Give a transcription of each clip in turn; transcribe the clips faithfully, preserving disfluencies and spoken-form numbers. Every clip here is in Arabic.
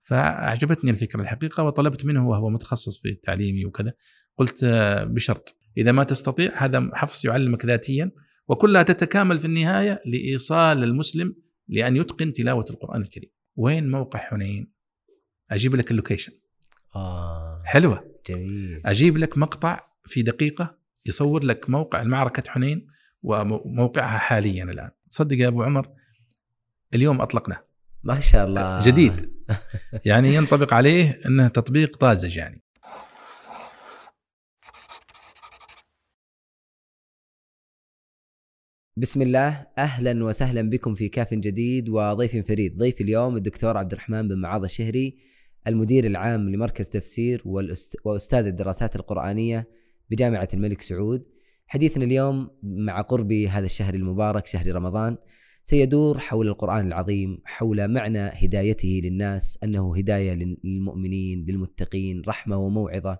فأعجبتني الفكرة الحقيقة، وطلبت منه وهو متخصص في التعليمي وكذا، قلت بشرط إذا ما تستطيع، هذا حفص يعلمك ذاتيا وكلها تتكامل في النهاية لإيصال المسلم لأن يتقن تلاوة القرآن الكريم. وين موقع حنين؟ أجيب لك اللوكيشن. آه حلوة، جميل. أجيب لك مقطع في دقيقة يصور لك موقع المعركة حنين وموقعها حاليا الآن. تصدق يا أبو عمر اليوم أطلقنا ما شاء الله، جديد يعني ينطبق عليه أنه تطبيق طازج يعني. بسم الله، أهلا وسهلا بكم في كاف جديد وضيف فريد. ضيف اليوم الدكتور عبد الرحمن بن معاذ الشهري، المدير العام لمركز تفسير وأستاذ الدراسات القرآنية بجامعة الملك سعود. حديثنا اليوم مع قرب هذا الشهر المبارك شهر رمضان سيدور حول القرآن العظيم، حول معنى هدايته للناس، أنه هداية للمؤمنين للمتقين، رحمة وموعظة،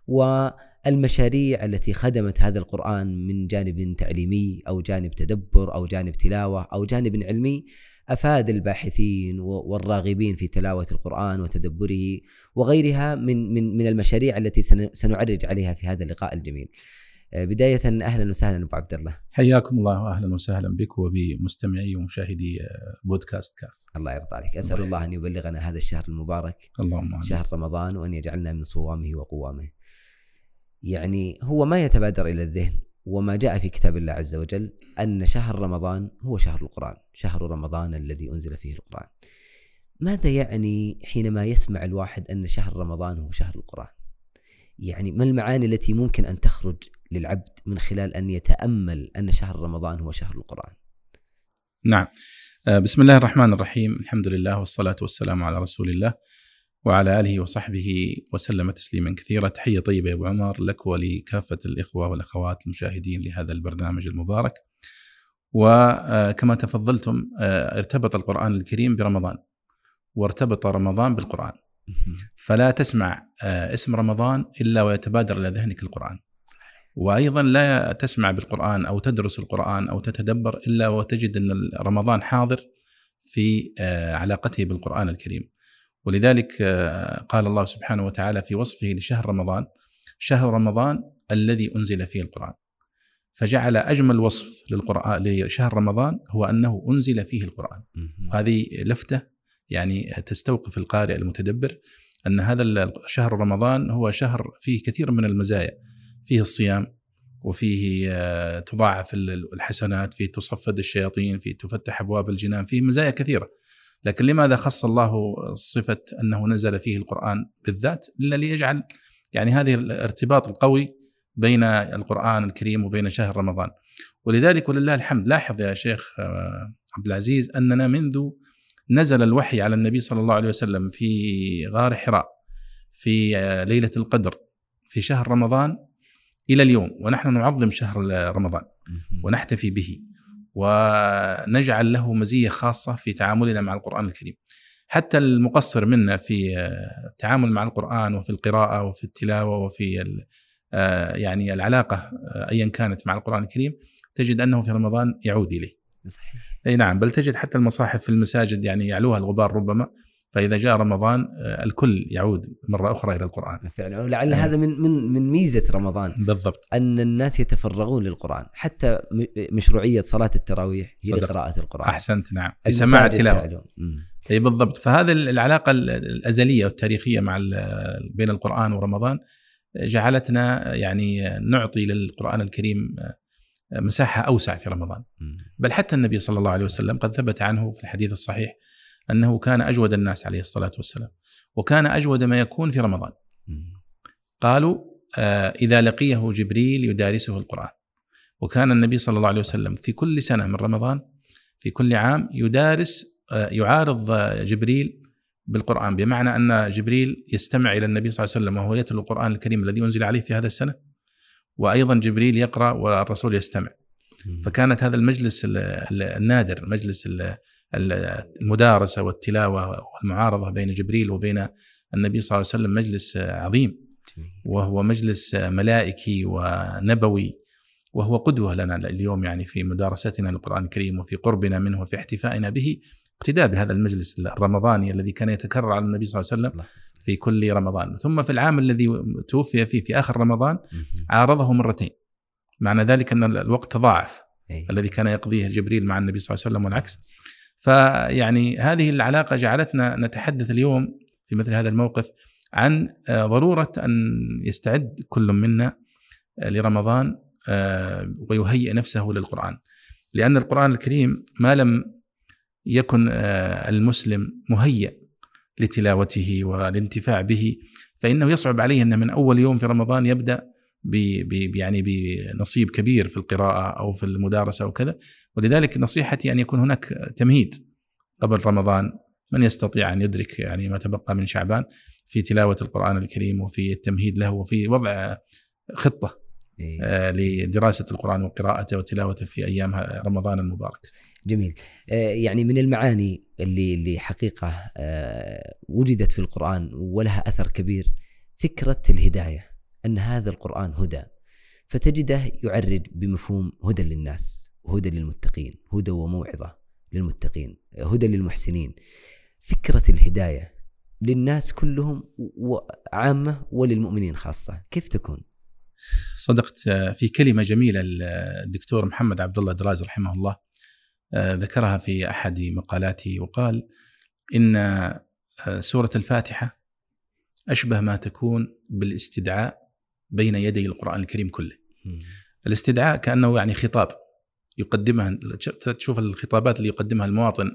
والمشاريع التي خدمت هذا القرآن من جانب تعليمي أو جانب تدبر أو جانب تلاوة أو جانب علمي، أفاد الباحثين والراغبين في تلاوة القرآن وتدبره وغيرها من من من المشاريع التي سنعرج عليها في هذا اللقاء الجميل. بداية أهلا وسهلا أبو عبد الله. حياكم الله وأهلا وسهلا بك وبمستمعي ومشاهدي بودكاست كاف. الله يرضى عليك. أسأل الله, الله أن يبلغنا هذا الشهر المبارك، اللهم شهر رمضان، وأن يجعلنا من صوامه وقوامه. يعني هو ما يتبادر إلى الذهن وما جاء في كتاب الله عز وجل أن شهر رمضان هو شهر القرآن، شهر رمضان الذي أنزل فيه القرآن. ماذا يعني حينما يسمع الواحد أن شهر رمضان هو شهر القرآن؟ يعني ما المعاني التي ممكن أن تخرج للعبد من خلال أن يتأمل أن شهر رمضان هو شهر القرآن؟ نعم، بسم الله الرحمن الرحيم، الحمد لله والصلاة والسلام على رسول الله وعلى آله وصحبه وسلم تسليما كثيرا. تحية طيبة يا أبو عمر لك ولكافة الإخوة والأخوات المشاهدين لهذا البرنامج المبارك. وكما تفضلتم ارتبط القرآن الكريم برمضان، وارتبط رمضان بالقرآن، فلا تسمع اسم رمضان إلا ويتبادر إلى ذهنك القرآن، وأيضا لا تسمع بالقرآن أو تدرس القرآن أو تتدبر إلا وتجد أن رمضان حاضر في علاقته بالقرآن الكريم. ولذلك قال الله سبحانه وتعالى في وصفه لشهر رمضان: شهر رمضان الذي أنزل فيه القرآن. فجعل أجمل وصف للقرآن لشهر رمضان هو أنه أنزل فيه القرآن. هذه لفتة يعني تستوقف القارئ المتدبر أن هذا شهر رمضان هو شهر فيه كثير من المزايا، فيه الصيام، وفيه تضاعف الحسنات، فيه تصفد الشياطين، فيه تفتح أبواب الجنان، فيه مزايا كثيرة. لكن لماذا خص الله صفة أنه نزل فيه القرآن بالذات؟ إلا ليجعل يعني هذه الارتباط القوي بين القرآن الكريم وبين شهر رمضان. ولذلك ولله الحمد، لاحظ يا شيخ عبد العزيز أننا منذ نزل الوحي على النبي صلى الله عليه وسلم في غار حراء في ليلة القدر في شهر رمضان إلى اليوم ونحن نعظم شهر رمضان ونحتفي به ونجعل له مزية خاصة في تعاملنا مع القرآن الكريم. حتى المقصر منا في التعامل مع القرآن وفي القراءة وفي التلاوة وفي يعني العلاقة أيا كانت مع القرآن الكريم تجد أنه في رمضان يعود إليه. صحيح. أي نعم، بل تجد حتى المصاحف في المساجد يعني يعلوها الغبار ربما، فإذا جاء رمضان الكل يعود مرة أخرى إلى القرآن فعلا. ولعل هذا من من من ميزة رمضان بالضبط، أن الناس يتفرغون للقرآن. حتى مشروعية صلاة التراويح هي لقراءة القرآن. أحسنت، نعم، لسماع التلاوة. أي بالضبط. فهذا العلاقة الأزلية والتاريخية مع بين القرآن ورمضان جعلتنا يعني نعطي للقرآن الكريم مساحة أوسع في رمضان. بل حتى النبي صلى الله عليه وسلم قد ثبت عنه في الحديث الصحيح أنه كان أجود الناس عليه الصلاة والسلام، وكان أجود ما يكون في رمضان. قالوا آه إذا لقيه جبريل يدارسه القرآن. وكان النبي صلى الله عليه وسلم في كل سنة من رمضان في كل عام يدارس آه يعارض جبريل بالقرآن، بمعنى أن جبريل يستمع إلى النبي صلى الله عليه وسلم وهو يتلو القرآن الكريم الذي أنزل عليه في هذا السنة، وأيضا جبريل يقرأ والرسول يستمع. فكانت هذا المجلس النادر، مجلس المدارسة والتلاوة والمعارضة بين جبريل وبين النبي صلى الله عليه وسلم مجلس عظيم، وهو مجلس ملائكي ونبوي، وهو قدوة لنا اليوم يعني في مدارستنا للقرآن الكريم وفي قربنا منه وفي احتفائنا به اقتداء بهذا المجلس الرمضاني الذي كان يتكرر على النبي صلى الله عليه وسلم في كل رمضان. ثم في العام الذي توفي فيه في آخر رمضان عارضه مرتين، معنى ذلك أن الوقت تضاعف الذي كان يقضيه جبريل مع النبي صلى الله عليه وسلم والعكس. فيعني هذه العلاقة جعلتنا نتحدث اليوم في مثل هذا الموقف عن ضرورة أن يستعد كل منا لرمضان ويهيئ نفسه للقرآن، لأن القرآن الكريم ما لم يكن المسلم مهيئ لتلاوته والانتفاع به فإنه يصعب عليه أن من أول يوم في رمضان يبدأ ب يعني بنصيب كبير في القراءة أو في المدارسة وكذا. ولذلك نصيحتي أن يكون هناك تمهيد قبل رمضان، من يستطيع أن يدرك يعني ما تبقى من شعبان في تلاوة القرآن الكريم وفي التمهيد له وفي وضع خطة آه لدراسة القرآن وقراءته وتلاوته في أيام رمضان المبارك. جميل. آه يعني من المعاني اللي اللي حقيقة آه وجدت في القرآن ولها أثر كبير فكرة الهداية، أن هذا القرآن هدى، فتجده يعرج بمفهوم هدى للناس وهدى للمتقين، هدى وموعظة للمتقين، هدى للمحسنين. فكرة الهداية للناس كلهم وعامة وللمؤمنين خاصة كيف تكون؟ صدقت في كلمة جميلة الدكتور محمد عبد الله دراز رحمه الله ذكرها في أحد مقالاته وقال إن سورة الفاتحة أشبه ما تكون بالاستدعاء بين يدي القرآن الكريم كله. الاستدعاء كأنه يعني خطاب يقدمها، تشوف الخطابات اللي يقدمها المواطن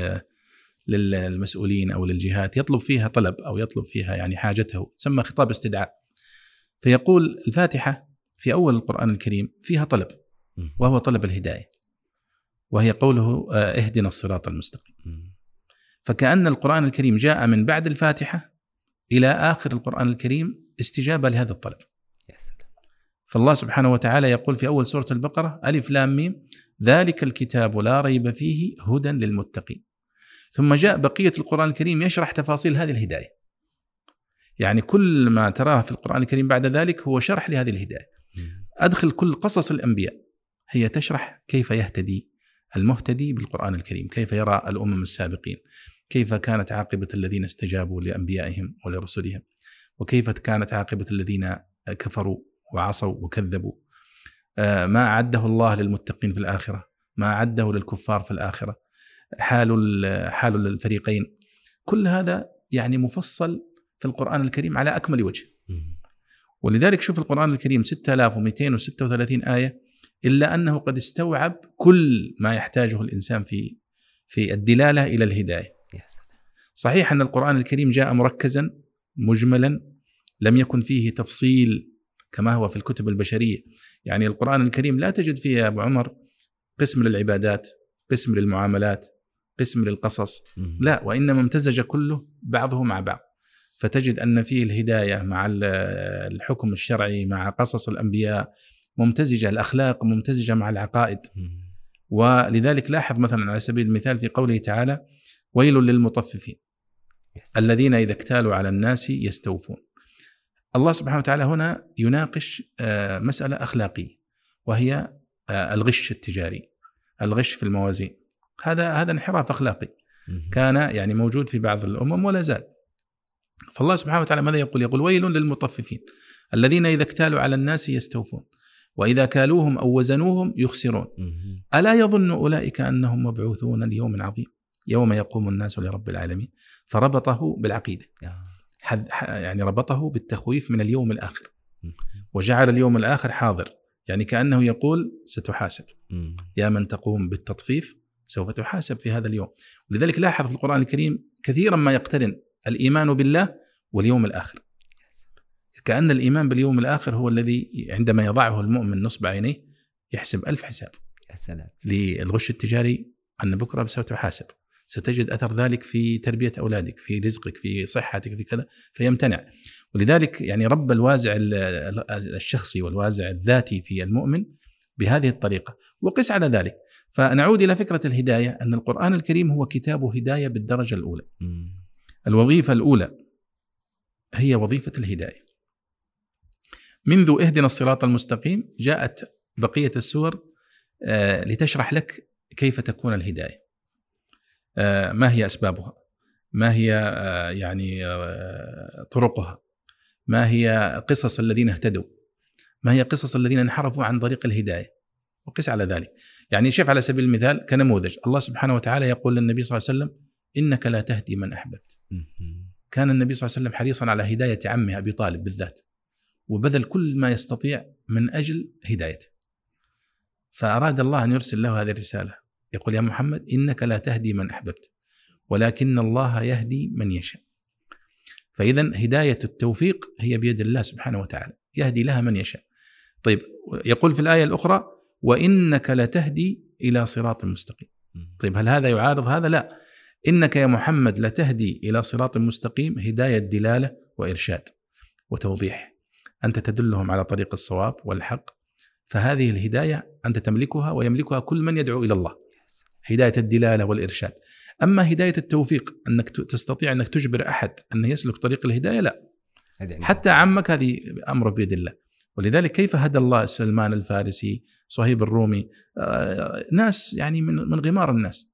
للمسؤولين أو للجهات يطلب فيها طلب أو يطلب فيها يعني حاجته، تسمى خطاب استدعاء. فيقول الفاتحة في أول القرآن الكريم فيها طلب وهو طلب الهداية، وهي قوله اهدنا الصراط المستقيم. فكأن القرآن الكريم جاء من بعد الفاتحة إلى آخر القرآن الكريم استجابة لهذا الطلب. فالله سبحانه وتعالى يقول في أول سورة البقرة ألف لام ميم ذلك الكتاب لا ريب فيه هدى للمتقين. ثم جاء بقية القرآن الكريم يشرح تفاصيل هذه الهداية، يعني كل ما تراه في القرآن الكريم بعد ذلك هو شرح لهذه الهداية. أدخل كل قصص الأنبياء هي تشرح كيف يهتدي المهتدي بالقرآن الكريم، كيف يرى الأمم السابقين، كيف كانت عاقبة الذين استجابوا لأنبيائهم ولرسلهم، وكيف كانت عاقبة الذين كفروا وعصوا وكذبوا، ما أعده الله للمتقين في الآخرة، ما أعده للكفار في الآخرة، حال حال الفريقين. كل هذا يعني مفصل في القرآن الكريم على أكمل وجه. ولذلك شوف القرآن الكريم ستة آلاف ومئتين وستة وثلاثين آية، إلا أنه قد استوعب كل ما يحتاجه الإنسان في في الدلالة إلى الهداية. صحيح أن القرآن الكريم جاء مركزا مجملا، لم يكن فيه تفصيل كما هو في الكتب البشرية. يعني القرآن الكريم لا تجد فيه يا أبو عمر قسم للعبادات، قسم للمعاملات، قسم للقصص، لا، وإنما امتزج كله بعضه مع بعض. فتجد أن فيه الهداية مع الحكم الشرعي مع قصص الأنبياء ممتزجة، الأخلاق ممتزجة مع العقائد. ولذلك لاحظ مثلا على سبيل المثال في قوله تعالى ويل للمطففين الذين إذا اكتالوا على الناس يستوفون. الله سبحانه وتعالى هنا يناقش مسألة أخلاقية وهي الغش التجاري، الغش في الموازين. هذا هذا انحراف أخلاقي كان يعني موجود في بعض الأمم ولا زال. فالله سبحانه وتعالى ماذا يقول؟ يقول ويل للمطففين الذين إذا اكتالوا على الناس يستوفون وإذا كالوهم أو وزنوهم يخسرون ألا يظن أولئك أنهم مبعوثون ليوم عظيم يوم يقوم الناس لرب العالمين. فربطه بالعقيدة، يعني ربطه بالتخويف من اليوم الآخر، وجعل اليوم الآخر حاضر، يعني كأنه يقول ستحاسب يا من تقوم بالتطفيف سوف تحاسب في هذا اليوم. ولذلك لاحظ في القرآن الكريم كثيرا ما يقترن الإيمان بالله واليوم الآخر، كأن الإيمان باليوم الآخر هو الذي عندما يضعه المؤمن نصب عينيه يحسب ألف حساب. يا سلام. للغش التجاري أن بكرة سوف تحاسب، ستجد أثر ذلك في تربية أولادك، في رزقك، في صحتك، في كذا، فيمتنع. ولذلك يعني رب الوازع الشخصي والوازع الذاتي في المؤمن بهذه الطريقة. وقس على ذلك فنعود إلى فكرة الهداية، أن القرآن الكريم هو كتاب هداية بالدرجة الأولى. م. الوظيفة الأولى هي وظيفة الهداية. منذ اهدنا الصراط المستقيم جاءت بقية السور لتشرح لك كيف تكون الهداية. ما هي أسبابها، ما هي يعني طرقها، ما هي قصص الذين اهتدوا، ما هي قصص الذين انحرفوا عن طريق الهداية، وقس على ذلك. يعني شوف على سبيل المثال كنموذج، الله سبحانه وتعالى يقول للنبي صلى الله عليه وسلم إنك لا تهدي من أحببت. كان النبي صلى الله عليه وسلم حريصا على هداية عمه أبي طالب بالذات، وبذل كل ما يستطيع من أجل هدايته، فأراد الله أن يرسل له هذه الرسالة، يقول يا محمد إنك لا تهدي من أحببت ولكن الله يهدي من يشاء. فإذا هداية التوفيق هي بيد الله سبحانه وتعالى، يهدي لها من يشاء. طيب يقول في الآية الأخرى وإنك لتهدي إلى صراط مستقيم. طيب هل هذا يعارض هذا؟ لا، إنك يا محمد لتهدي إلى صراط مستقيم هداية دلالة وإرشاد وتوضيح، أنت تدلهم على طريق الصواب والحق، فهذه الهداية أنت تملكها ويملكها كل من يدعو إلى الله، هداية الدلالة والإرشاد. أما هداية التوفيق أنك تستطيع أنك تجبر أحد أن يسلك طريق الهداية، لا، حتى عمك هذه أمر بيد الله. ولذلك كيف هدى الله سلمان الفارسي، صهيب الرومي، ناس يعني من من غمار الناس،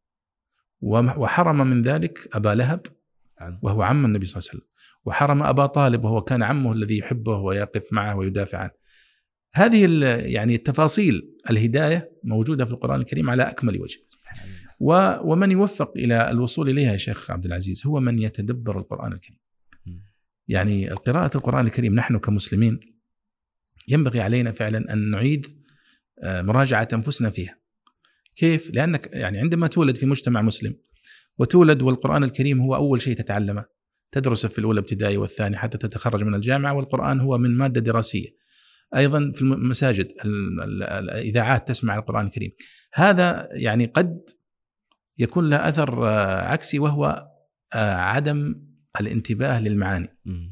وحرم من ذلك أبا لهب وهو عم النبي صلى الله عليه وسلم، وحرم أبا طالب وهو كان عمه الذي يحبه ويقف معه ويدافع عنه. هذه يعني التفاصيل الهداية موجودة في القرآن الكريم على أكمل وجه، ومن يوفق إلى الوصول إليها يا شيخ عبد العزيز هو من يتدبر القرآن الكريم. يعني قراءة القرآن الكريم نحن كمسلمين ينبغي علينا فعلا أن نعيد مراجعة أنفسنا فيها. كيف؟ لأنك يعني عندما تولد في مجتمع مسلم وتولد والقرآن الكريم هو أول شيء تتعلمه، تدرسه في الأولى ابتدائي والثاني حتى تتخرج من الجامعة، والقرآن هو من مادة دراسية. أيضا في المساجد الإذاعات تسمع القرآن الكريم. هذا يعني قد يكون له أثر عكسي، وهو عدم الانتباه للمعاني.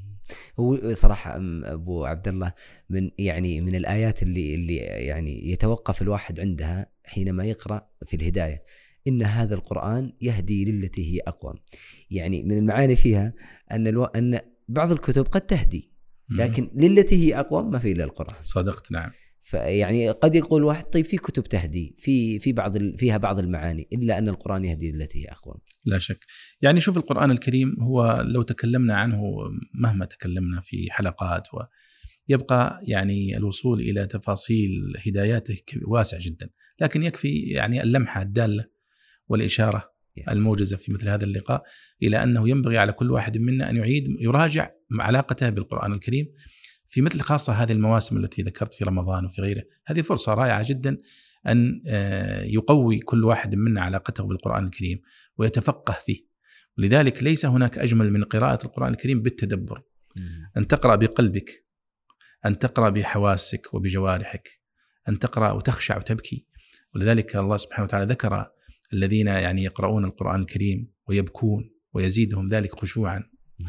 هو صراحة أبو عبد الله من يعني من الآيات اللي اللي يعني يتوقف الواحد عندها حينما يقرأ في الهداية، إن هذا القرآن يهدي للتي هي أقوم. يعني من المعاني فيها أن الو... أن بعض الكتب قد تهدي، لكن للتي هي أقوم ما في إلا القرآن. صدقت، نعم. فيعني قد يقول واحد طيب في كتب تهدي في في بعض ال... فيها بعض المعاني، إلا أن القرآن يهدي للتي هي أقوم. لا شك. يعني شوف القرآن الكريم هو لو تكلمنا عنه مهما تكلمنا في حلقات، ويبقى يعني الوصول إلى تفاصيل هداياته واسع جدا، لكن يكفي يعني اللمحة الدالة والإشارة الموجزة في مثل هذا اللقاء إلى أنه ينبغي على كل واحد منا أن يعيد يراجع علاقته بالقرآن الكريم في مثل خاصة هذه المواسم التي ذكرت في رمضان وفي غيره. هذه فرصة رائعة جدا أن يقوي كل واحد منا علاقته بالقرآن الكريم ويتفقه فيه. ولذلك ليس هناك أجمل من قراءة القرآن الكريم بالتدبر، أن تقرأ بقلبك، أن تقرأ بحواسك وبجوارحك، أن تقرأ وتخشع وتبكي. ولذلك الله سبحانه وتعالى ذكر الذين يعني يقرؤون القرآن الكريم ويبكون ويزيدهم ذلك خشوعا،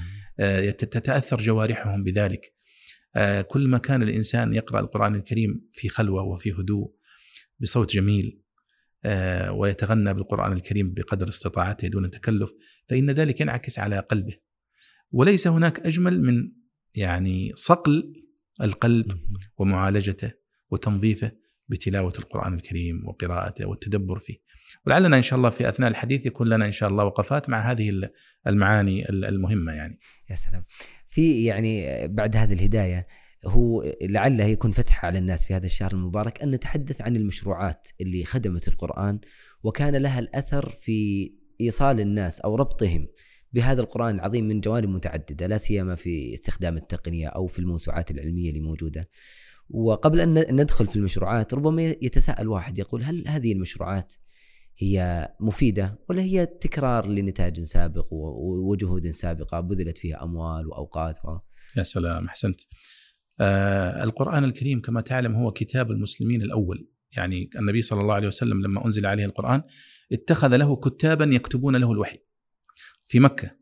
تتأثر جوارحهم بذلك. كل ما كان الإنسان يقرأ القرآن الكريم في خلوة وفي هدوء بصوت جميل ويتغنى بالقرآن الكريم بقدر استطاعته دون تكلف، فإن ذلك ينعكس على قلبه. وليس هناك أجمل من يعني صقل القلب ومعالجته وتنظيفه بتلاوة القرآن الكريم وقراءته والتدبر فيه. ولعلنا إن شاء الله في أثناء الحديث يكون لنا إن شاء الله وقفات مع هذه المعاني المهمة. يعني يا سلام. في يعني بعد هذه الهداية هو لعله يكون فتح على الناس في هذا الشهر المبارك أن نتحدث عن المشروعات اللي خدمت القرآن وكان لها الأثر في إيصال الناس أو ربطهم بهذا القرآن العظيم من جوانب متعددة، لا سيما في استخدام التقنية أو في الموسوعات العلمية اللي موجودة. وقبل أن ندخل في المشروعات ربما يتساءل واحد يقول هل هذه المشروعات هي مفيدة ولا هي تكرار لنتاج سابق وجهود سابقة بذلت فيها أموال وأوقات و... يا سلام، أحسنت. آه القرآن الكريم كما تعلم هو كتاب المسلمين الأول. يعني النبي صلى الله عليه وسلم لما أنزل عليه القرآن اتخذ له كتابا يكتبون له الوحي في مكة،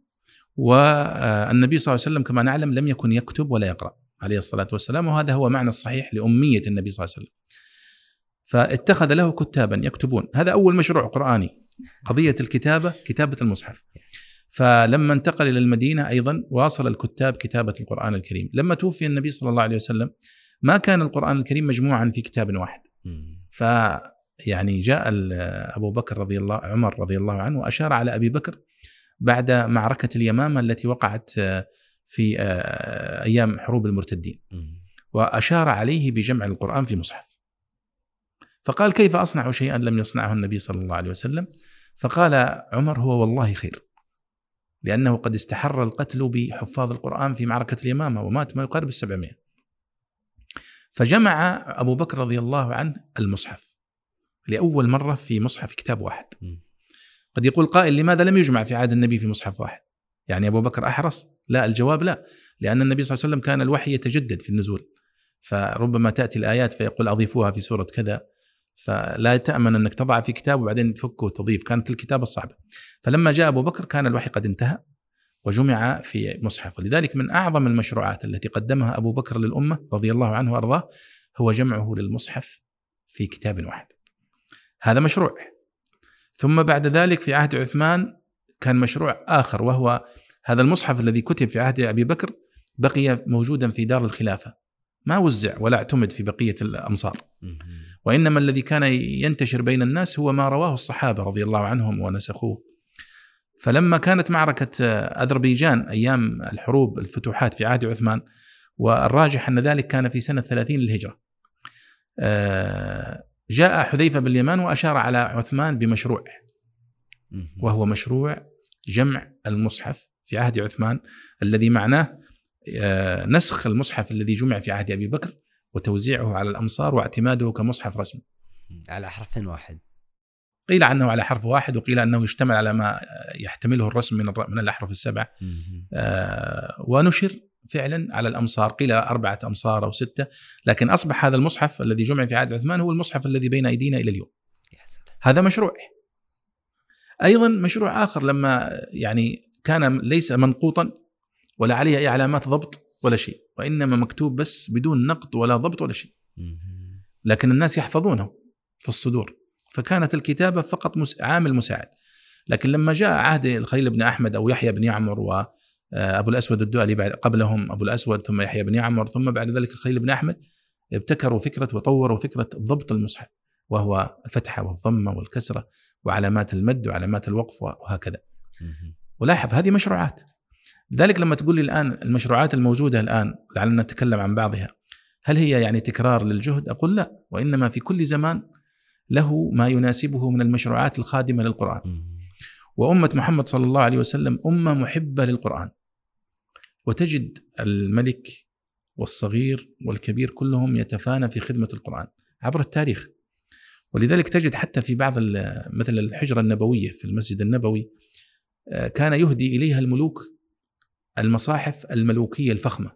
والنبي صلى الله عليه وسلم كما نعلم لم يكن يكتب ولا يقرأ عليه الصلاة والسلام، وهذا هو معنى الصحيح لأمية النبي صلى الله عليه وسلم. فاتخذ له كتابا يكتبون، هذا أول مشروع قرآني، قضية الكتابة، كتابة المصحف. فلما انتقل إلى المدينة أيضا واصل الكتاب كتابة القرآن الكريم. لما توفي النبي صلى الله عليه وسلم ما كان القرآن الكريم مجموعا في كتاب واحد، يعني جاء أبو بكر رضي الله عمر رضي الله عنه وأشار على أبي بكر بعد معركة اليمامة التي وقعت في أيام حروب المرتدين، وأشار عليه بجمع القرآن في مصحف، فقال كيف أصنع شيئا لم يصنعه النبي صلى الله عليه وسلم؟ فقال عمر هو والله خير، لأنه قد استحر القتل بحفاظ القرآن في معركة اليمامة ومات ما يقارب السبعمائة. فجمع أبو بكر رضي الله عنه المصحف لأول مرة في مصحف كتاب واحد. قد يقول قائل لماذا لم يجمع في عهد النبي في مصحف واحد؟ يعني أبو بكر أحرص؟ لا، الجواب لا، لأن النبي صلى الله عليه وسلم كان الوحي يتجدد في النزول، فربما تأتي الآيات فيقول أضيفوها في سورة كذا، فلا تأمن أنك تضع في كتاب وبعدين تفكه وتضيف، كانت الكتابة الصعبة. فلما جاء أبو بكر كان الوحي قد انتهى وجمع في مصحف. ولذلك من أعظم المشروعات التي قدمها أبو بكر للأمة رضي الله عنه وأرضاه هو جمعه للمصحف في كتاب واحد. هذا مشروع. ثم بعد ذلك في عهد عثمان كان مشروع آخر، وهو هذا المصحف الذي كتب في عهد أبي بكر بقي موجودا في دار الخلافة، ما وزع ولا اعتمد في بقية الأمصار، وإنما الذي كان ينتشر بين الناس هو ما رواه الصحابة رضي الله عنهم ونسخوه. فلما كانت معركة أذربيجان أيام الحروب الفتوحات في عهد عثمان، والراجح أن ذلك كان في سنة ثلاثين للهجرة، جاء حذيفة بن اليمان وأشار على عثمان بمشروع، وهو مشروع جمع المصحف في عهد عثمان، الذي معناه نسخ المصحف الذي جمع في عهد أبي بكر وتوزيعه على الأمصار واعتماده كمصحف رسمي على حرف واحد. قيل عنه على حرف واحد، وقيل أنه يشتمل على ما يحتمله الرسم من من الأحرف السبعة، آه ونشر فعلا على الأمصار، قيل أربعة أمصار أو ستة، لكن أصبح هذا المصحف الذي جمع في عهد عثمان هو المصحف الذي بين أيدينا إلى اليوم. هذا مشروع. أيضا مشروع آخر لما يعني كان ليس منقوطا ولا عليه أي علامات ضبط ولا شيء، وإنما مكتوب بس بدون نقط ولا ضبط ولا شيء، لكن الناس يحفظونه في الصدور، فكانت الكتابة فقط عامل مساعد. لكن لما جاء عهد الخليل بن أحمد أو يحيى بن يعمر وأبو الأسود الدؤلي بعد قبلهم أبو الأسود ثم يحيى بن يعمر ثم بعد ذلك الخليل بن أحمد، ابتكروا فكرة وطوروا فكرة ضبط المصحف، وهو الفتحة والضمة والكسرة وعلامات المد وعلامات الوقف وهكذا. ولاحظ هذه مشروعات. لذلك لما تقول لي الآن المشروعات الموجودة الآن لعلنا نتكلم عن بعضها، هل هي يعني تكرار للجهد؟ أقول لا، وإنما في كل زمان له ما يناسبه من المشروعات الخادمة للقرآن. وأمة محمد صلى الله عليه وسلم أمة محبة للقرآن، وتجد الملك والصغير والكبير كلهم يتفانى في خدمة القرآن عبر التاريخ. ولذلك تجد حتى في بعض مثل الحجرة النبوية في المسجد النبوي كان يهدي إليها الملوك المصاحف الملوكية الفخمة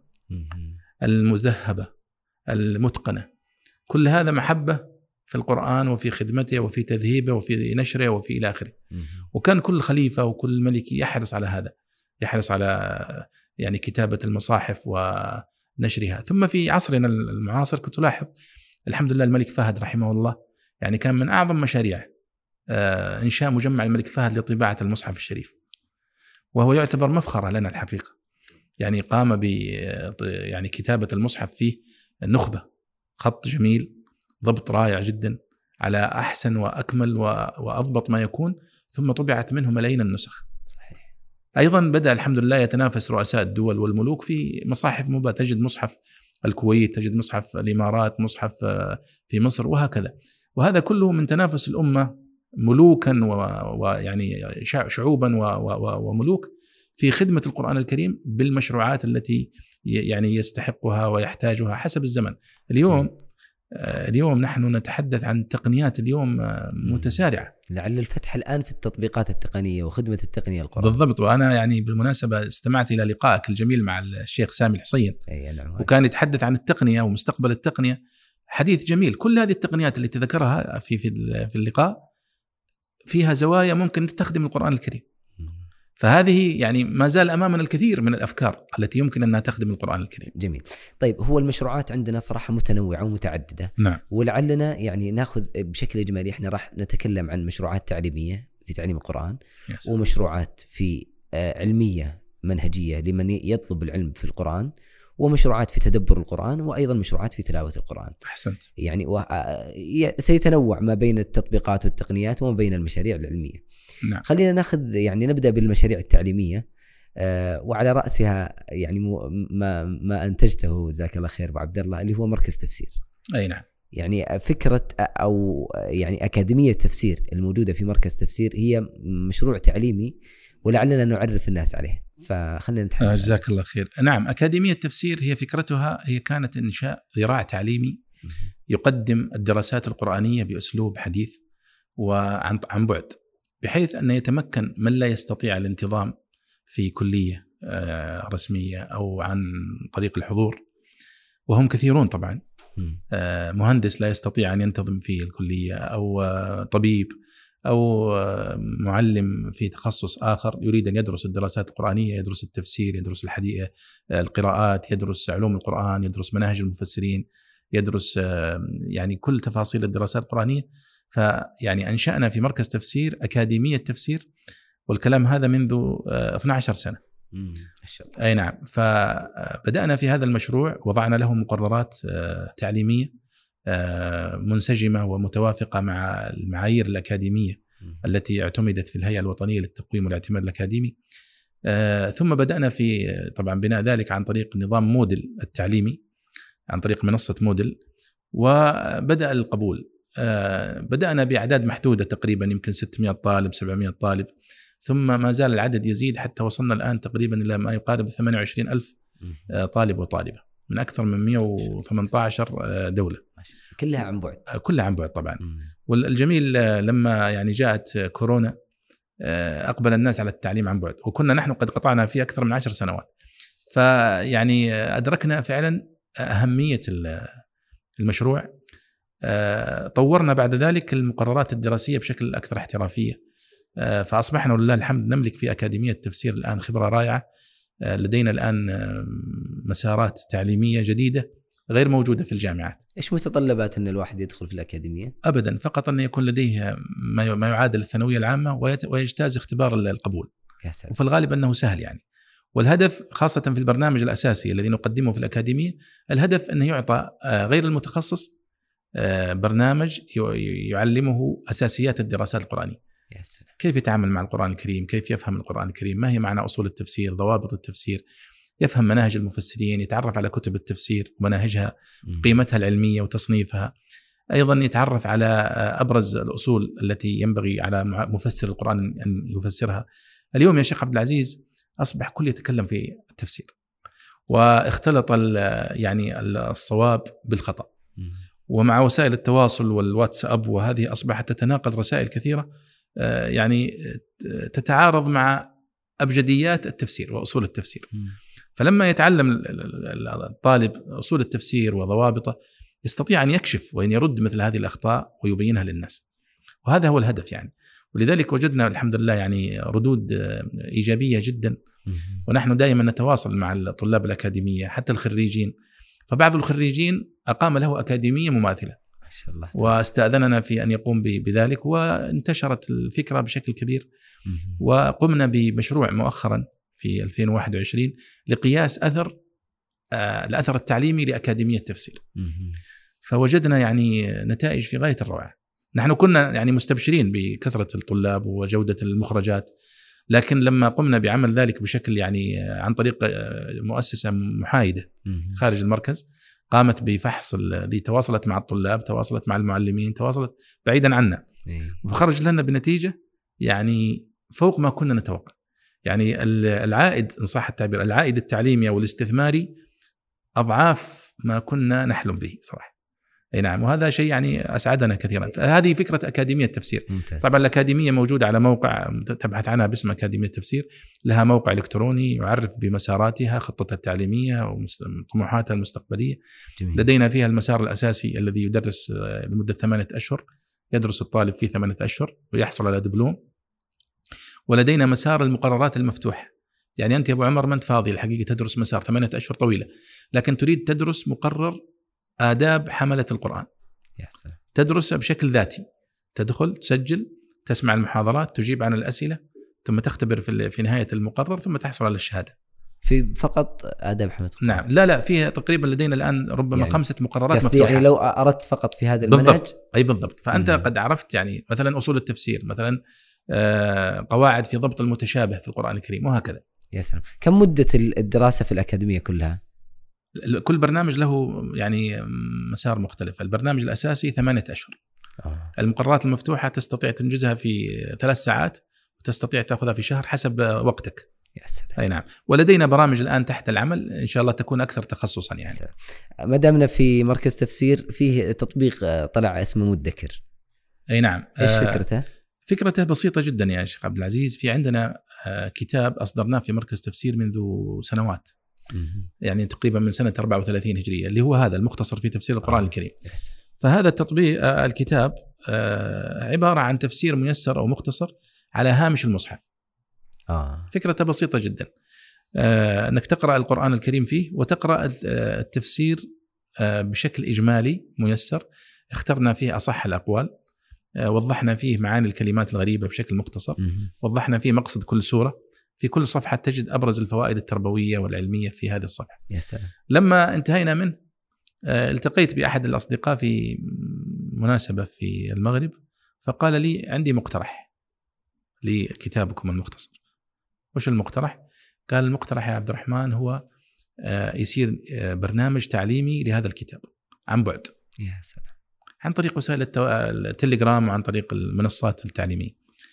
المذهبة المتقنة، كل هذا محبة في القرآن وفي خدمته وفي تذهيبه وفي نشره وفي إلى آخره. وكان كل خليفة وكل ملك يحرص على هذا، يحرص على يعني كتابة المصاحف ونشرها. ثم في عصرنا المعاصر كنت لاحظ الحمد لله الملك فهد رحمه الله يعني كان من أعظم مشاريعه إنشاء مجمع الملك فهد لطباعة المصحف الشريف، وهو يعتبر مفخرة لنا الحقيقة. يعني قام ب يعني كتابة المصحف فيه نخبة، خط جميل، ضبط رائع جدا على أحسن وأكمل وأضبط ما يكون، ثم طبعت منه ملايين النسخ. صحيح. أيضا بدأ الحمد لله يتنافس رؤساء الدول والملوك في مصاحف مباة، تجد مصحف الكويت، تجد مصحف الإمارات، مصحف في مصر وهكذا. وهذا كله من تنافس الأمة ملوكا ويعني شعوبا وملوك في خدمة القرآن الكريم بالمشروعات التي يعني يستحقها ويحتاجها حسب الزمن. اليوم اليوم نحن نتحدث عن تقنيات اليوم متسارعة، لعل الفتح الآن في التطبيقات التقنية وخدمة التقنية القرآن. بالضبط. وأنا يعني بالمناسبة استمعت إلى لقائك الجميل مع الشيخ سامي الحسين، نعم، وكان يتحدث عن التقنية ومستقبل التقنية، حديث جميل. كل هذه التقنيات اللي تذكرها في في اللقاء فيها زوايا ممكن تخدم القرآن الكريم، فهذه يعني ما زال أمامنا الكثير من الأفكار التي يمكن أنها تخدم القرآن الكريم. جميل. طيب، هو المشروعات عندنا صراحة متنوعة ومتعددة. نعم. ولعلنا يعني ناخذ بشكل إجمالي، احنا راح نتكلم عن مشروعات تعليمية في تعليم القرآن، يس. ومشروعات في علمية منهجية لمن يطلب العلم في القرآن، ومشروعات في تدبر القرآن، وأيضا مشروعات في تلاوة القرآن. أحسنت. يعني و... سيتنوع ما بين التطبيقات والتقنيات وما بين المشاريع العلمية. نعم. خلينا ناخذ يعني نبدأ بالمشاريع التعليمية، أه وعلى رأسها يعني ما ما أنتجته جزاك الله خير أبو عبد الله اللي هو مركز تفسير. أي نعم. يعني فكرة أو يعني أكاديمية تفسير الموجودة في مركز تفسير هي مشروع تعليمي، ولعلنا نعرف الناس عليه، فخلينا نتحدث. جزاك الله خير. نعم، أكاديمية تفسير هي فكرتها هي كانت إنشاء ذراع تعليمي يقدم الدراسات القرآنية بأسلوب حديث وعن عن بعد، بحيث أن يتمكن من لا يستطيع الانتظام في كلية رسمية أو عن طريق الحضور، وهم كثيرون طبعا، مهندس لا يستطيع أن ينتظم في الكلية، أو طبيب، أو معلم في تخصص آخر يريد أن يدرس الدراسات القرآنية، يدرس التفسير، يدرس الحديث، القراءات، يدرس علوم القرآن، يدرس مناهج المفسرين، يدرس يعني كل تفاصيل الدراسات القرآنية. فيعني أنشأنا في مركز تفسير أكاديمية تفسير، والكلام هذا منذ اثنتي عشرة سنة. أي نعم. فبدأنا في هذا المشروع، وضعنا له مقررات تعليمية منسجمة ومتوافقة مع المعايير الأكاديمية التي اعتمدت في الهيئة الوطنية للتقويم والاعتماد الأكاديمي. ثم بدأنا في طبعا بناء ذلك عن طريق نظام موديل التعليمي، عن طريق منصة موديل، وبدأ القبول. بدأنا بأعداد محدودة تقريبا يمكن ستمائة طالب، سبعمائة طالب، ثم ما زال العدد يزيد حتى وصلنا الآن تقريبا إلى ما يقارب ثمانية وعشرين ألف طالب وطالبة من أكثر من مائة وثمانية عشر دولة، كلها عن بعد. كلها عن بعد طبعا. والجميل لما يعني جاءت كورونا أقبل الناس على التعليم عن بعد، وكنا نحن قد قطعنا فيه أكثر من عشر سنوات. فيعني أدركنا فعلا أهمية المشروع. طورنا بعد ذلك المقررات الدراسية بشكل أكثر احترافية، فأصبحنا ولله الحمد نملك في أكاديمية التفسير الآن خبرة رائعة. لدينا الآن مسارات تعليمية جديدة غير موجودة في الجامعات. إيش متطلبات أن الواحد يدخل في الأكاديمية؟ أبدا، فقط أن يكون لديه ما يعادل الثانوية العامة ويجتاز اختبار القبول، وفي الغالب أنه سهل يعني. والهدف خاصة في البرنامج الأساسي الذي نقدمه في الأكاديمية، الهدف أنه يعطى غير المتخصص برنامج يعلمه أساسيات الدراسات القرآنية، كيف يتعامل مع القرآن الكريم، كيف يفهم القرآن الكريم، ما هي معنى أصول التفسير، ضوابط التفسير، يفهم مناهج المفسرين، يتعرف على كتب التفسير ومناهجها، قيمتها العلمية وتصنيفها. أيضا يتعرف على أبرز الأصول التي ينبغي على مفسر القرآن أن يفسرها. اليوم يا شيخ عبد العزيز أصبح كل يتكلم في التفسير، واختلط يعني الصواب بالخطأ، ومع وسائل التواصل والواتساب وهذه أصبحت تتناقل رسائل كثيرة يعني تتعارض مع أبجديات التفسير وأصول التفسير. فلما يتعلم الطالب أصول التفسير وضوابطه، يستطيع أن يكشف وأن يرد مثل هذه الأخطاء ويبينها للناس، وهذا هو الهدف يعني. ولذلك وجدنا الحمد لله يعني ردود إيجابية جدا، ونحن دائما نتواصل مع الطلاب الأكاديمية حتى الخريجين. فبعض الخريجين أقام له أكاديمية مماثلة واستأذننا في أن يقوم بذلك، وانتشرت الفكرة بشكل كبير. وقمنا بمشروع مؤخرا في ألفين وواحد وعشرين لقياس أثر آه الأثر التعليمي لأكاديمية التفسير، فوجدنا يعني نتائج في غاية الروعة. نحن كنا يعني مستبشرين بكثرة الطلاب وجودة المخرجات، لكن لما قمنا بعمل ذلك بشكل يعني عن طريق مؤسسة محايدة خارج المركز، قامت بفحص الذي تواصلت مع الطلاب، تواصلت مع المعلمين، تواصلت بعيدا عنا، وخرج لنا بنتيجة يعني فوق ما كنا نتوقع. يعني العائد إن صح التعبير، العائد التعليمي والاستثماري أضعاف ما كنا نحلم به صراحة. أي نعم، وهذا شيء يعني أسعدنا كثيرا. هذه فكرة أكاديمية التفسير. ممتاز. طبعا الأكاديمية موجودة على موقع تبحث عنها باسم أكاديمية التفسير، لها موقع إلكتروني يعرف بمساراتها، خطتها التعليمية وطموحاتها المستقبلية. جميل. لدينا فيها المسار الأساسي الذي يدرس لمدة ثمانية أشهر، يدرس الطالب فيه ثمانية أشهر ويحصل على دبلوم. ولدينا مسار المقررات المفتوحة، يعني أنت يا أبو عمر ما أنت فاضي الحقيقة تدرس مسار ثمانية أشهر طويلة، لكن تريد تدرس مقرر آداب حملة القرآن، تدرسه بشكل ذاتي، تدخل تسجل، تسمع المحاضرات، تجيب عن الأسئلة، ثم تختبر في في نهاية المقرر، ثم تحصل على الشهادة. في فقط آداب محمد خليل. نعم لا لا فيها تقريبا لدينا الآن ربما يعني خمسة مقررات مفتوحة. يعني لو أردت فقط في هذا المنهج بالضبط. أي بالضبط. فأنت مم. قد عرفت يعني مثلا أصول التفسير، مثلا آه قواعد في ضبط المتشابه في القرآن الكريم وهكذا. يا سلام. كم مدة الدراسة في الأكاديمية كلها؟ كل برنامج له يعني مسار مختلف. البرنامج الأساسي ثمانية أشهر. آه. المقررات المفتوحة تستطيع تنجزها في ثلاث ساعات وتستطيع تأخذها في شهر حسب وقتك. يا سلام. أي نعم. ولدينا برامج الآن تحت العمل إن شاء الله تكون أكثر تخصصا يعني. ما دامنا في مركز تفسير فيه تطبيق طلع اسمه مدكر. أي نعم. إيش فكرته؟ آه فكرته بسيطة جدا يا شيخ عبد العزيز. في عندنا آه كتاب أصدرناه في مركز تفسير منذ سنوات، يعني تقريبا من سنة أربعة وثلاثين هجرية، اللي هو هذا المختصر في تفسير القرآن الكريم. فهذا التطبيق آه الكتاب آه عبارة عن تفسير ميسر أو مختصر على هامش المصحف. آه. فكرته بسيطة جدا. آه أنك تقرأ القرآن الكريم فيه وتقرأ التفسير آه بشكل إجمالي ميسر. اخترنا فيه أصح الأقوال، آه وضحنا فيه معاني الكلمات الغريبة بشكل مختصر، وضحنا فيه مقصد كل سورة. في كل صفحة تجد أبرز الفوائد التربوية والعلمية في هذه الصفحة. يا سلام. لما انتهينا منه آه التقيت بأحد الأصدقاء في مناسبة في المغرب، فقال لي عندي مقترح لكتابكم المختصر. وش المقترح؟ قال المقترح يا عبد الرحمن هو يصير برنامج تعليمي لهذا الكتاب عن بعد. يا سلام. عن طريق وسائل التليجرام وعن طريق المنصات التعليمية.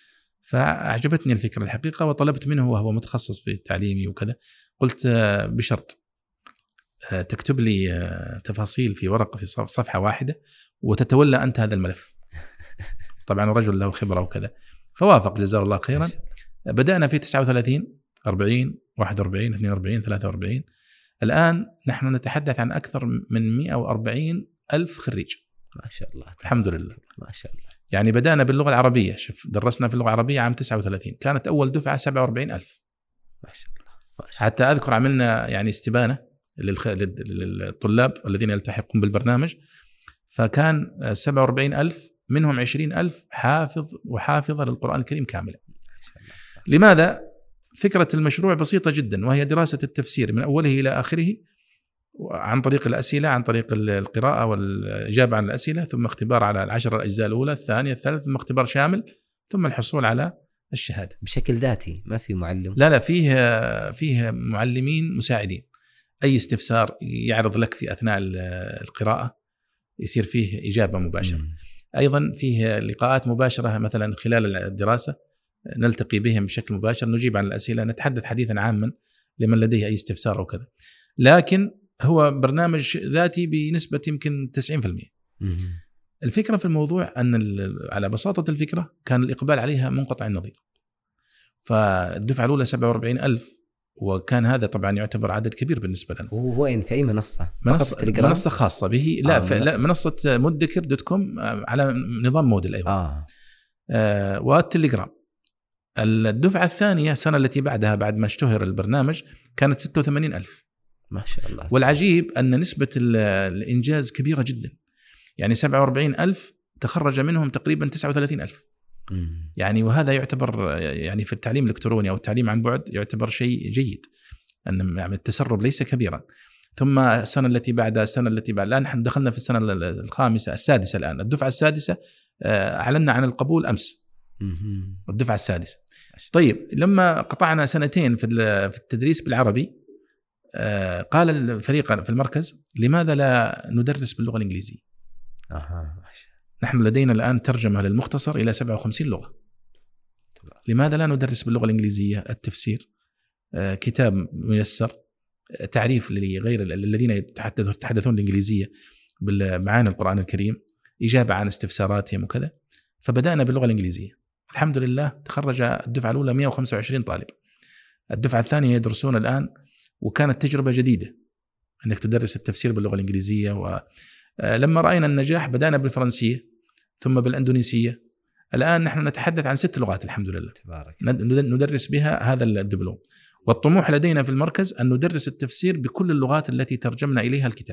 فأعجبتني الفكرة الحقيقة وطلبت منه، وهو متخصص في التعليمي وكذا، قلت بشرط تكتب لي تفاصيل في ورقة في صفحة واحدة وتتولى أنت هذا الملف. طبعا رجل له خبرة وكذا، فوافق جزاه الله خيرا. بدأنا في تسعة وثلاثين أربعين واحد وأربعين اثنين وأربعين ثلاثة وأربعين. الآن نحن نتحدث عن أكثر من مئة وأربعين ألف خريج. ما شاء الله. الحمد لله. ما شاء الله. يعني بدأنا باللغة العربية. شوف درسنا في اللغة العربية عام تسعة وثلاثين، كانت أول دفعة سبعة وأربعين ألف. ما شاء الله. ما شاء الله. حتى أذكر عملنا يعني استبانة للطلاب الذين يلتحقون بالبرنامج، فكان سبعة وأربعين ألف منهم عشرين ألف حافظ وحافظة للقرآن الكريم كاملا. لماذا؟ فكرة المشروع بسيطة جدا، وهي دراسة التفسير من أوله إلى آخره عن طريق الأسئلة، عن طريق القراءة والإجابة عن الأسئلة، ثم اختبار على العشر الأجزاء الأولى الثانية الثالثة، ثم اختبار شامل، ثم الحصول على الشهادة بشكل ذاتي. ما في معلم؟ لا لا فيه فيه معلمين مساعدين. أي استفسار يعرض لك في أثناء القراءة يصير فيه إجابة مباشرة. م. أيضا فيه لقاءات مباشرة مثلا خلال الدراسة نلتقي بهم بشكل مباشر، نجيب عن الأسئلة، نتحدث حديثا عاما لمن لديه أي استفسار أو كذا. لكن هو برنامج ذاتي بنسبة يمكن تسعين بالمئة. الفكرة في الموضوع أن على بساطة الفكرة كان الإقبال عليها منقطع النظير. فالدفعة الأولى سبعة وأربعين ألف، وكان هذا طبعا يعتبر عدد كبير بالنسبة لنا. وين في أي منصة؟ منصة, منصة خاصة به. لا, آه لا منصة مدكر دوت كوم على نظام موديل أيضا. آه. آه والتليجرام. الدفعة الثانية السنة التي بعدها بعد ما اشتهر البرنامج كانت ستة وثمانين ألف. ما شاء الله. والعجيب أن نسبة الإنجاز كبيرة جدا. يعني سبعة وأربعين ألف تخرج منهم تقريبا تسعة وثلاثين ألف. مم. يعني وهذا يعتبر يعني في التعليم الإلكتروني أو التعليم عن بعد يعتبر شيء جيد، أن يعني التسرب ليس كبيرا. ثم السنة التي بعدها السنة التي بعد الآن نحن دخلنا في السنة الخامسة السادسة الآن. الدفعة السادسة أعلنا عن القبول أمس. مم. الدفعة السادسة. طيب لما قطعنا سنتين في التدريس بالعربي، قال الفريق في المركز لماذا لا ندرس باللغة الإنجليزية؟ أها. نحن لدينا الآن ترجمة للمختصر إلى سبعة وخمسين لغة. لماذا لا ندرس باللغة الإنجليزية التفسير؟ كتاب ميسر، تعريف لغير الذين يتحدثون الإنجليزية بالمعاني القرآن الكريم، إجابة عن استفساراتهم وكذا. فبدأنا باللغة الإنجليزية. الحمد لله تخرج الدفعة الأولى مئة وخمسة وعشرين طالب. الدفعة الثانية يدرسون الآن، وكانت تجربة جديدة أنك تدرس التفسير باللغة الإنجليزية. ولما رأينا النجاح بدأنا بالفرنسية ثم بالأندونيسية. الآن نحن نتحدث عن ست لغات الحمد لله تبارك. ندرس بها هذا الدبلوم. والطموح لدينا في المركز أن ندرس التفسير بكل اللغات التي ترجمنا إليها الكتاب.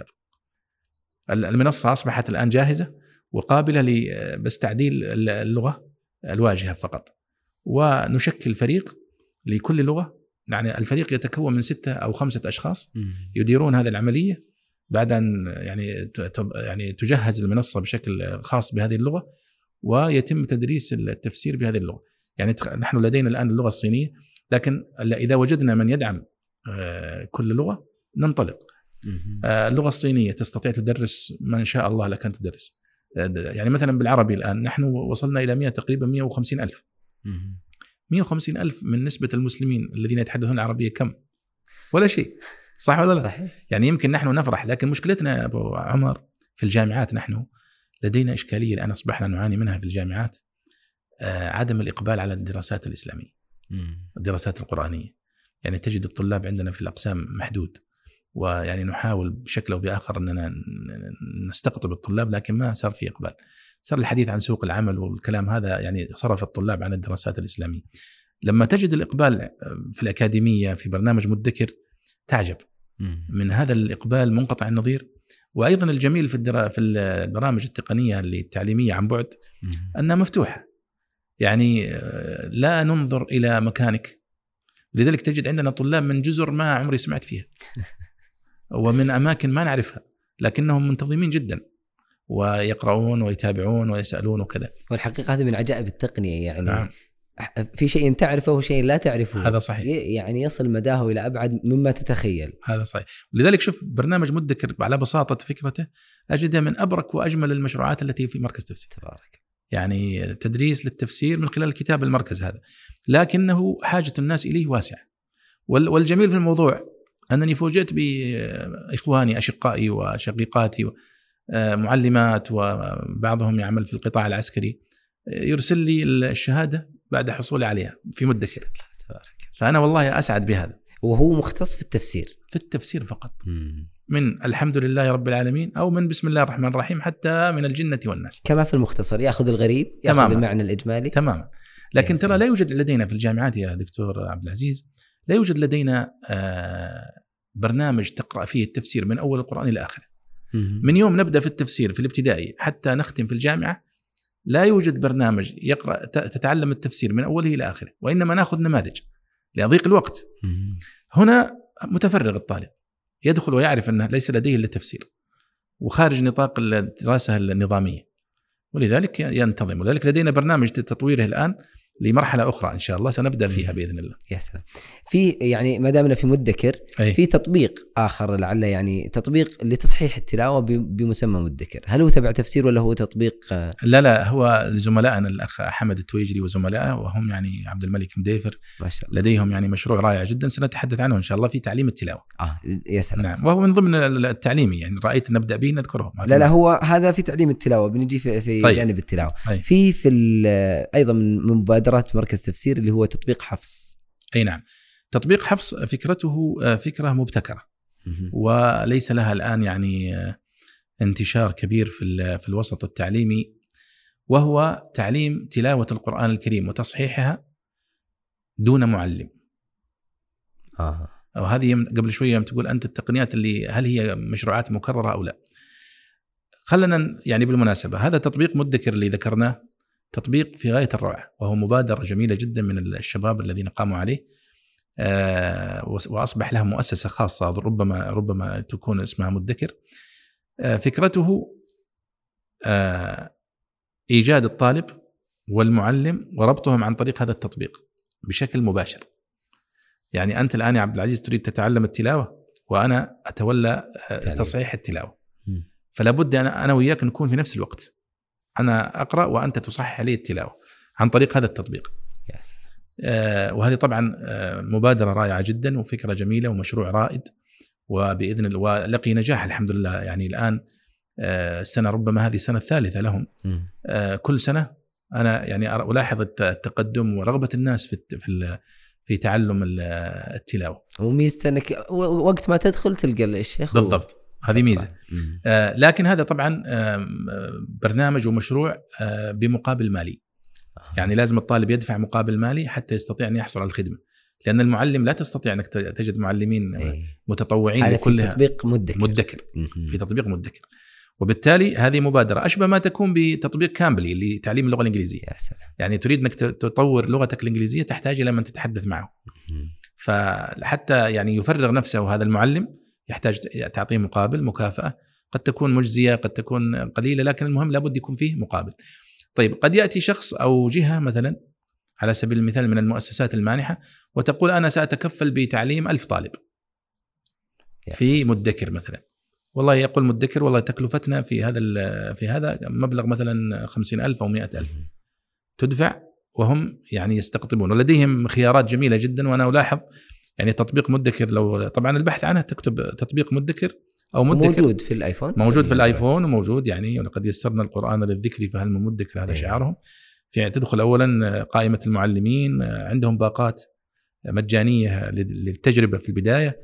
المنصة أصبحت الآن جاهزة وقابلة لبس تعديل اللغة الواجهة فقط، ونشكل فريق لكل لغة يعني الفريق يتكون من ستة أو خمسة أشخاص يديرون هذه العملية بعد أن يعني يعني تجهز المنصة بشكل خاص بهذه اللغة، ويتم تدريس التفسير بهذه اللغة. يعني نحن لدينا الآن اللغة الصينية، لكن إذا وجدنا من يدعم كل لغة ننطلق. اللغة الصينية تستطيع تدرس من شاء الله لك أن تدرس. يعني مثلا بالعربي الآن نحن وصلنا إلى مئة تقريبا مئة وخمسين ألف. مئة وخمسين ألف من نسبة المسلمين الذين يتحدثون العربية كم؟ ولا شيء. صح ولا لا؟ صحيح. يعني يمكن نحن نفرح، لكن مشكلتنا يا أبو عمر في الجامعات، نحن لدينا إشكالية الآن أصبحنا نعاني منها في الجامعات، آه عدم الإقبال على الدراسات الإسلامية، الدراسات القرآنية. يعني تجد الطلاب عندنا في الأقسام محدود، ويعني نحاول بشكل أو بآخر أننا نستقطب الطلاب، لكن ما صار في إقبال. صار الحديث عن سوق العمل والكلام هذا يعني صرف الطلاب عن الدراسات الإسلامية. لما تجد الإقبال في الأكاديمية في برنامج مدكر تعجب من هذا الإقبال منقطع النظير. وأيضا الجميل في الدرا في البرامج التقنية اللي التعليمية عن بعد أنها مفتوحة، يعني لا ننظر إلى مكانك. لذلك تجد عندنا طلاب من جزر ما عمري سمعت فيها ومن أماكن ما نعرفها، لكنهم منتظمين جدا ويقرؤون ويتابعون ويسألون وكذا. والحقيقة هذا من عجائب التقنية، يعني نعم. في شيء تعرفه وشيء لا تعرفه. هذا صحيح. يعني يصل مداه إلى أبعد مما تتخيل. هذا صحيح. لذلك شوف برنامج مدكر على بساطة فكرته أجدها من أبرك وأجمل المشروعات التي في مركز تفسير. تبارك. يعني تدريس للتفسير من خلال كتاب المركز هذا، لكنه حاجة الناس إليه واسعة. والجميل في الموضوع أنني فوجئت بإخواني أشقائي وشقيقاتي معلمات، وبعضهم يعمل في القطاع العسكري، يرسل لي الشهادة بعد حصولي عليها في مدكر. فأنا والله أسعد بهذا. وهو مختص في التفسير، في التفسير فقط، من الحمد لله رب العالمين أو من بسم الله الرحمن الرحيم حتى من الجنة والناس. كما في المختصر يأخذ الغريب، يأخذ تماما المعنى الإجمالي تماما. لكن ترى لا يوجد لدينا في الجامعات يا دكتور عبد العزيز، لا يوجد لدينا برنامج تقرأ فيه التفسير من أول القرآن إلى آخره. من يوم نبدأ في التفسير في الابتدائي حتى نختم في الجامعة لا يوجد برنامج يقرأ تتعلم التفسير من أوله إلى آخره، وإنما نأخذ نماذج ليضيق الوقت. هنا متفرغ الطالب يدخل ويعرف أنه ليس لديه إلا التفسير وخارج نطاق الدراسة النظامية، ولذلك ينتظم. ولذلك لدينا برنامج تطويره الآن لمرحلة أخرى إن شاء الله سنبدأ فيها بإذن الله. يا سلام. في يعني ما دامنا في مدكر أي. في تطبيق آخر لعل يعني تطبيق لتصحيح التلاوة بمسمى مدكر، هل هو تبع تفسير ولا هو تطبيق؟ لا لا هو لزملائنا الأخ أحمد التويجري وزملائه، وهم يعني عبد الملك مديفر ما شاء الله. لديهم يعني مشروع رائع جدا سنتحدث عنه إن شاء الله في تعليم التلاوة. آه يا سلام. نعم، وهو من ضمن التعليمي، يعني رأيت نبدأ به نذكره. لا لا هو هذا في تعليم التلاوة، بنجي في, في طيب. جانب التلاوة طيب. في في أيضا من مبادرات مركز تفسير اللي هو تطبيق حفص. أي نعم، تطبيق حفص فكرته فكرة مبتكرة وليس لها الآن يعني انتشار كبير في في الوسط التعليمي، وهو تعليم تلاوة القرآن الكريم وتصحيحها دون معلم. آه. أو هذه قبل شوية يوم تقول أنت التقنيات اللي هل هي مشروعات مكررة أو لا. خلنا يعني بالمناسبة هذا تطبيق مدكر اللي ذكرناه تطبيق في غاية الروعة، وهو مبادرة جميلة جدا من الشباب الذين قاموا عليه، آه وأصبح لها مؤسسة خاصة ربما ربما تكون اسمها مدكر. آه فكرته آه إيجاد الطالب والمعلم وربطهم عن طريق هذا التطبيق بشكل مباشر. يعني أنت الآن يا عبد العزيز تريد تتعلم التلاوة وأنا أتولى آه تصحيح التلاوة، فلا بد أنا أنا وياك نكون في نفس الوقت، أنا أقرأ وأنت تصحح لي التلاوة عن طريق هذا التطبيق. yes. آه وهذه طبعا آه مبادرة رائعة جدا وفكرة جميلة ومشروع رائد، وبإذن الله ولقي نجاح الحمد لله. يعني الآن آه السنة ربما هذه السنة الثالثة لهم. آه كل سنة أنا يعني ألاحظ التقدم ورغبة الناس في في في تعلم التلاوة. وميزة أنك وقت ما تدخل تلقى الشيخ بالضبط، هذه ميزة. آه لكن هذا طبعا آه برنامج ومشروع آه بمقابل مالي، يعني لازم الطالب يدفع مقابل مالي حتى يستطيع أن يحصل على الخدمة، لأن المعلم لا تستطيع أنك تجد معلمين أيه. متطوعين لكلها. في تطبيق مدكر, مدكر. في تطبيق مدكر. وبالتالي هذه مبادرة أشبه ما تكون بتطبيق كامبلي لتعليم اللغة الإنجليزية. يا سلام. يعني تريد أنك تطور لغتك الإنجليزية تحتاج إلى من تتحدث معه. فحتى يعني يفرغ نفسه هذا المعلم يحتاج تعطيه مقابل، مكافأة قد تكون مجزية قد تكون قليلة، لكن المهم لابد يكون فيه مقابل. طيب قد يأتي شخص أو جهة مثلا على سبيل المثال من المؤسسات المانحة وتقول أنا سأتكفل بتعليم ألف طالب في مدكر مثلا. والله يقول مدكر والله تكلفتنا في هذا في هذا مبلغ مثلا خمسين ألف أو مئة ألف تدفع، وهم يعني يستقطبون ولديهم خيارات جميلة جدا. وأنا ألاحظ يعني تطبيق مدكر، لو طبعا البحث عنه تكتب تطبيق مدكر أو مدكر، موجود في الآيفون موجود في الآيفون وموجود يعني ولقد يسرنا القرآن للذكر فهل من مدكر، هذا شعارهم. في تدخل أولا قائمة المعلمين، عندهم باقات مجانية للتجربة في البداية.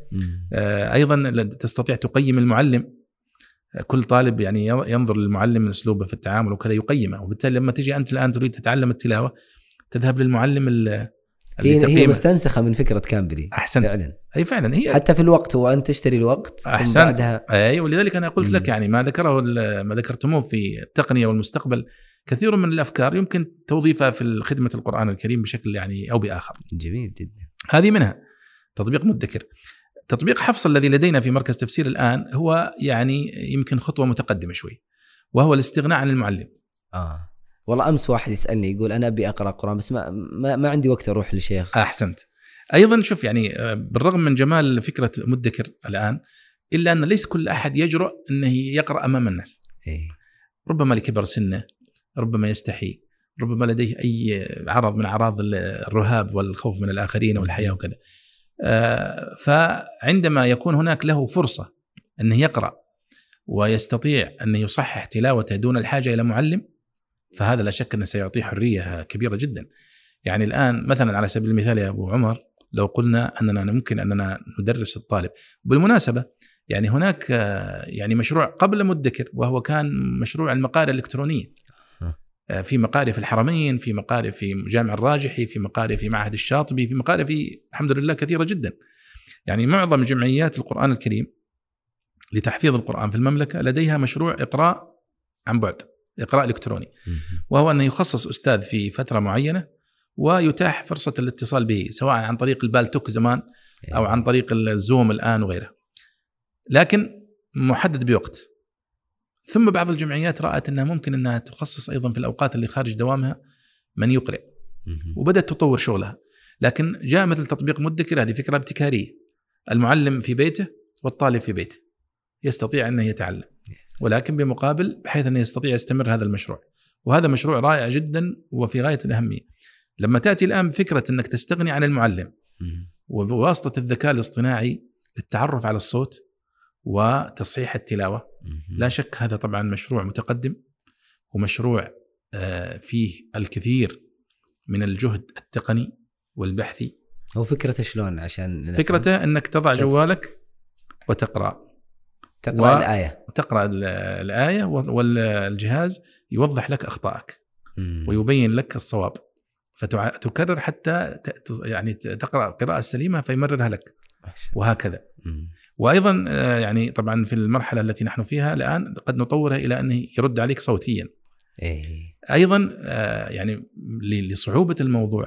أيضا تستطيع تقيم المعلم، كل طالب يعني ينظر للمعلم من أسلوبه في التعامل وكذا يقيمه، وبالتالي لما تجي أنت الآن تريد تتعلم التلاوة تذهب للمعلم اللي هي مستنسخة من فكرة كامبري. أحسنت فعلا. أي فعلا هي حتى في الوقت وأنت تشتري الوقت أحسنت. بعدها أي ولذلك أنا قلت لك يعني ما ذكره ما ذكرتموه في التقنية والمستقبل كثير من الأفكار يمكن توظيفها في خدمة القرآن الكريم بشكل يعني أو بآخر. جميل جدا. هذه منها تطبيق مدكر. تطبيق حفص الذي لدينا في مركز تفسير الآن هو يعني يمكن خطوة متقدمة شوي، وهو الاستغناء عن المعلم. آه والله أمس واحد يسألني يقول أنا أبي أقرأ قرآن بس ما, ما, ما عندي وقت أروح لشيخ. أحسنت. أيضا شوف يعني بالرغم من جمال فكرة مدكر الآن إلا أن ليس كل أحد يجرؤ أنه يقرأ أمام الناس. إيه. ربما لكبر سنه، ربما يستحي، ربما لديه أي عرض من أعراض الرهاب والخوف من الآخرين والحياة وكذا. آه فعندما يكون هناك له فرصة أنه يقرأ ويستطيع أن يصحح تلاوته دون الحاجة إلى معلم، فهذا لا شك أنه سيعطيه حرية كبيرة جدا. يعني الآن مثلا على سبيل المثال يا أبو عمر لو قلنا أننا ممكن أننا ندرس الطالب، بالمناسبة يعني هناك يعني مشروع قبل مدكر وهو كان مشروع المقارئ الإلكترونية، في مقارئ في الحرمين، في مقارئ في جامع الراجحي، في مقارئ في معهد الشاطبي، في مقارئ في الحمد لله كثيرة جدا. يعني معظم جمعيات القرآن الكريم لتحفيظ القرآن في المملكة لديها مشروع إقراء عن بعد، إقراء إلكتروني، وهو أنه يخصص أستاذ في فترة معينة ويتاح فرصة الاتصال به سواء عن طريق البالتوك زمان أو عن طريق الزوم الآن وغيره، لكن محدد بوقت. ثم بعض الجمعيات رأت أنها ممكن أنها تخصص أيضا في الأوقات اللي خارج دوامها من يقرأ، وبدأت تطور شغلها. لكن جاء مثل تطبيق مدكر، هذه فكرة ابتكارية، المعلم في بيته والطالب في بيته يستطيع أنه يتعلم، ولكن بمقابل بحيث أنه يستطيع يستمر هذا المشروع. وهذا مشروع رائع جدا وفي غاية الأهمية. لما تأتي الآن بفكرة أنك تستغني عن المعلم وبواسطة الذكاء الاصطناعي للتعرف على الصوت وتصحيح التلاوة، لا شك هذا طبعا مشروع متقدم ومشروع فيه الكثير من الجهد التقني والبحثي. هو فكرته شلون؟ عشان فكرته أنك تضع جوالك وتقرأ تقرأ الآية تقرأ الآية والجهاز يوضح لك أخطائك ويبين لك الصواب، فتكرر حتى يعني تقرأ قراءة سليمة فيمررها لك وهكذا. وأيضا يعني طبعا في المرحلة التي نحن فيها الآن قد نطورها إلى أنه يرد عليك صوتيا. أيضا يعني لصعوبة الموضوع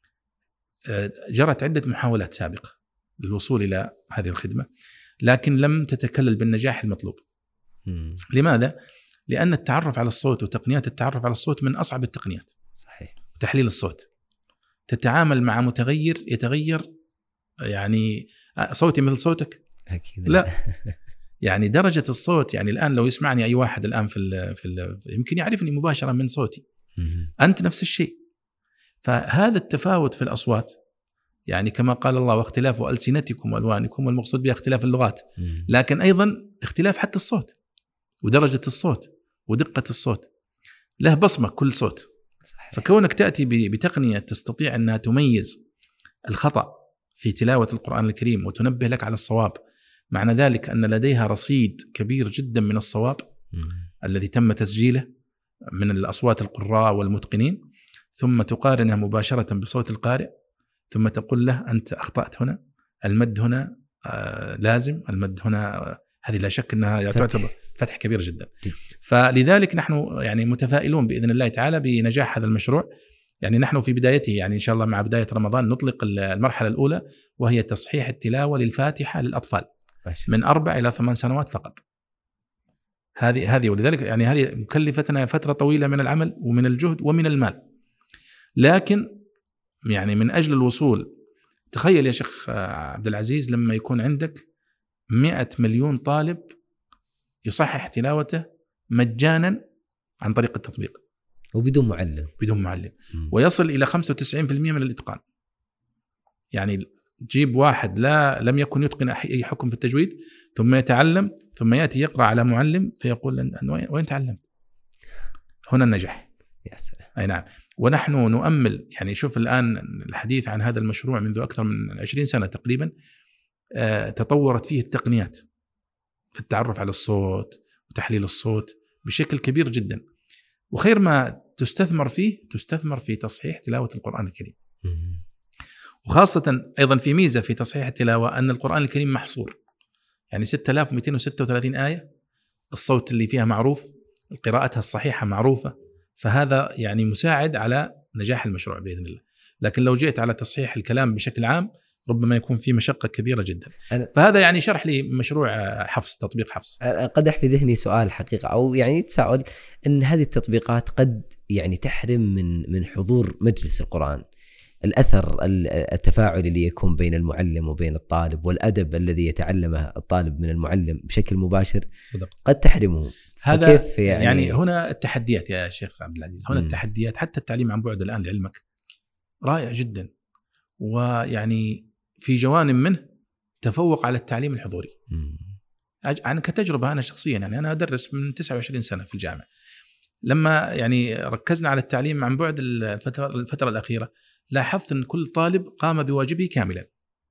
جرت عدة محاولات سابقة للوصول إلى هذه الخدمة، لكن لم تتكلل بالنجاح المطلوب. لماذا؟ لأن التعرف على الصوت وتقنيات التعرف على الصوت من أصعب التقنيات. صحيح. وتحليل الصوت، تتعامل مع متغير يتغير، يعني صوتي مثل صوتك؟ أكيد لا. يعني درجة الصوت، يعني الآن لو يسمعني أي واحد الآن في ال في ال يمكن يعرفني مباشرة من صوتي. أنت نفس الشيء. فهذا التفاوت في الأصوات، يعني كما قال الله واختلاف ألسنتكم وألوانكم، والمقصود بها اختلاف اللغات، لكن أيضا اختلاف حتى الصوت ودرجة الصوت ودقة الصوت، له بصمة كل صوت. صحيح. فكونك تأتي بتقنية تستطيع أنها تميز الخطأ في تلاوة القرآن الكريم وتنبه لك على الصواب، معنى ذلك أن لديها رصيد كبير جدا من الصواب الذي تم تسجيله من الأصوات القراء والمتقنين، ثم تقارنها مباشرة بصوت القارئ، ثم تقول له أنت أخطأت هنا، المد هنا آه لازم، المد هنا آه هذه لا شك أنها تعتبر فتح كبير جدا. جد. فلذلك نحن يعني متفائلون بإذن الله تعالى بنجاح هذا المشروع. يعني نحن في بدايته، يعني إن شاء الله مع بداية رمضان نطلق المرحلة الأولى، وهي تصحيح التلاوة للفاتحة للأطفال من أربع إلى ثمان سنوات فقط. هذه هذه ولذلك يعني هذه مكلفتنا فترة طويلة من العمل ومن الجهد ومن المال، لكن يعني من أجل الوصول، تخيل يا شيخ عبد العزيز لما يكون عندك مئة مليون طالب يصحح تلاوته مجانا عن طريق التطبيق وبدون معلم بدون معلم م. ويصل إلى خمسة وتسعين بالمئة من الإتقان. يعني جيب واحد لا لم يكن يتقن أي حكم في التجويد ثم يتعلم ثم يأتي يقرأ على معلم فيقول أن وين تعلمت؟ هنا النجاح. يا سلام. أي نعم. ونحن نؤمل، يعني شوف الآن الحديث عن هذا المشروع منذ أكثر من عشرين سنة تقريبا، آه تطورت فيه التقنيات في التعرف على الصوت وتحليل الصوت بشكل كبير جدا، وخير ما تستثمر فيه تستثمر في تصحيح تلاوة القرآن الكريم. وخاصة أيضا في ميزة في تصحيح التلاوة أن القرآن الكريم محصور، يعني ستة آلاف ومئتين وستة وثلاثين آية، الصوت اللي فيها معروف، قراءتها الصحيحة معروفة، فهذا يعني مساعد على نجاح المشروع بإذن الله. لكن لو جئت على تصحيح الكلام بشكل عام ربما يكون في مشقة كبيرة جدا. فهذا يعني شرح لي مشروع حفص، تطبيق حفص. قدح في ذهني سؤال حقيقة، أو يعني تساؤل، أن هذه التطبيقات قد يعني تحرم من من حضور مجلس القرآن، الأثر التفاعل اللي يكون بين المعلم وبين الطالب، والأدب الذي يتعلمه الطالب من المعلم بشكل مباشر. صدقت. قد تحرمه. هذا يعني, يعني هنا التحديات يا شيخ عبد العزيز، هنا م. التحديات. حتى التعليم عن بعد الآن لعلمك رائع جدا، ويعني في جوانب منه تفوق على التعليم الحضوري. أنا كتجربة أنا شخصيا، يعني أنا أدرس من تسعة وعشرين سنة في الجامعة، لما يعني ركزنا على التعليم عن بعد الفترة, الفترة الأخيرة لاحظت أن كل طالب قام بواجبه كاملا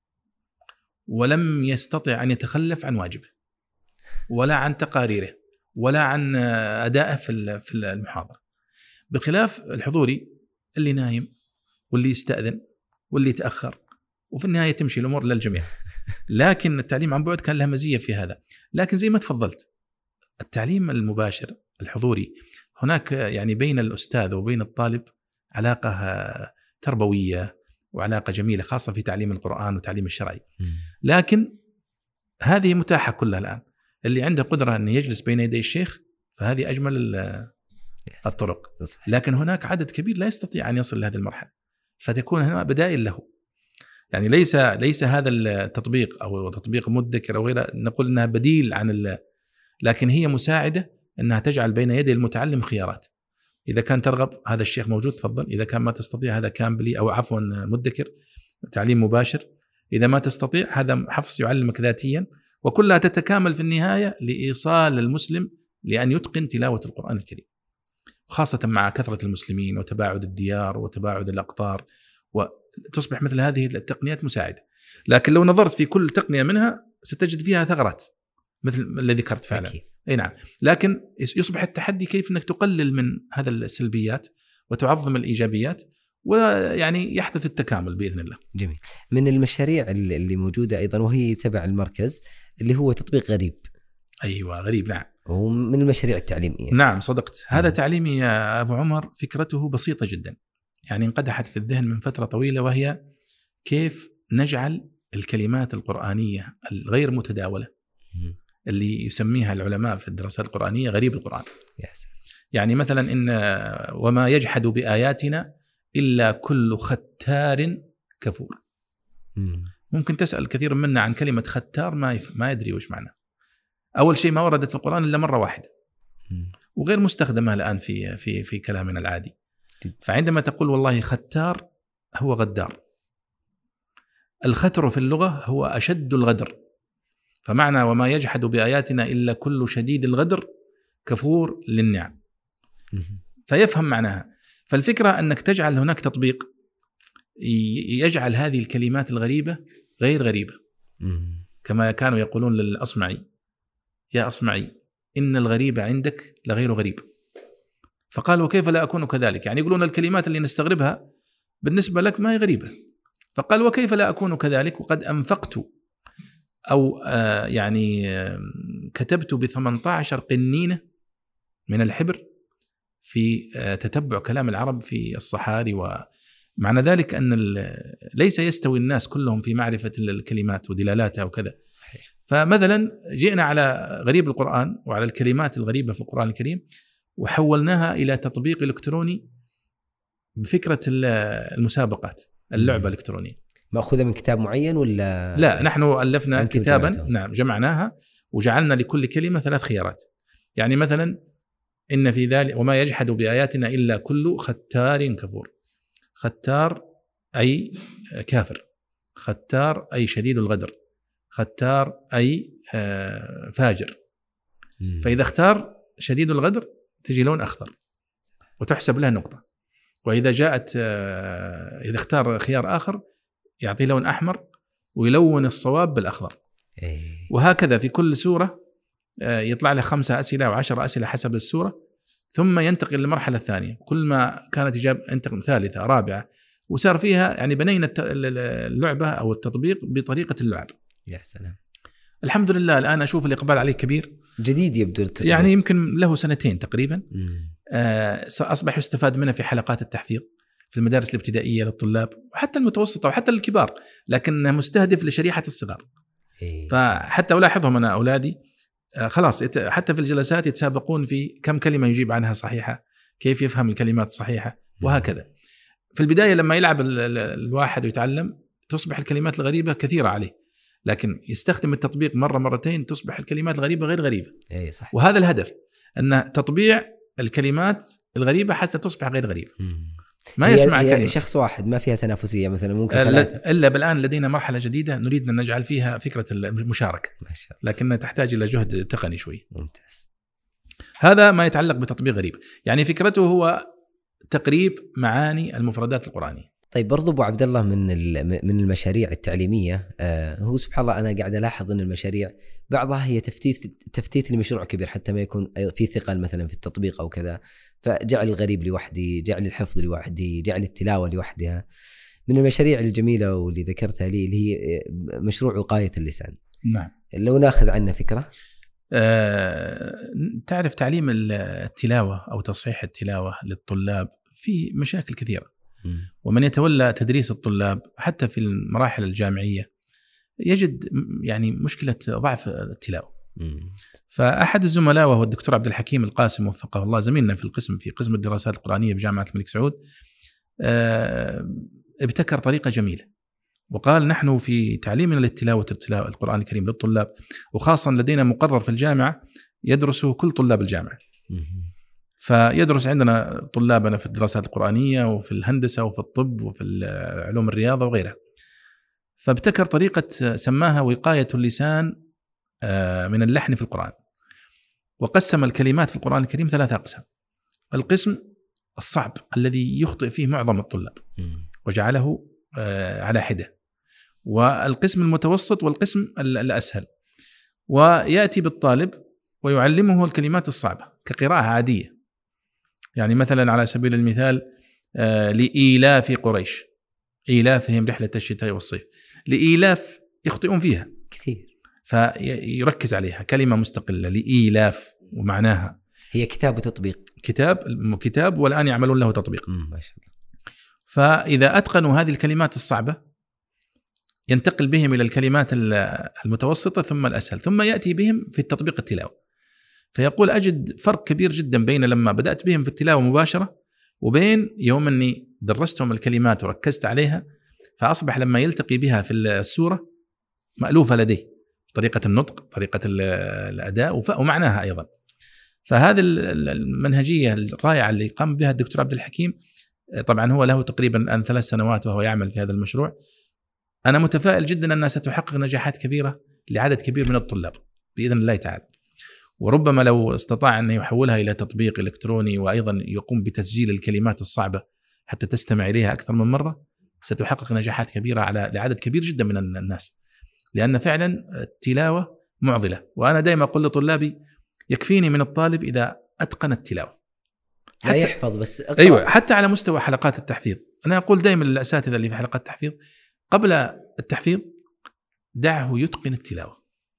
ولم يستطع أن يتخلف عن واجبه ولا عن تقاريره ولا عن أدائه في المحاضرة، بخلاف الحضوري اللي نايم واللي يستأذن واللي يتأخر، وفي النهاية تمشي الأمور للجميع. لكن التعليم عن بعد كان له مزية في هذا. لكن زي ما تفضلت، التعليم المباشر الحضوري هناك يعني بين الأستاذ وبين الطالب علاقة تربوية وعلاقة جميلة، خاصة في تعليم القرآن وتعليم الشرعي. لكن هذه متاحة كلها الآن، اللي عنده قدرة أن يجلس بين يدي الشيخ فهذه أجمل الطرق. لكن هناك عدد كبير لا يستطيع أن يصل لهذه المرحلة، فتكون هنا بدائل له. يعني ليس ليس هذا التطبيق أو تطبيق مدكر أو غيره نقول أنها بديل عن، لكن هي مساعدة أنها تجعل بين يدي المتعلم خيارات. إذا كان ترغب هذا الشيخ موجود تفضل، إذا كان ما تستطيع هذا كامبلي أو عفوا مدكر تعليم مباشر، إذا ما تستطيع هذا حفص يعلمك ذاتيا، وكلها تتكامل في النهاية لإيصال المسلم لأن يتقن تلاوة القرآن الكريم، خاصة مع كثرة المسلمين وتباعد الديار وتباعد الأقطار، وتصبح مثل هذه التقنيات مساعدة. لكن لو نظرت في كل تقنية منها ستجد فيها ثغرات مثل الذي ذكرت فعلا. أي نعم. لكن يصبح التحدي كيف أنك تقلل من هذا السلبيات وتعظم الإيجابيات، ويعني يحدث التكامل بإذن الله. جميل. من المشاريع اللي موجودة أيضا وهي تبع المركز اللي هو تطبيق غريب. أيوة غريب، نعم. ومن المشاريع التعليمية. نعم صدقت. هذا تعليمي يا أبو عمر، فكرته بسيطة جدا، يعني انقدحت في الذهن من فترة طويلة، وهي كيف نجعل الكلمات القرآنية الغير متداولة اللي يسميها العلماء في الدراسات القرآنية غريب القرآن. yes. يعني مثلا إن وما يجحد بآياتنا إلا كل ختار كفور. mm. ممكن تسأل كثير منا عن كلمة ختار ما ما يدري وش معنى. أول شيء ما وردت في القرآن إلا مرة واحدة mm. وغير مستخدمة الآن في في في كلامنا العادي. فعندما تقول والله ختار هو غدار. الختر في اللغة هو أشد الغدر، فمعنى وما يجحد بآياتنا إلا كل شديد الغدر كفور للنعم، فيفهم معناها. فالفكرة أنك تجعل هناك تطبيق يجعل هذه الكلمات الغريبة غير غريبة، كما كانوا يقولون للأصمعي يا أصمعي إن الغريب عندك لغير غريب، فقال وكيف لا أكون كذلك؟ يعني يقولون الكلمات اللي نستغربها بالنسبة لك ما هي غريبة، فقال وكيف لا أكون كذلك وقد أنفقت أو آه يعني آه كتبت ب ثمانية عشر قنينة من الحبر في تتبع كلام العرب في الصحاري. ومعنى ذلك أن ليس يستوي الناس كلهم في معرفة الكلمات ودلالاتها وكذا. صحيح. فمثلا جئنا على غريب القرآن وعلى الكلمات الغريبة في القرآن الكريم وحولناها إلى تطبيق إلكتروني بفكرة المسابقات، اللعبة الإلكترونية. مأخوذة من كتاب معين ولا؟ لا، نحن ألفنا كتابا، جمعته. نعم جمعناها وجعلنا لكل كلمة ثلاث خيارات. يعني مثلا إن في ذلك وما يجحد بآياتنا إلا كل ختار كفور. ختار أي كافر، ختار أي شديد الغدر، ختار أي فاجر. مم. فإذا اختار شديد الغدر تجي لون أخضر وتحسب لها نقطة، وإذا جاءت إذا اختار خيار آخر يعطي لون أحمر ويلون الصواب بالأخضر. إيه. وهكذا في كل سورة يطلع له خمسة أسئلة وعشر أسئلة حسب السورة، ثم ينتقل للمرحلة الثانية. كل ما كانت إجابة ينتقل ثالثة رابعة، وصار فيها يعني بنينا اللعبة أو التطبيق بطريقة اللعب. يا سلام. الحمد لله الآن أشوف الإقبال عليه كبير. جديد يبدو التطبيق. يعني يمكن له سنتين تقريبا. آه أصبح يستفاد منه في حلقات التحفيظ في المدارس الابتدائية للطلاب وحتى المتوسطة وحتى الكبار، لكنه مستهدف لشريحة الصغار. إيه. فحتى ألاحظهم أنا أولادي خلاص حتى في الجلسات يتسابقون في كم كلمة يجيب عنها صحيحة، كيف يفهم الكلمات الصحيحة، وهكذا. في البداية لما يلعب الواحد ويتعلم تصبح الكلمات الغريبة كثيرة عليه، لكن يستخدم التطبيق مرة مرتين تصبح الكلمات الغريبة غير غريبة. إيه صح. وهذا الهدف، أن تطبيع الكلمات الغريبة حتى تصبح غير غريبة. مم. ما يسمع هي كلمة شخص واحد، ما فيها تنافسية مثلا ممكن ثلاثة. إلا بالآن لدينا مرحلة جديدة نريد أن نجعل فيها فكرة المشاركة، ما شاء الله. لكنها تحتاج إلى جهد تقني شوي. ممتاز. هذا ما يتعلق بتطبيق غريب، يعني فكرته هو تقريب معاني المفردات القرآنية. طيب برضو أبو عبد الله، من من المشاريع التعليمية آه هو سبحان الله أنا قاعد ألاحظ أن المشاريع بعضها هي تفتيت تفتيت لمشروع كبير حتى ما يكون في ثقل مثلا في التطبيق أو كذا، فجعل الغريب لوحدي، جعل الحفظ لوحدي، جعل التلاوة لوحدها. من المشاريع الجميلة واللي ذكرتها لي اللي هي مشروع وقاية اللسان. نعم. لو ناخذ عنه فكرة. أه تعرف تعليم التلاوة أو تصحيح التلاوة للطلاب في مشاكل كثيرة، م. ومن يتولى تدريس الطلاب حتى في المراحل الجامعية يجد يعني مشكلة ضعف التلاوة. م. فأحد الزملاء وهو الدكتور عبد الحكيم القاسم وفقه الله، زميلنا في القسم في قسم الدراسات القرآنية بجامعة الملك سعود، أه ابتكر طريقة جميلة وقال نحن في تعليمنا للتلاوة القرآن الكريم للطلاب، وخاصة لدينا مقرر في الجامعة يدرسه كل طلاب الجامعة. فيدرس عندنا طلابنا في الدراسات القرآنية وفي الهندسة وفي الطب وفي علوم الرياضة وغيرها. فابتكر طريقة سماها وقاية اللسان من اللحن في القرآن، وقسم الكلمات في القرآن الكريم ثلاثة أقسام. القسم الصعب الذي يخطئ فيه معظم الطلاب وجعله على حدة، والقسم المتوسط والقسم الأسهل، ويأتي بالطالب ويعلمه الكلمات الصعبة كقراءة عادية. يعني مثلا على سبيل المثال لإيلاف قريش، إيلافهم رحلة الشتاء والصيف، لإيلاف يخطئون فيها كثير، فيركز عليها كلمة مستقلة لإيلاف ومعناها. هي كتاب وتطبيق، كتاب كتاب والآن يعملون له تطبيق. ما شاء الله. فإذا أتقنوا هذه الكلمات الصعبة ينتقل بهم إلى الكلمات المتوسطة ثم الأسهل، ثم يأتي بهم في التطبيق التلاوة. فيقول أجد فرق كبير جدا بين لما بدأت بهم في التلاوة مباشرة وبين يوم أني درستهم الكلمات وركزت عليها، فأصبح لما يلتقي بها في السورة مألوفة لديه، طريقة النطق، طريقة الأداء ومعناها أيضا. فهذه المنهجية الرائعة اللي قام بها الدكتور عبد الحكيم، طبعا هو له تقريبا الآن ثلاث سنوات وهو يعمل في هذا المشروع. أنا متفائل جدا أنها ستحقق نجاحات كبيرة لعدد كبير من الطلاب بإذن الله تعالى، وربما لو استطاع أن يحولها إلى تطبيق إلكتروني وأيضا يقوم بتسجيل الكلمات الصعبة حتى تستمع إليها أكثر من مرة، ستحقق نجاحات كبيرة على لعدد كبير جدا من الناس، لأن فعلا التلاوة معضلة. وأنا دائما أقول لطلابي يكفيني من الطالب إذا أتقن التلاوة، لا يحفظ بس أقرأ. أيوة، حتى على مستوى حلقات التحفيظ. أنا أقول دائما للأساتذة اللي في حلقات التحفيظ قبل التحفيظ دعه يتقن التلاوة،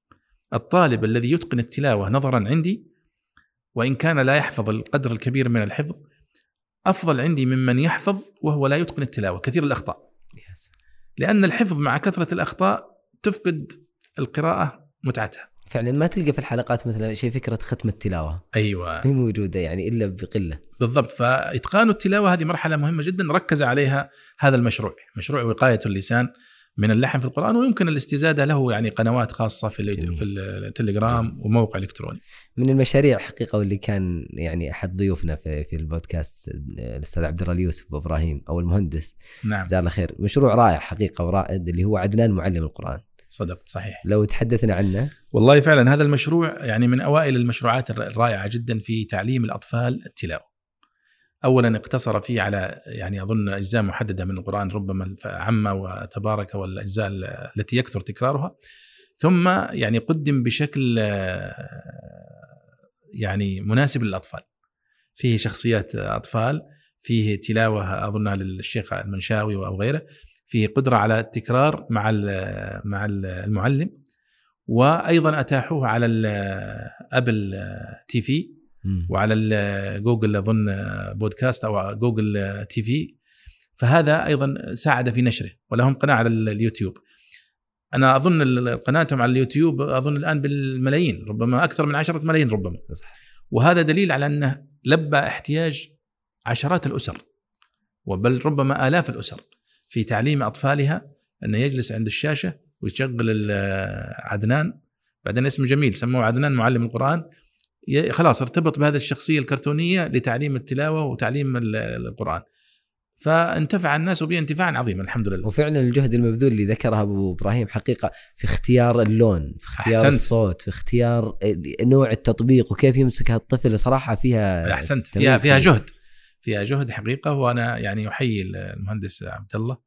الطالب الذي يتقن التلاوة نظرا عندي وإن كان لا يحفظ القدر الكبير من الحفظ أفضل عندي ممن يحفظ وهو لا يتقن التلاوة كثير الأخطاء، لأن الحفظ مع كثرة الأخطاء تفقد القراءة متعتها. فعلا ما تلقى في الحلقات مثلا شيء فكرة ختم التلاوة، أيوة هي موجودة يعني إلا بقلة. بالضبط. فإتقان التلاوة هذه مرحلة مهمة جدا ركز عليها هذا المشروع، مشروع وقاية اللسان من اللحن في القرآن، ويمكن الاستزادة له يعني قنوات خاصة في في التليجرام وموقع إلكتروني. من المشاريع حقيقة واللي كان يعني أحد ضيوفنا في في البودكاست الأستاذ عبد الله يوسف إبراهيم أو المهندس، نعم جزاه الله خير، مشروع رائع حقيقة ورائد اللي هو عدنان معلم القرآن. صدقت صحيح. لو تحدثنا عنه. والله فعلا هذا المشروع يعني من أوائل المشروعات الرائعة جدا في تعليم الأطفال التلاوة. أولا اقتصر فيه على يعني أظن أجزاء محددة من القرآن، ربما عامة وتبارك والأجزاء التي يكثر تكرارها، ثم يعني قدم بشكل يعني مناسب للأطفال، فيه شخصيات أطفال، فيه تلاوة أظنها للشيخ المنشاوي أو غيره، فيه قدرة على التكرار مع مع المعلم، وأيضا أتاحوه على الأبل تي في وعلى جوجل أظن بودكاست أو جوجل تي في، فهذا أيضا ساعد في نشره، ولهم قناة على اليوتيوب. أنا أظن قناتهم على اليوتيوب أظن الآن بالملايين، ربما أكثر من عشرة ملايين ربما، وهذا دليل على أنه لبى احتياج عشرات الأسر وبل ربما آلاف الأسر في تعليم أطفالها أن يجلس عند الشاشة ويشغل عدنان، بعدين اسمه جميل سموه عدنان معلم القرآن، خلاص ارتبط بهذه الشخصية الكرتونية لتعليم التلاوة وتعليم القرآن، فانتفع الناس به انتفاعا عظيما الحمد لله. وفعلا الجهد المبذول اللي ذكرها أبو إبراهيم حقيقة في اختيار اللون، في اختيار أحسنت. الصوت، في اختيار نوع التطبيق وكيف يمسكها الطفل، صراحة فيها أحسنت، فيها فيها جهد، فيها جهد حقيقة. وأنا يعني أحيي المهندس عبد الله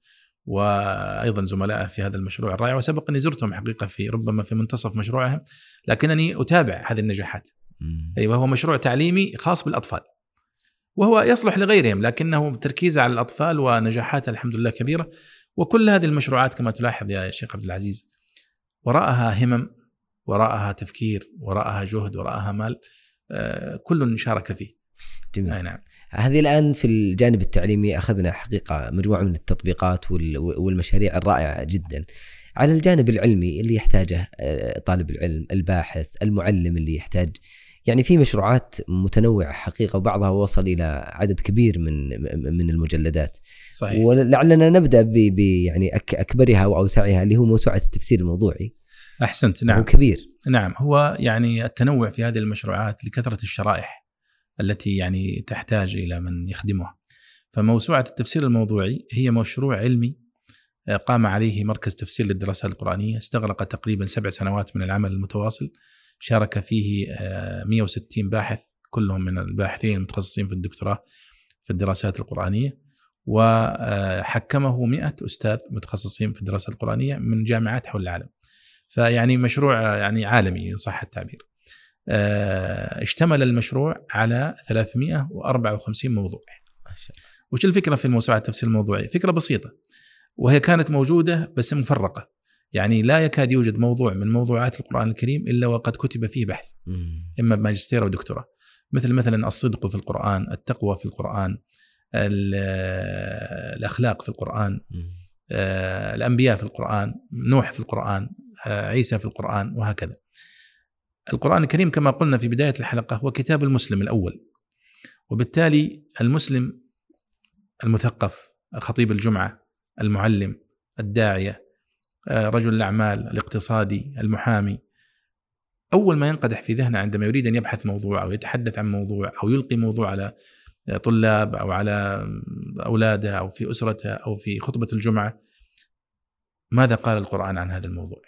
وأيضا زملائه في هذا المشروع الرائع، وسبق أني زرتهم حقيقة في ربما في منتصف مشروعهم، لكنني أتابع هذه النجاحات. أيوة هو مشروع تعليمي خاص بالأطفال وهو يصلح لغيرهم، لكنه تركيزه على الأطفال ونجاحاته الحمد لله كبيرة. وكل هذه المشروعات كما تلاحظ يا شيخ عبد العزيز وراءها همم، وراءها تفكير، وراءها جهد، وراءها مال، آه كل شارك فيه. جميل. أي نعم. هذه الآن في الجانب التعليمي أخذنا حقيقة مجموعة من التطبيقات والمشاريع الرائعة جدا. على الجانب العلمي اللي يحتاجه طالب العلم، الباحث، المعلم اللي يحتاج، يعني في مشروعات متنوعة حقيقة وبعضها وصل إلى عدد كبير من من المجلدات. صحيح. ولعلنا نبدأ ب يعني أكبرها وأوسعها اللي هو موسوعة التفسير الموضوعي. أحسنت. نعم. هو كبير. نعم. هو يعني التنوع في هذه المشروعات لكثرة الشرائح التي يعني تحتاج إلى من يخدمها. فموسوعة التفسير الموضوعي هي مشروع علمي قام عليه مركز تفسير للدراسات القرآنية، استغرق تقريبا سبع سنوات من العمل المتواصل، شارك فيه مئة وستين باحث كلهم من الباحثين المتخصصين في الدكتوراه في الدراسات القرآنية، وحكمه مئة أستاذ متخصصين في الدراسات القرآنية من جامعات حول العالم. فيعني مشروع يعني عالمي إن صح التعبير. اشتمل المشروع على ثلاثمئة وأربعة وخمسين موضوع. وش الفكرة في الموسوعة التفسير الموضوعي؟ فكرة بسيطة، وهي كانت موجودة بس مفرقة، يعني لا يكاد يوجد موضوع من موضوعات القرآن الكريم إلا وقد كتب فيه بحث، إما بماجستير أو دكتوراه، مثل مثلا الصدق في القرآن، التقوى في القرآن، الأخلاق في القرآن، الأنبياء في القرآن، نوح في القرآن، عيسى في القرآن، وهكذا. القرآن الكريم كما قلنا في بداية الحلقة هو كتاب المسلم الأول، وبالتالي المسلم المثقف، خطيب الجمعة، المعلم، الداعية، رجل الأعمال، الاقتصادي، المحامي، أول ما ينقدح في ذهنه عندما يريد أن يبحث موضوع أو يتحدث عن موضوع أو يلقي موضوع على طلاب أو على أولاده أو في أسرته أو في خطبة الجمعة، ماذا قال القرآن عن هذا الموضوع؟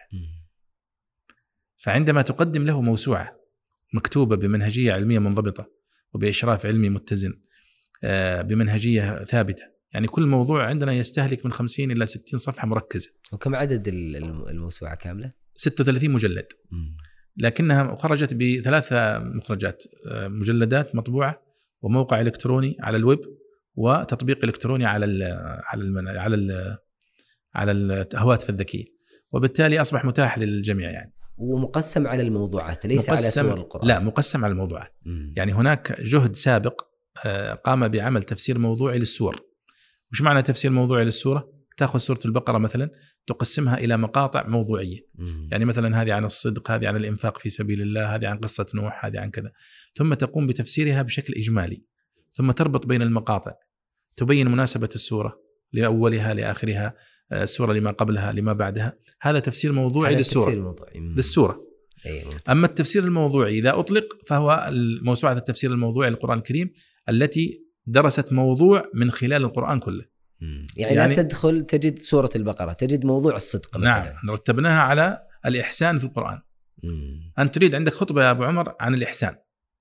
فعندما تقدم له موسوعة مكتوبة بمنهجية علمية منضبطة وبإشراف علمي متزن بمنهجية ثابتة، يعني كل موضوع عندنا يستهلك من خمسين إلى ستين صفحة مركزة. وكم عدد الموسوعة كاملة؟ ستة وثلاثين مجلد، لكنها خرجت بثلاثة مخرجات، مجلدات مطبوعة وموقع إلكتروني على الويب وتطبيق إلكتروني على ال على ال على ال على الهواتف الذكية، وبالتالي أصبح متاح للجميع يعني. ومقسم على الموضوعات ليس على سور القرآن. لا، مقسم على الموضوعات. م. يعني هناك جهد سابق قام بعمل تفسير موضوعي للسور. وش معنى تفسير موضوعي للسورة؟ تأخذ سورة البقرة مثلا تقسمها إلى مقاطع موضوعية. م. يعني مثلا هذه عن الصدق، هذه عن الإنفاق في سبيل الله، هذه عن قصة نوح، هذه عن كذا، ثم تقوم بتفسيرها بشكل إجمالي، ثم تربط بين المقاطع، تبين مناسبة السورة لأولها لآخرها، السورة لما قبلها لما بعدها. هذا تفسير موضوعي للسورة، تفسير موضوعي. للسورة. أيوة. أما التفسير الموضوعي إذا أطلق فهو موسوعة التفسير الموضوعي للقرآن الكريم التي درست موضوع من خلال القرآن كله. يعني, يعني لا تدخل تجد سورة البقرة تجد موضوع الصدق مثلا. نعم، رتبناها على الإحسان في القرآن. مم. أنت تريد عندك خطبة يا أبو عمر عن الإحسان،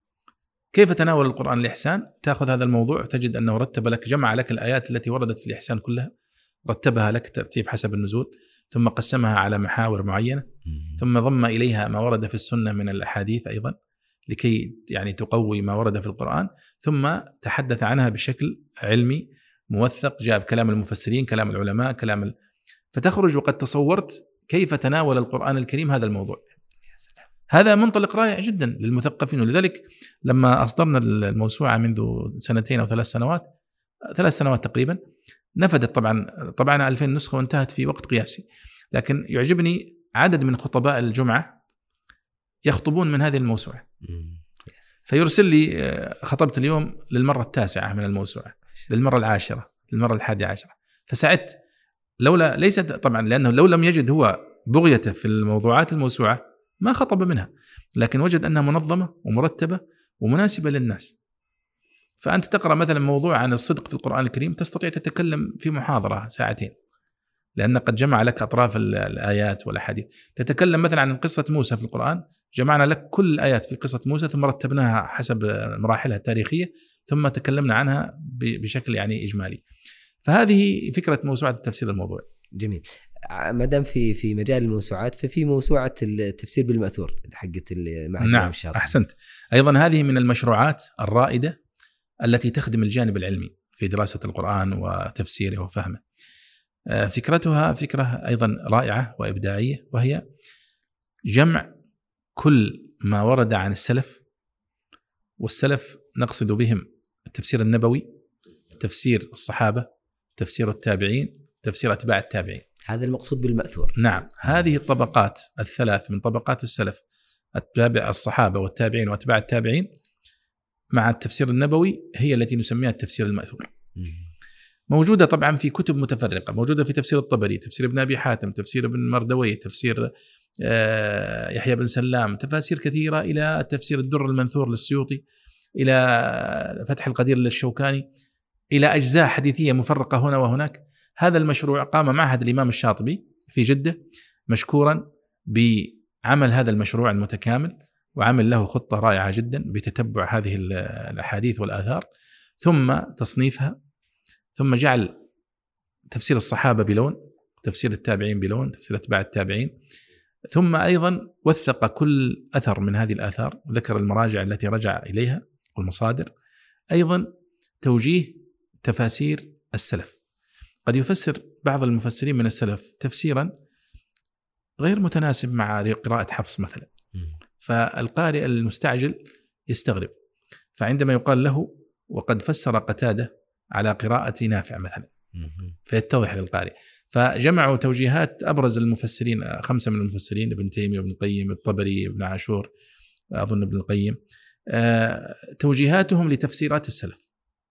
كيف تناول القرآن الإحسان؟ تأخذ هذا الموضوع تجد أنه رتب لك، جمع لك الآيات التي وردت في الإحسان كلها، رتبها لك ترتيب حسب النزول، ثم قسمها على محاور معينة، مم. ثم ضم إليها ما ورد في السنة من الأحاديث أيضا لكي يعني تقوي ما ورد في القرآن، ثم تحدث عنها بشكل علمي موثق، جاء بكلام المفسرين، كلام العلماء، كلام ال... فتخرج وقد تصورت كيف تناول القرآن الكريم هذا الموضوع. يا سلام. هذا منطلق رائع جدا للمثقفين. ولذلك لما أصدرنا الموسوعة منذ سنتين أو ثلاث سنوات ثلاث سنوات تقريبا، نفدت طبعا طبعا ألفين نسخة وانتهت في وقت قياسي، لكن يعجبني عدد من خطباء الجمعة يخطبون من هذه الموسوعة. فيرسل لي خطبت اليوم للمرة التاسعة من الموسوعة، للمرة العاشرة، للمرة الحادية عشرة. فسعدت، لولا ليست طبعا لأنه لو لم يجد هو بغيته في الموضوعات الموسوعة ما خطب منها، لكن وجد أنها منظمة ومرتبة ومناسبة للناس. فأنت تقرأ مثلا موضوع عن الصدق في القرآن الكريم تستطيع تتكلم في محاضرة ساعتين، لأن قد جمع لك أطراف الآيات والأحاديث. تتكلم مثلا عن قصة موسى في القرآن، جمعنا لك كل الآيات في قصة موسى ثم رتبناها حسب مراحلها التاريخية، ثم تكلمنا عنها بشكل يعني إجمالي. فهذه فكرة موسوعة التفسير الموضوعي. جميل. ما دام في في مجال الموسوعات ففي موسوعة التفسير بالمأثور حقت المعهد. نعم، أحسنت. أيضا هذه من المشروعات الرائدة التي تخدم الجانب العلمي في دراسة القرآن وتفسيره وفهمه. فكرتها فكرة أيضا رائعة وإبداعية، وهي جمع كل ما ورد عن السلف، والسلف نقصد بهم التفسير النبوي، تفسير الصحابة، تفسير التابعين، تفسير أتباع التابعين. هذا المقصود بالمأثور. نعم، هذه الطبقات الثلاث من طبقات السلف، التابع الصحابة والتابعين وأتباع التابعين مع التفسير النبوي، هي التي نسميها التفسير المأثور. موجودة طبعا في كتب متفرقة، موجودة في تفسير الطبري، تفسير ابن أبي حاتم، تفسير ابن مردوي، تفسير يحيى بن سلام، تفاسير كثيرة، إلى تفسير الدر المنثور للسيوطي، إلى فتح القدير للشوكاني، إلى أجزاء حديثية مفرقة هنا وهناك. هذا المشروع قام معهد الإمام الشاطبي في جدة مشكورا بعمل هذا المشروع المتكامل، وعمل له خطة رائعة جدا بتتبع هذه الأحاديث والآثار، ثم تصنيفها، ثم جعل تفسير الصحابة بلون، تفسير التابعين بلون، تفسير أتباع التابعين، ثم أيضا وثق كل أثر من هذه الآثار، ذكر المراجع التي رجع إليها والمصادر. أيضا توجيه تفاسير السلف، قد يفسر بعض المفسرين من السلف تفسيرا غير متناسب مع قراءة حفص مثلا، فالقارئ المستعجل يستغرب، فعندما يقال له وقد فسر قتادة على قراءة نافع مثلا فيتضح للقارئ. فجمعوا توجيهات أبرز المفسرين، خمسة من المفسرين، ابن تيمية، ابن القيم، الطبري، ابن عاشور، أظن ابن القيم، توجيهاتهم لتفسيرات السلف.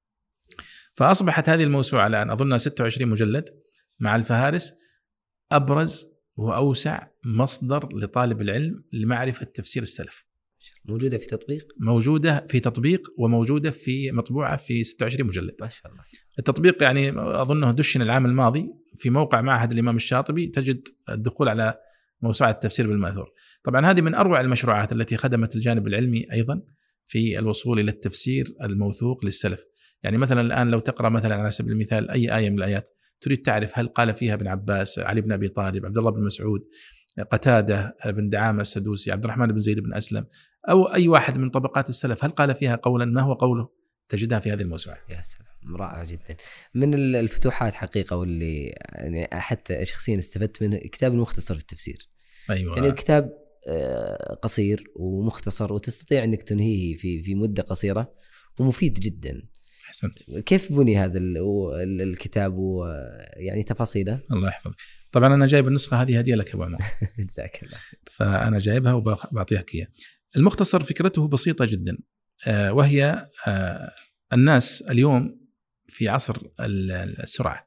فأصبحت هذه الموسوعة الآن أظنها ستة وعشرين مجلد مع الفهارس، أبرز وأوسع مصدر لطالب العلم لمعرفة تفسير السلف. موجودة في تطبيق؟ موجودة في تطبيق، وموجودة في مطبوعة في ستة وعشرين مجلد. ما شاء الله. التطبيق يعني أظنه دشن العام الماضي في موقع معهد الإمام الشاطبي، تجد الدخول على موسوعة التفسير بالمأثور. طبعا هذه من أروع المشروعات التي خدمت الجانب العلمي أيضا في الوصول إلى التفسير الموثوق للسلف. يعني مثلا الآن لو تقرأ مثلا على سبيل المثال أي آية من الآيات، تريد تعرف هل قال فيها ابن عباس، علي بن أبي طالب، عبد الله بن مسعود، قتادة بن دعامة السدوسي، عبد الرحمن بن زيد بن أسلم، أو أي واحد من طبقات السلف، هل قال فيها قولا ما هو قوله، تجدها في هذه الموسوعة. يا سلام، رائع جدا. من الفتوحات حقيقة واللي يعني حتى شخصيا استفدت منه كتاب المختصر في التفسير. أيوة. يعني الكتاب قصير ومختصر وتستطيع أنك تنهيه في في مدة قصيرة ومفيد جدا. أحسنت. كيف بني هذا الكتاب ويعني تفاصيله؟ الله يحفظك. طبعا أنا جايب النسخة هذه هدية لك يا أبو عمر. جزاك الله. فأنا جايبها وبعطيك إياها. المختصر فكرته بسيطة جدا، وهي الناس اليوم في عصر السرعة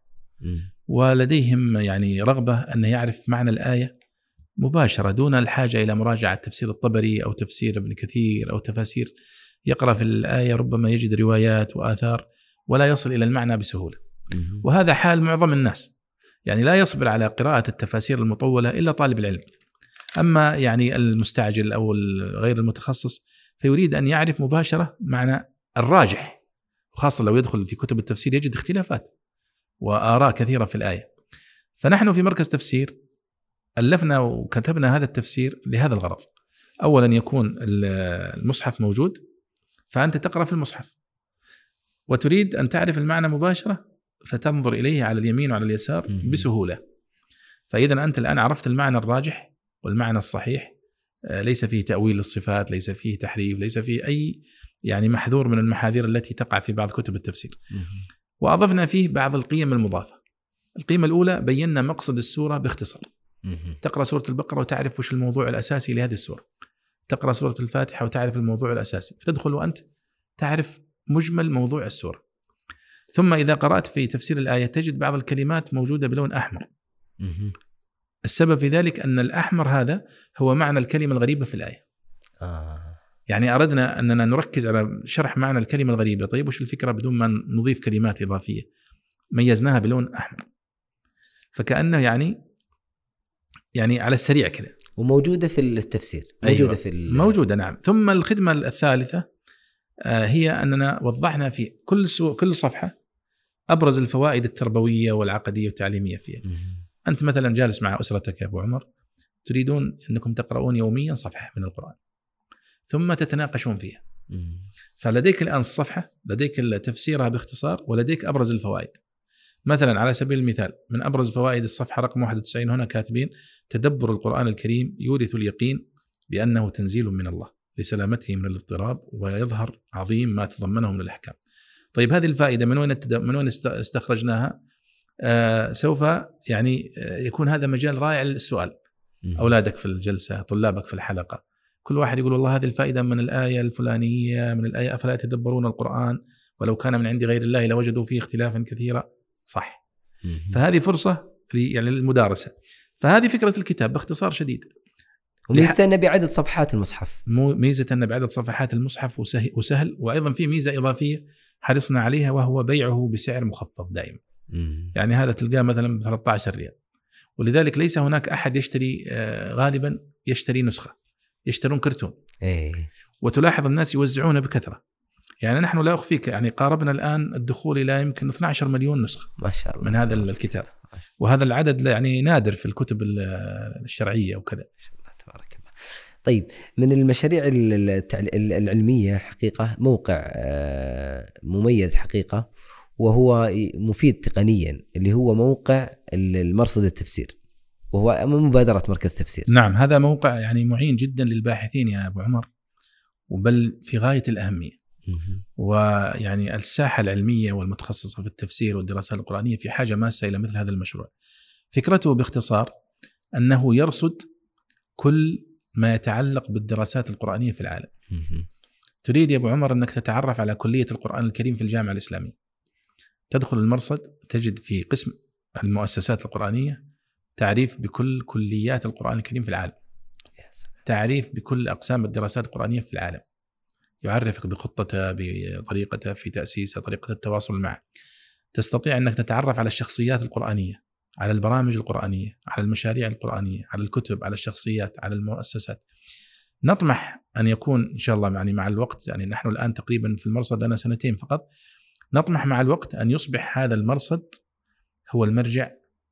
ولديهم يعني رغبة أن يعرف معنى الآية مباشرة دون الحاجة إلى مراجعة تفسير الطبري أو تفسير ابن كثير أو تفاسير. يقرأ في الآية ربما يجد روايات وآثار ولا يصل إلى المعنى بسهولة، وهذا حال معظم الناس. يعني لا يصبر على قراءة التفاسير المطولة إلا طالب العلم. أما يعني المستعجل أو غير المتخصص فيريد أن يعرف مباشرة معنى الراجح، وخاصة لو يدخل في كتب التفسير يجد اختلافات وآراء كثيرة في الآية. فنحن في مركز تفسير ألفنا وكتبنا هذا التفسير لهذا الغرض. أولا يكون المصحف موجود فأنت تقرأ في المصحف وتريد أن تعرف المعنى مباشرة فتنظر إليه على اليمين وعلى اليسار بسهولة. فإذا أنت الآن عرفت المعنى الراجح والمعنى الصحيح، ليس فيه تأويل الصفات، ليس فيه تحريف، ليس فيه أي يعني محذور من المحاذير التي تقع في بعض كتب التفسير. وأضفنا فيه بعض القيم المضافة. القيمة الأولى بينا مقصد السورة باختصار. تقرأ سورة البقرة وتعرف وش الموضوع الأساسي لهذه السورة، تقرأ سورة الفاتحة وتعرف الموضوع الأساسي، فتدخل وأنت تعرف مجمل موضوع السورة. ثم إذا قرأت في تفسير الآية تجد بعض الكلمات موجودة بلون أحمر. السبب في ذلك أن الأحمر هذا هو معنى الكلمة الغريبة في الآية. آه. يعني أردنا أننا نركز على شرح معنى الكلمة الغريبة. طيب وش الفكرة بدون ما نضيف كلمات إضافية؟ ميزناها بلون أحمر. فكأنه يعني يعني على السريع كذا. وموجودة في التفسير. موجودة أيوة. في موجودة نعم. ثم الخدمة الثالثة آه هي أننا وضحنا في كل سو كل صفحة أبرز الفوائد التربوية والعقدية والتعليمية فيها. م- أنت مثلا جالس مع أسرتك يا أبو عمر، تريدون أنكم تقرؤون يوميا صفحة من القرآن ثم تتناقشون فيها. م- فلديك الآن الصفحة، لديك تفسيرها باختصار، ولديك أبرز الفوائد. مثلا على سبيل المثال من أبرز فوائد الصفحة رقم واحد وتسعين هنا كاتبين: تدبر القرآن الكريم يورث اليقين بأنه تنزيل من الله لسلامته من الاضطراب ويظهر عظيم ما تضمنه من الأحكام. طيب هذه الفائدة من وين من وين استخرجناها؟ آه سوف يعني يكون هذا مجال رائع للسؤال. أولادك في الجلسة، طلابك في الحلقة، كل واحد يقول والله هذه الفائدة من الآية الفلانية، من الآية أفلا يتدبرون القرآن ولو كان من عند غير الله لوجدوا فيه اختلافا كثيرا. صح. فهذه فرصة يعني للمدارسة. فهذه فكرة الكتاب باختصار شديد. وميزة أنه بعدد صفحات المصحف. ميزة أنه بعدد صفحات المصحف وسهل, وسهل. وأيضا في ميزة إضافية حرصنا عليها وهو بيعه بسعر مخفض دائما. مم. يعني هذا تلقاه مثلا ب ثلاثة عشر ريال، ولذلك ليس هناك أحد يشتري غالبا يشتري نسخة، يشترون كرتون. إيه. وتلاحظ الناس يوزعونه بكثرة. يعني نحن لا أخفيك يعني قاربنا الآن الدخول إلى يمكن اثني عشر مليون نسخة ما شاء الله من هذا الكتاب، وهذا العدد يعني نادر في الكتب الشرعية وكذا. تبارك الله. طيب من المشاريع العلمية حقيقة موقع مميز حقيقة وهو مفيد تقنيا اللي هو موقع المرصد التفسير، وهو مبادرة مركز تفسير. نعم هذا موقع يعني معين جدا للباحثين يا أبو عمر، وبل في غاية الأهمية. ويعني الساحة العلمية والمتخصصة في التفسير والدراسات القرآنية في حاجة ماسة إلى مثل هذا المشروع. فكرته باختصار أنه يرصد كل ما يتعلق بالدراسات القرآنية في العالم. تريد يا أبو عمر أنك تتعرف على كلية القرآن الكريم في الجامعة الإسلامية، تدخل المرصد تجد في قسم المؤسسات القرآنية تعريف بكل كليات القرآن الكريم في العالم، تعريف بكل أقسام الدراسات القرآنية في العالم، يعرفك بخطتها، بطريقتها في تأسيسها، طريقة التواصل معه. تستطيع أنك تتعرف على الشخصيات القرآنية، على البرامج القرآنية، على المشاريع القرآنية، على الكتب، على الشخصيات، على المؤسسات. نطمح أن يكون إن شاء الله يعني مع الوقت، يعني نحن الآن تقريبا في المرصد لنا سنتين فقط، نطمح مع الوقت أن يصبح هذا المرصد هو المرجع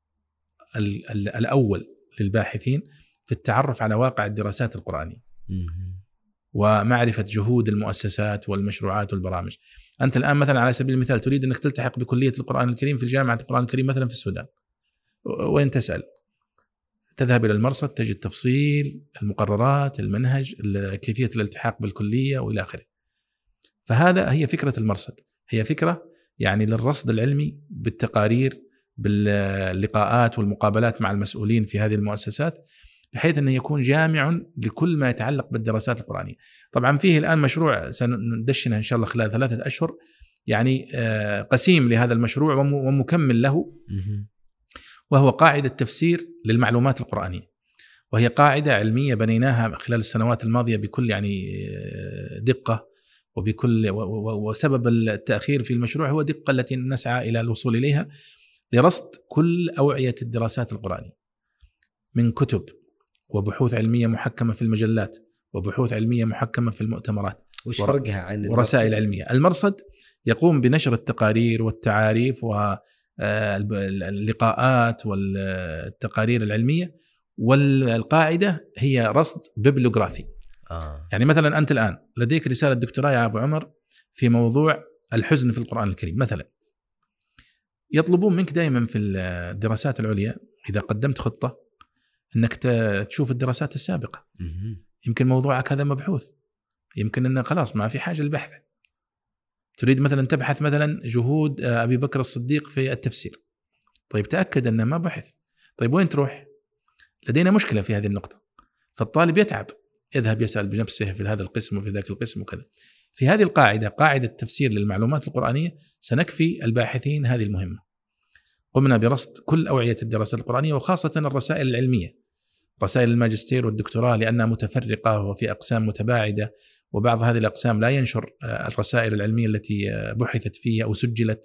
الأول للباحثين في التعرف على واقع الدراسات القرآنية ومعرفة جهود المؤسسات والمشروعات والبرامج. أنت الآن مثلا على سبيل المثال تريد أنك تلتحق بكلية القرآن الكريم في الجامعة القرآن الكريم مثلا في السودان، وين تسأل؟ تذهب إلى المرصد تجد تفصيل المقررات، المنهج، كيفية الالتحاق بالكلية وإلى آخره. فهذا هي فكرة المرصد، هي فكرة يعني للرصد العلمي بالتقارير، باللقاءات والمقابلات مع المسؤولين في هذه المؤسسات، بحيث أنه يكون جامع لكل ما يتعلق بالدراسات القرآنية. طبعا فيه الآن مشروع سندشنه إن شاء الله خلال ثلاثة أشهر، يعني قسيم لهذا المشروع ومكمل له، وهو قاعدة تفسير للمعلومات القرآنية، وهي قاعدة علمية بنيناها خلال السنوات الماضية بكل يعني دقة وبكل، وسبب التأخير في المشروع هو دقة التي نسعى إلى الوصول إليها لرصد كل أوعية الدراسات القرآنية من كتب وبحوث علمية محكمة في المجلات وبحوث علمية محكمة في المؤتمرات. وش فرقها عن ورسائل علمية؟ المرصد يقوم بنشر التقارير والتعاريف واللقاءات والتقارير العلمية، والقاعدة هي رصد بيبليوغرافي. آه. يعني مثلا أنت الآن لديك رسالة دكتوراه يا أبو عمر في موضوع الحزن في القرآن الكريم مثلا، يطلبون منك دائما في الدراسات العليا إذا قدمت خطة أنك تشوف الدراسات السابقة. يمكن موضوعك هذا مبحوث، يمكن أنه خلاص ما في حاجة للبحث، تريد مثلا تبحث مثلا جهود أبي بكر الصديق في التفسير، طيب تأكد أنه ما بحث، طيب وين تروح؟ لدينا مشكلة في هذه النقطة، فالطالب يتعب، يذهب يسأل بنفسه في هذا القسم وفي ذاك القسم وكذا. في هذه القاعدة، قاعدة تفسير للمعلومات القرآنية، سنكفي الباحثين هذه المهمة. قمنا برصد كل أوعية الدراسات القرآنية، وخاصة الرسائل العلمية، رسائل الماجستير والدكتوراه، لأنها متفرقة وفي أقسام متباعدة، وبعض هذه الأقسام لا ينشر الرسائل العلمية التي بحثت فيها أو سجلت.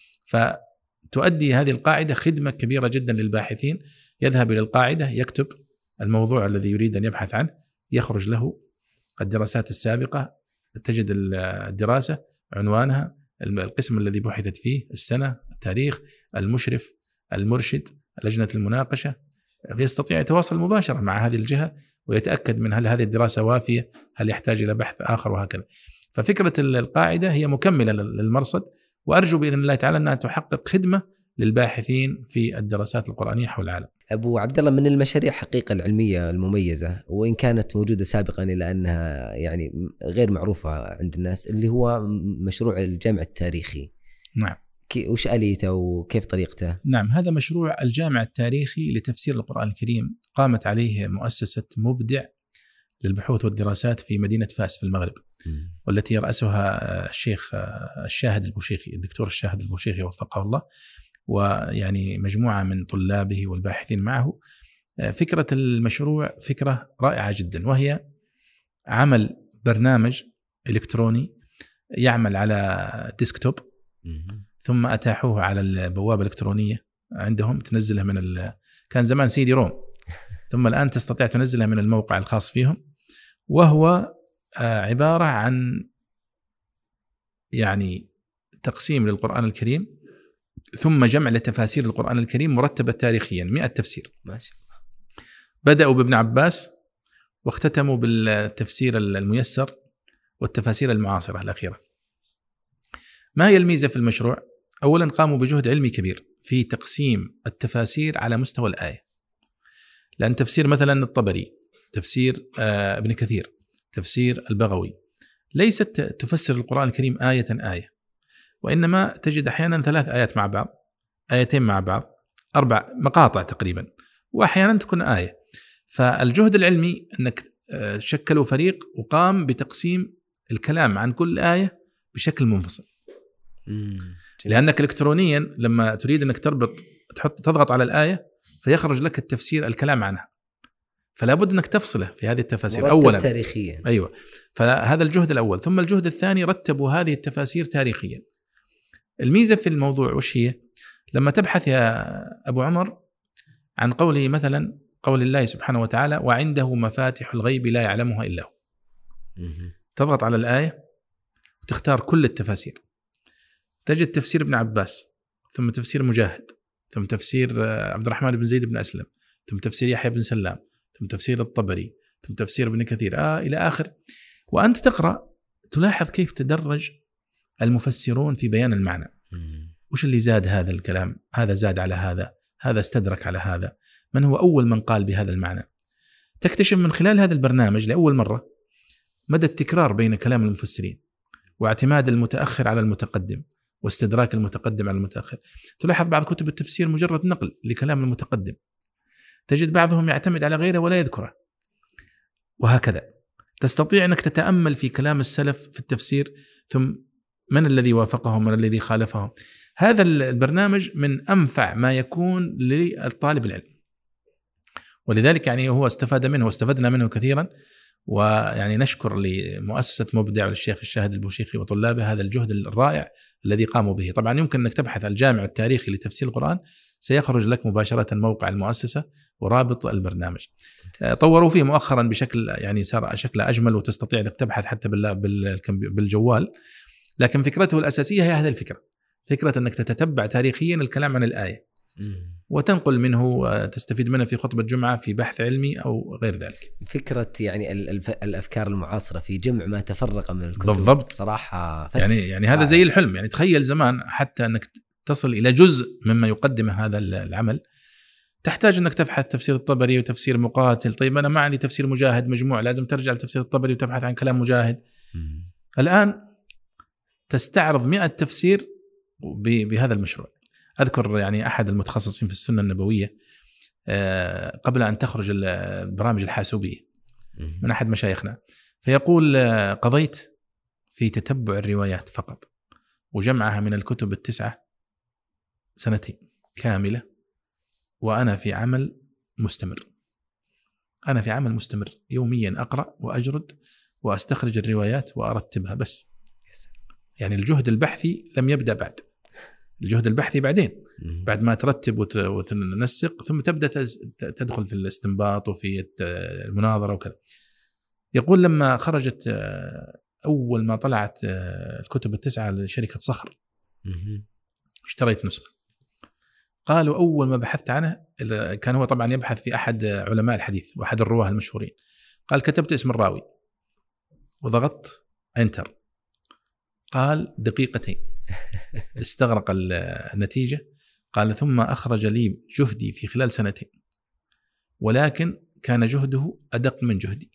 فتؤدي هذه القاعدة خدمة كبيرة جدا للباحثين، يذهب إلى القاعدة، يكتب الموضوع الذي يريد أن يبحث عنه، يخرج له الدراسات السابقة، تجد الدراسة، عنوانها، القسم الذي بحثت فيه، السنة، التاريخ، المشرف، المرشد، لجنة المناقشة، فيستطيع يتواصل مباشرة مع هذه الجهة ويتأكد من هل هذه الدراسة وافية، هل يحتاج إلى بحث آخر، وهكذا. ففكرة القاعدة هي مكملة للمرصد، وأرجو بإذن الله تعالى أنها تحقق خدمة للباحثين في الدراسات القرآنية حول العالم. أبو عبد الله، من المشاريع حقيقة العلمية المميزة، وإن كانت موجودة سابقا إلا أنها يعني غير معروفة عند الناس، اللي هو مشروع الجامع التاريخي. نعم. وش آليته وكيف طريقته؟ نعم، هذا مشروع الجامع التاريخي لتفسير القرآن الكريم، قامت عليه مؤسسة مبدع للبحوث والدراسات في مدينة فاس في المغرب، م. والتي يرأسها الشيخ الشاهد البوشيخي، الدكتور الشاهد البوشيخي وفقه الله، ويعني مجموعة من طلابه والباحثين معه. فكرة المشروع فكرة رائعة جدا، وهي عمل برنامج إلكتروني يعمل على ديسكتوب، ثم أتاحوه على البوابة الإلكترونية عندهم، تنزلها من ال... كان زمان سيدي روم، ثم الآن تستطيع تنزلها من الموقع الخاص فيهم، وهو عبارة عن يعني تقسيم للقرآن الكريم، ثم جمع لتفاسير القرآن الكريم مرتبة تاريخيا، مئة تفسير. ما شاء الله. بدأوا بابن عباس واختتموا بالتفسير الميسر والتفاسير المعاصرة الأخيرة. ما هي الميزة في المشروع؟ أولا قاموا بجهد علمي كبير في تقسيم التفاسير على مستوى الآية، لأن تفسير مثلا الطبري، تفسير ابن كثير، تفسير البغوي، ليست تفسر القرآن الكريم آية آية، وإنما تجد أحيانا ثلاث آيات مع بعض، آيتين مع بعض، أربع مقاطع تقريبا، وأحيانا تكون آية. فالجهد العلمي أنك شكلوا فريق وقام بتقسيم الكلام عن كل آية بشكل منفصل، لأنك إلكترونيا لما تريد أنك تربط تحط تضغط على الآية فيخرج لك التفسير الكلام عنها، فلا بد أنك تفصله في هذه التفاسير أولا تاريخيا. أيوة، فهذا الجهد الأول. ثم الجهد الثاني رتبوا هذه التفاسير تاريخيا. الميزة في الموضوع وش هي؟ لما تبحث يا أبو عمر عن قوله مثلا، قول الله سبحانه وتعالى وعنده مفاتح الغيب لا يعلمها إلا هو، تضغط على الآية وتختار كل التفاسير، تجد تفسير ابن عباس، ثم تفسير مجاهد، ثم تفسير عبد الرحمن بن زيد بن أسلم، ثم تفسير يحيى بن سلام، ثم تفسير الطبري، ثم تفسير ابن كثير، آه إلى آخر. وأنت تقرأ تلاحظ كيف تدرج المفسرون في بيان المعنى. وش اللي زاد هذا الكلام، هذا زاد على هذا، هذا استدرك على هذا. من هو أول من قال بهذا المعنى. تكتشف من خلال هذا البرنامج لأول مرة مدى التكرار بين كلام المفسرين واعتماد المتأخر على المتقدم واستدراك المتقدم على المتأخر. تلاحظ بعض كتب التفسير مجرد نقل لكلام المتقدم، تجد بعضهم يعتمد على غيره ولا يذكره، وهكذا. تستطيع أنك تتأمل في كلام السلف في التفسير، ثم من الذي وافقهم من الذي خالفهم. هذا البرنامج من أنفع ما يكون للطالب العلم، ولذلك يعني هو استفاد منه واستفدنا منه كثيرا. ويعني نشكر لمؤسسة مبدع والشيخ الشاهد البوشيخي وطلابه هذا الجهد الرائع الذي قاموا به. طبعا يمكن أنك تبحث الجامع التاريخي لتفسير القرآن، سيخرج لك مباشرة موقع المؤسسة ورابط البرنامج. طوروا فيه مؤخرا بشكل يعني صار شكل أجمل، وتستطيع أنك تبحث حتى بالجوال. لكن فكرته الأساسية هي هذه الفكرة، فكرة أنك تتتبع تاريخيا الكلام عن الآية وتنقل منه، تستفيد منه في خطبة جمعة، في بحث علمي أو غير ذلك. فكرة يعني الأفكار المعاصرة في جمع ما تفرق من الكتب بالضبط. صراحة يعني يعني هذا زي الحلم. يعني تخيل زمان حتى أنك تصل إلى جزء مما يقدمه هذا العمل تحتاج أنك تبحث تفسير الطبري وتفسير مقاتل. طيب أنا ما عندي تفسير مجاهد مجموع، لازم ترجع لتفسير الطبري وتبحث عن كلام مجاهد. م. الآن تستعرض مئة تفسير بهذا المشروع. أذكر يعني أحد المتخصصين في السنة النبوية قبل أن تخرج البرامج الحاسوبية من أحد مشايخنا، فيقول قضيت في تتبع الروايات فقط وجمعها من الكتب التسعة سنتين كاملة، وأنا في عمل مستمر أنا في عمل مستمر يوميا أقرأ وأجرد وأستخرج الروايات وأرتبها. بس يعني الجهد البحثي لم يبدأ بعد، الجهد البحثي بعدين بعد ما ترتب وتنسق، ثم تبدأ تدخل في الاستنباط وفي المناظرة وكذا. يقول لما خرجت أول ما طلعت الكتب التسعة لشركة صخر اشتريت نسخة. قالوا أول ما بحثت عنه، كان هو طبعا يبحث في أحد علماء الحديث وأحد الرواه المشهورين، قال كتبت اسم الراوي وضغطت انتر، قال دقيقتين استغرق النتيجة. قال ثم أخرج لي جهدي في خلال سنتين، ولكن كان جهده أدق من جهدي.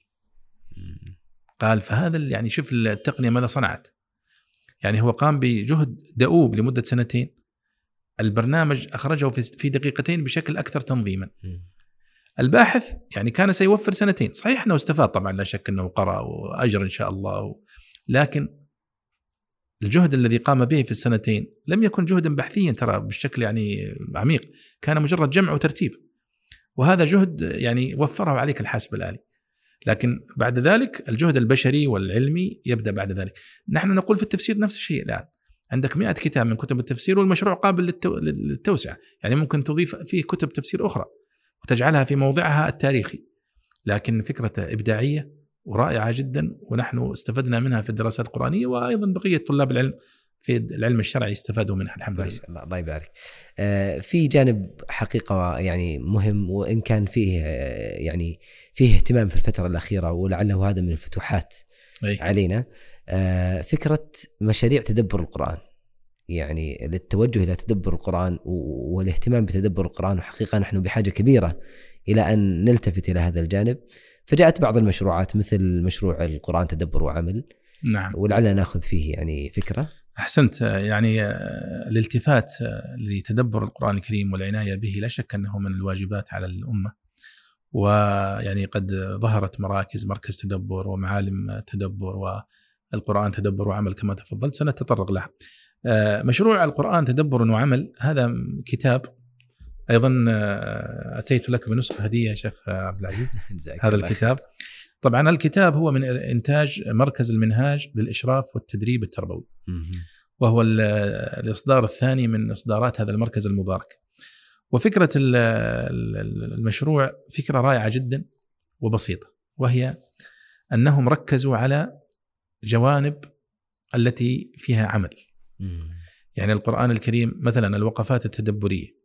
قال فهذا يعني شوف التقنية ماذا صنعت. يعني هو قام بجهد دؤوب لمدة سنتين، البرنامج أخرجه في دقيقتين بشكل أكثر تنظيما. الباحث يعني كان سيوفر سنتين، صحيح أنه استفاد طبعا لا شك أنه قرأ وأجر إن شاء الله، لكن الجهد الذي قام به في السنتين لم يكن جهدا بحثيا ترى بالشكل يعني عميق، كان مجرد جمع وترتيب، وهذا جهد يعني وفره عليك الحاسب الآلي. لكن بعد ذلك الجهد البشري والعلمي يبدأ بعد ذلك. نحن نقول في التفسير نفس الشيء الآن، عندك مئة كتاب من كتب التفسير والمشروع قابل للتو... للتوسعة، يعني ممكن تضيف فيه كتب تفسير أخرى وتجعلها في موضعها التاريخي، لكن فكرة إبداعية ورائعة جدا، ونحن استفدنا منها في الدراسات القرآنية، وأيضا بقية طلاب العلم في العلم الشرعي استفادوا منها الحمد لله. الله الله يبارك. في جانب حقيقة يعني مهم، وإن كان فيه يعني فيه اهتمام في الفترة الأخيرة، ولعله هذا من الفتوحات أي. علينا فكرة مشاريع تدبر القرآن، يعني للتوجه إلى تدبر القرآن والاهتمام بتدبر القرآن. وحقيقة نحن بحاجة كبيرة إلى أن نلتفت إلى هذا الجانب، فجاءت بعض المشروعات مثل مشروع القرآن تدبر وعمل. نعم. ولعلنا نأخذ فيه يعني فكرة. أحسنت. يعني الالتفات لتدبر القرآن الكريم والعناية به لا شك أنه من الواجبات على الأمة، ويعني قد ظهرت مراكز، مركز تدبر ومعالم تدبر والقرآن تدبر وعمل كما تفضلت، سنتطرق لها. مشروع القرآن تدبر وعمل هذا كتاب أيضا أتيت لك بنسخة هدية يا شيخ عبد العزيز. هذا الكتاب طبعا الكتاب هو من إنتاج مركز المنهاج للإشراف والتدريب التربوي، وهو الإصدار الثاني من إصدارات هذا المركز المبارك. وفكرة المشروع فكرة رائعة جدا وبسيطة، وهي أنهم ركزوا على جوانب التي فيها عمل. يعني القرآن الكريم مثلا الوقفات التدبرية،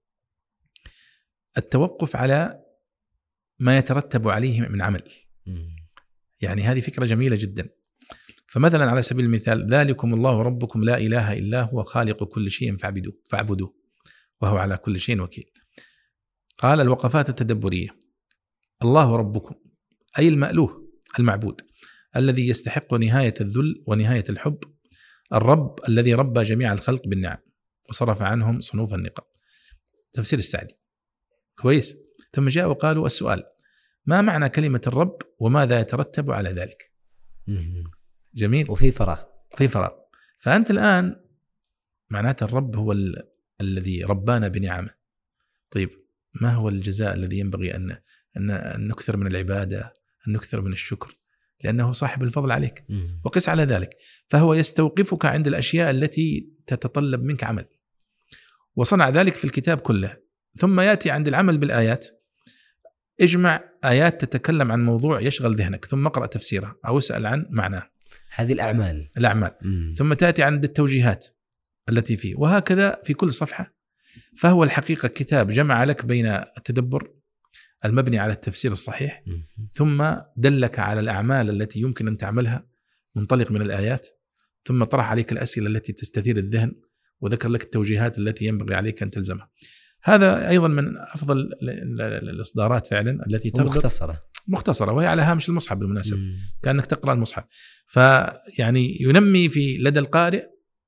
التوقف على ما يترتب عليه من عمل، يعني هذه فكرة جميلة جدا. فمثلا على سبيل المثال ذلكم الله ربكم لا إله إلا هو خالق كل شيء فاعبدوه فاعبدوه وهو على كل شيء وكيل. قال الوقفات التدبرية: الله ربكم، أي المألوه المعبود الذي يستحق نهاية الذل ونهاية الحب، الرب الذي ربى جميع الخلق بالنعم وصرف عنهم صنوف النقم. تفسير السعدي. كويس. ثم جاء وقالوا السؤال: ما معنى كلمة الرب وماذا يترتب على ذلك؟ جميل. وفي فراغ في فراغ. فأنت الآن معناته الرب هو ال... الذي ربانا بنعمه. طيب ما هو الجزاء الذي ينبغي أن... أن نكثر من العبادة، أن نكثر من الشكر، لأنه صاحب الفضل عليك. وقس على ذلك، فهو يستوقفك عند الأشياء التي تتطلب منك عمل، وصنع ذلك في الكتاب كله. ثم يأتي عند العمل بالآيات، اجمع آيات تتكلم عن موضوع يشغل ذهنك، ثم اقرأ تفسيره أو اسأل عن معناه. هذه الأعمال الأعمال. مم. ثم تأتي عند التوجيهات التي فيه، وهكذا في كل صفحة. فهو الحقيقة كتاب جمع لك بين التدبر المبني على التفسير الصحيح، مم. ثم دلك على الأعمال التي يمكن أن تعملها منطلق من الآيات، ثم طرح عليك الأسئلة التي تستثير الذهن، وذكر لك التوجيهات التي ينبغي عليك أن تلزمها. هذا أيضا من أفضل الإصدارات فعلا التي تربط مختصرة مختصرة وهي على هامش المصحف بالمناسبة، كأنك تقرأ المصحف. فيعني ينمي في لدى القارئ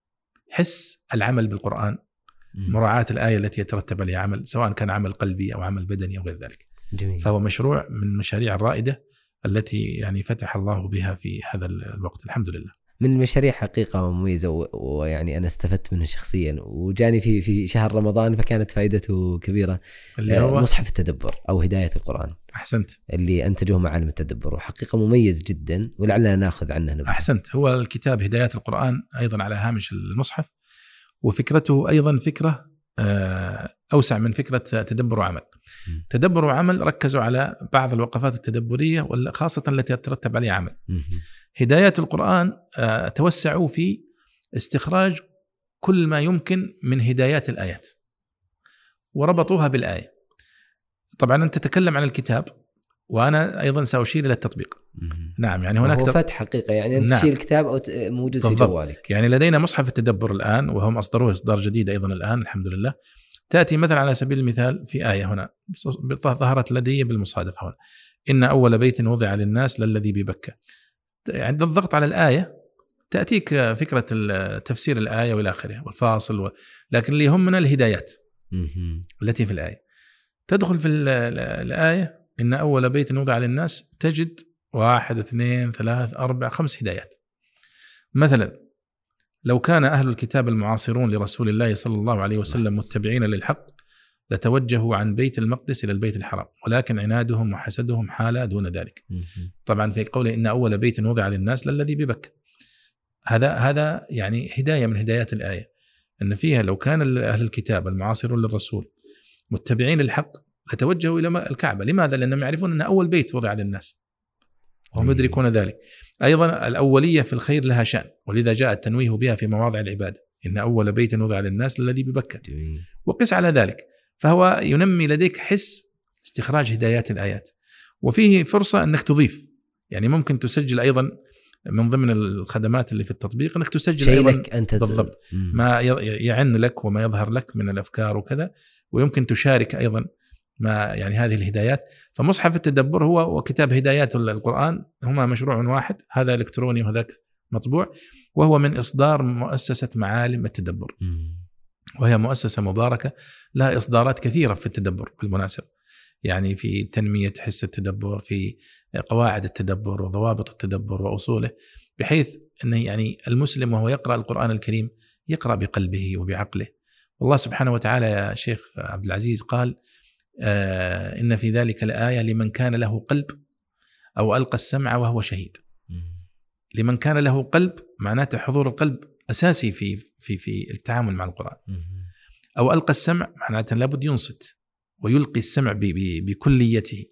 حس العمل بالقرآن، مراعاة الآية التي يترتب عليها عمل، سواء كان عمل قلبي أو عمل بدني أو غير ذلك. جميل. فهو مشروع من المشاريع الرائدة التي يعني فتح الله بها في هذا الوقت، الحمد لله. من المشاريع حقيقة مميزة، ويعني أنا استفدت منه شخصيا، وجاني في في شهر رمضان فكانت فائدته كبيرة. اللي هو مصحف التدبر أو هداية القرآن. أحسنت. اللي أنتجه معالم التدبر، وحقيقة مميز جدا، ولعلنا نأخذ عنه نبقى. أحسنت. هو الكتاب هداية القرآن أيضا على هامش المصحف، وفكرته أيضا فكرة أوسع من فكرة تدبر وعمل. م. تدبر وعمل ركزوا على بعض الوقفات التدبرية وخاصة التي تترتب عليها عمل. م. هداية القرآن توسعوا في استخراج كل ما يمكن من هدايات الآيات وربطوها بالآية. طبعا أنت تتكلم عن الكتاب، وأنا أيضا سأشير إلى التطبيق. مم. نعم، يعني هناك هو فتح حقيقة، يعني أنت نعم. تشيل الكتاب أو موجود في جوالك. يعني لدينا مصحف التدبر الآن، وهم أصدروه إصدار جديد أيضا الآن الحمد لله. تأتي مثلا على سبيل المثال في آية هنا ظهرت لدي بالمصادفة هنا: إن أول بيت وضع للناس للذي ببكة. عند الضغط على الآية تأتيك فكرة تفسير الآية والى آخره والفاصل و... لكن اللي يهمنا الهدايات مم. التي في الآية. تدخل في الآية إن أول بيت وضع للناس، تجد واحد اثنين ثلاث أربع خمس هدايات. مثلا لو كان أهل الكتاب المعاصرون لرسول الله صلى الله عليه وسلم متبعين للحق لتوجهوا عن بيت المقدس إلى البيت الحرام، ولكن عنادهم وحسدهم حال دون ذلك. طبعا في قوله إن أول بيت وضع للناس للذي ببكة، هذا هذا يعني هداية من هدايات الآية، أن فيها لو كان أهل الكتاب المعاصرون للرسول متبعين للحق لتوجهوا إلى الكعبة. لماذا؟ لأنهم يعرفون أن أول بيت وضع للناس وهم يدركون ذلك. أيضا الأولية في الخير لها شأن، ولذا جاء التنويه بها في مواضع العبادة: إن أول بيت وضع للناس الذي ببكة. وقس على ذلك، فهو ينمي لديك حس استخراج هدايات الآيات. وفيه فرصة أنك تضيف، يعني ممكن تسجل أيضا من ضمن الخدمات اللي في التطبيق أنك تسجل أيضا أنت بالضبط ما يعن لك وما يظهر لك من الأفكار وكذا، ويمكن تشارك أيضا ما يعني هذه الهدايات. فمصحف التدبر هو وكتاب هدايات القرآن هما مشروع واحد، هذا إلكتروني وهذاك مطبوع، وهو من إصدار مؤسسة معالم التدبر، وهي مؤسسة مباركة لها إصدارات كثيرة في التدبر بالمناسبة، يعني في تنمية حس التدبر، في قواعد التدبر وضوابط التدبر وأصوله، بحيث أنه يعني المسلم وهو يقرأ القرآن الكريم يقرأ بقلبه وبعقله. والله سبحانه وتعالى يا شيخ عبد العزيز قال: آه إن في ذلك الآية لمن كان له قلب أو ألقى السمع وهو شهيد. لمن كان له قلب معناته حضور القلب أساسي في في في التعامل مع القرآن. أو ألقى السمع معناته لابد ينصت ويلقي السمع بكليته،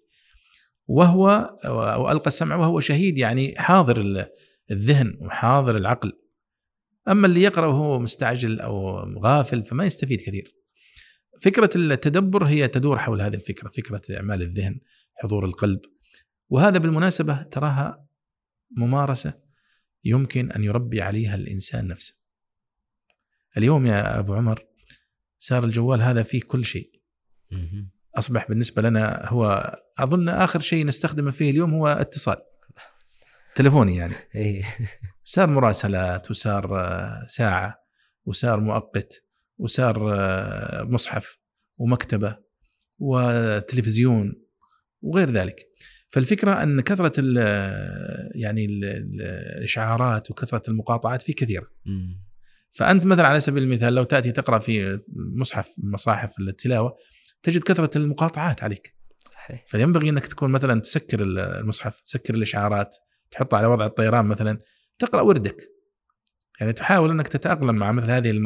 وهو أو ألقى السمع وهو شهيد، يعني حاضر الذهن وحاضر العقل. أما اللي يقرأ وهو مستعجل أو غافل فما يستفيد كثير. فكرة التدبر هي تدور حول هذه الفكرة، فكرة إعمال الذهن، حضور القلب. وهذا بالمناسبة تراها ممارسة يمكن أن يربي عليها الإنسان نفسه. اليوم يا أبو عمر صار الجوال هذا فيه كل شيء، أصبح بالنسبة لنا هو أظن آخر شيء نستخدمه فيه اليوم هو اتصال تلفوني يعني. صار مراسلات، وصار ساعة، وصار مؤقت، وصار مصحف ومكتبة وتلفزيون وغير ذلك. فالفكرة أن كثرة ال يعني ال الإشعارات وكثرة المقاطعات في كثيرة. فأنت مثلا على سبيل المثال لو تأتي تقرأ في مصحف مصاحف التلاوة تجد كثرة المقاطعات عليك. صحيح. فينبغي أنك تكون مثلا تسكر المصحف، تسكر الإشعارات، تحطه على وضع الطيران مثلا، تقرأ وردك، يعني تحاول أنك تتأقلم مع مثل هذه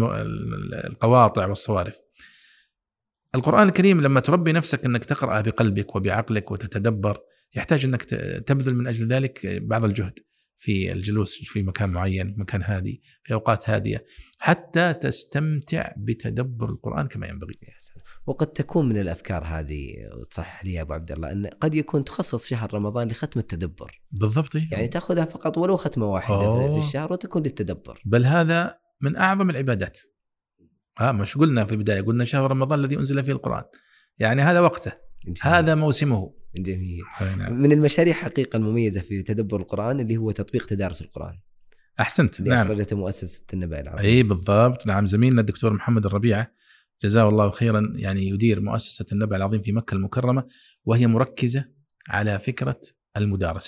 القواطع والصوارف. القرآن الكريم لما تربي نفسك أنك تقرأه بقلبك وبعقلك وتتدبر، يحتاج أنك تبذل من أجل ذلك بعض الجهد في الجلوس في مكان معين، مكان هادي، في أوقات هادية، حتى تستمتع بتدبر القرآن كما ينبغي. وقد تكون من الأفكار هذه، وتصحح لي يا أبو عبد الله، أن قد يكون تخصص شهر رمضان لختم التدبر. بالضبط. يعني تأخذها فقط ولو ختمة واحدة أوه. في الشهر وتكون للتدبر. بل هذا من أعظم العبادات. ها مش قلنا في البداية، قلنا شهر رمضان الذي أنزل فيه القرآن، يعني هذا وقته. جميل. هذا موسمه. جميل. من المشاريع حقيقة المميزة في تدبر القرآن اللي هو تطبيق تدارس القرآن. أحسنت. نعم. أخرجته مؤسسة النبأ العربي. أي بالضبط. نعم. زميلنا الدكتور محمد الربيعة جزاه الله خيرا يعني يدير مؤسسة النبأ العظيم في مكة المكرمة، وهي مركزة على فكرة المدارسة.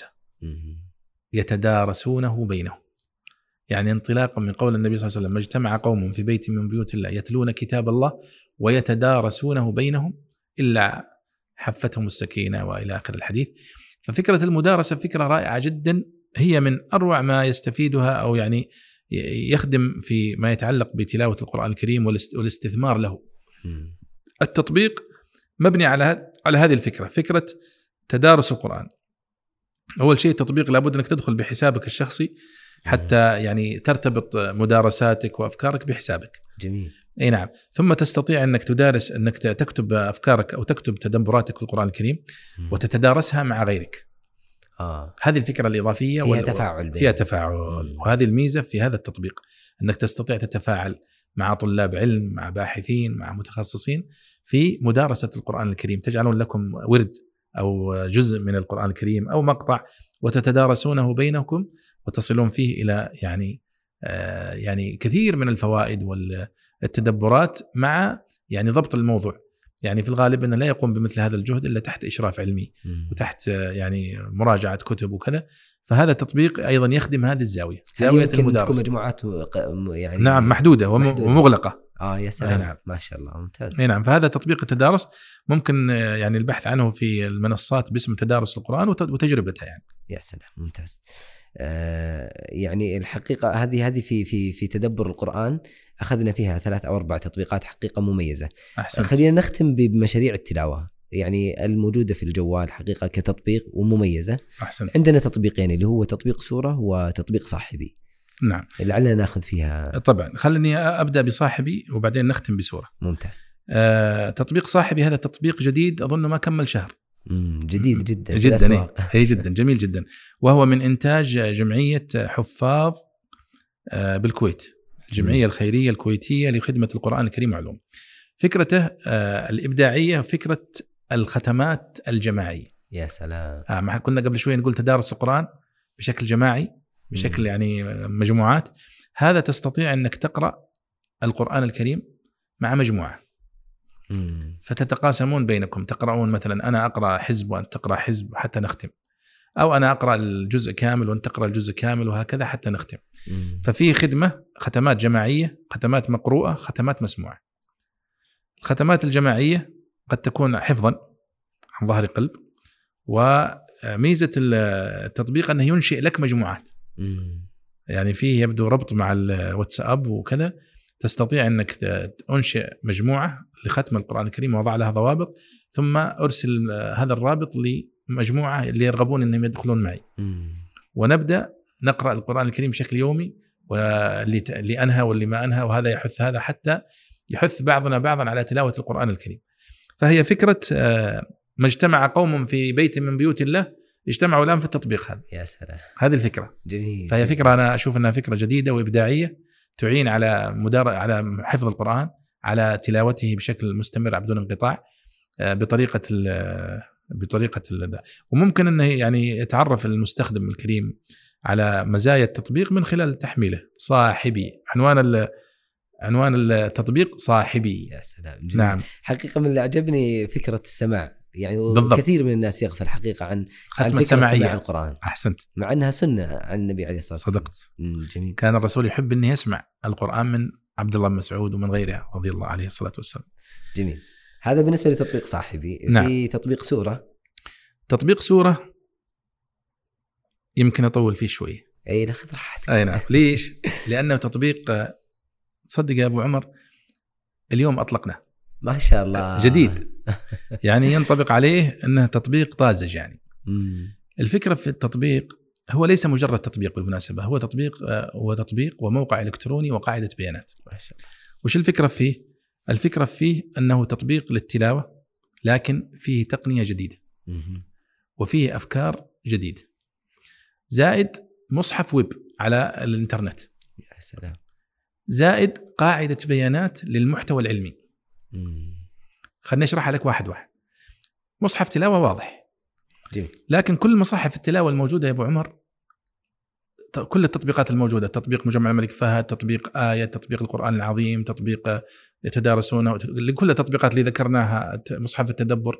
يتدارسونه بينهم، يعني انطلاقا من قول النبي صلى الله عليه وسلم: اجتمع قوم في بيت من بيوت الله يتلون كتاب الله ويتدارسونه بينهم إلا حفتهم السكينة وإلى آخر الحديث. ففكرة المدارسة فكرة رائعة جدا، هي من أروع ما يستفيدها أو يعني يخدم في ما يتعلق بتلاوة القرآن الكريم والاستثمار له. التطبيق مبني على على هذه الفكرة، فكرة تدارس القرآن. أول شيء التطبيق لابد أنك تدخل بحسابك الشخصي حتى يعني ترتبط مدارساتك وأفكارك بحسابك. جميل. أي نعم. ثم تستطيع أنك تدارس، أنك تكتب أفكارك أو تكتب تدبراتك في القرآن الكريم وتتدارسها مع غيرك. آه. هذه الفكرة الإضافية فيها تفاعل. فيها تفاعل. وهذه الميزة في هذا التطبيق، أنك تستطيع تتفاعل مع طلاب علم، مع باحثين، مع متخصصين في مدارسة القرآن الكريم. تجعلون لكم ورد أو جزء من القرآن الكريم أو مقطع وتتدارسونه بينكم وتصلون فيه إلى يعني آه يعني كثير من الفوائد والتدبرات مع يعني ضبط الموضوع. يعني في الغالب أنه لا يقوم بمثل هذا الجهد إلا تحت إشراف علمي وتحت يعني مراجعة كتب وكذا. فهذا التطبيق أيضا يخدم هذه الزاوية، زاوية المدارسة. تكون مجموعات يعني نعم محدودة ومغلقة. آه يا سلام. نعم. ما شاء الله ممتاز. نعم. فهذا تطبيق التدارس ممكن يعني البحث عنه في المنصات باسم تدارس القرآن وتجربتها يعني. يا سلام ممتاز. آه يعني الحقيقة هذه هذه في في في تدبر القرآن أخذنا فيها ثلاث أو أربع تطبيقات حقيقة مميزة. أحسنت. خلينا نختم بمشاريع التلاوة يعني الموجودة في الجوال حقيقة كتطبيق ومميزة. أحسنت. عندنا تطبيقين اللي هو تطبيق سورة وتطبيق صاحبي. نعم. لعلنا ناخذ فيها. طبعا خلني أبدأ بصاحبي وبعدين نختم بسورة. ممتاز. آه، تطبيق صاحبي هذا تطبيق جديد أظن ما كمل شهر. جديد جدا جدا أي جدا جميل جدا. وهو من إنتاج جمعية حفاظ آه بالكويت، الجمعية مم. الخيرية الكويتية لخدمة القرآن الكريم وعلوم. فكرته آه الإبداعية فكرة الختمات الجماعية. يا سلام. آه ما كنا قبل شوي نقول تدارس القرآن بشكل جماعي بشكل مم. يعني مجموعات. هذا تستطيع أنك تقرأ القرآن الكريم مع مجموعة مم. فتتقاسمون بينكم، تقرؤون مثلا أنا أقرأ حزب وأنت تقرأ حزب حتى نختم، أو أنا أقرأ الجزء كامل وأنت تقرأ الجزء كامل وهكذا حتى نختم. مم. ففي خدمة ختمات جماعية، ختمات مقروءة، ختمات مسموعة. الختمات الجماعية قد تكون حفظا عن ظهر قلب، وميزة التطبيق أنه ينشئ لك مجموعات. مم. يعني فيه يبدو ربط مع الواتساب وكذا، تستطيع أنك تنشئ مجموعة لختم القرآن الكريم ووضع لها ضوابط، ثم أرسل هذا الرابط لمجموعة اللي يرغبون أنهم يدخلون معي مم. ونبدأ نقرأ القرآن الكريم بشكل يومي، واللي أنهى واللي ما أنهى، وهذا يحث هذا حتى يحث بعضنا بعضا على تلاوة القرآن الكريم. فهي فكرة ما اجتمع قوم في بيت من بيوت الله اجتمعوا الآن في التطبيق هذا. يا سلام. هذه الفكرة. جميل. فهي فكرة أنا أشوف أنها فكرة جديدة وإبداعية تعين على مدار على حفظ القرآن، على تلاوته بشكل مستمر بدون انقطاع، بطريقة ال بطريقة ال وممكن أنه يعني يتعرف المستخدم الكريم على مزايا التطبيق من خلال تحميله. صاحبي، عنوان عنوان التطبيق صاحبي. يا سلام، جميل. نعم. حقيقة من اللي عجبني فكرة السماع، يعني بالضبط. كثير من الناس يغفل حقيقة عن عن ختمة فكرة سماع السماعية. القرآن. أحسنت. مع أنها سنة عن النبي عليه الصلاة والسلام. صدقت. جميل. كان الرسول يحب أنه يسمع القرآن من عبد الله بن مسعود ومن غيره رضي الله عليه الصلاة والسلام. جميل. هذا بالنسبة لتطبيق صاحبي. نعم. في تطبيق سورة. تطبيق سورة يمكن أطول فيه شوي. أي لا، خذ راحتك. أي نعم. ليش؟ لأنه تطبيق تصدق يا أبو عمر اليوم أطلقنا. ما شاء الله. جديد. يعني ينطبق عليه أنه تطبيق طازج. يعني مم. الفكرة في التطبيق هو ليس مجرد تطبيق بالمناسبة، هو تطبيق هو تطبيق وموقع إلكتروني وقاعدة بيانات. ما شاء الله. وش الفكرة فيه؟ الفكرة فيه أنه تطبيق للتلاوة، لكن فيه تقنية جديدة مم. وفيه أفكار جديدة، زائد مصحف ويب على الإنترنت، يا سلام، زائد قاعدة بيانات للمحتوى العلمي. مم. خلنا نشرح لك واحد واحد. مصحف تلاوة واضح. جميل. لكن كل مصاحف التلاوة الموجودة يا أبو عمر، كل التطبيقات الموجودة، تطبيق مجمع الملك فهد، تطبيق آية، تطبيق القرآن العظيم، تطبيق يتدارسونه، كل التطبيقات اللي ذكرناها، مصحف التدبر،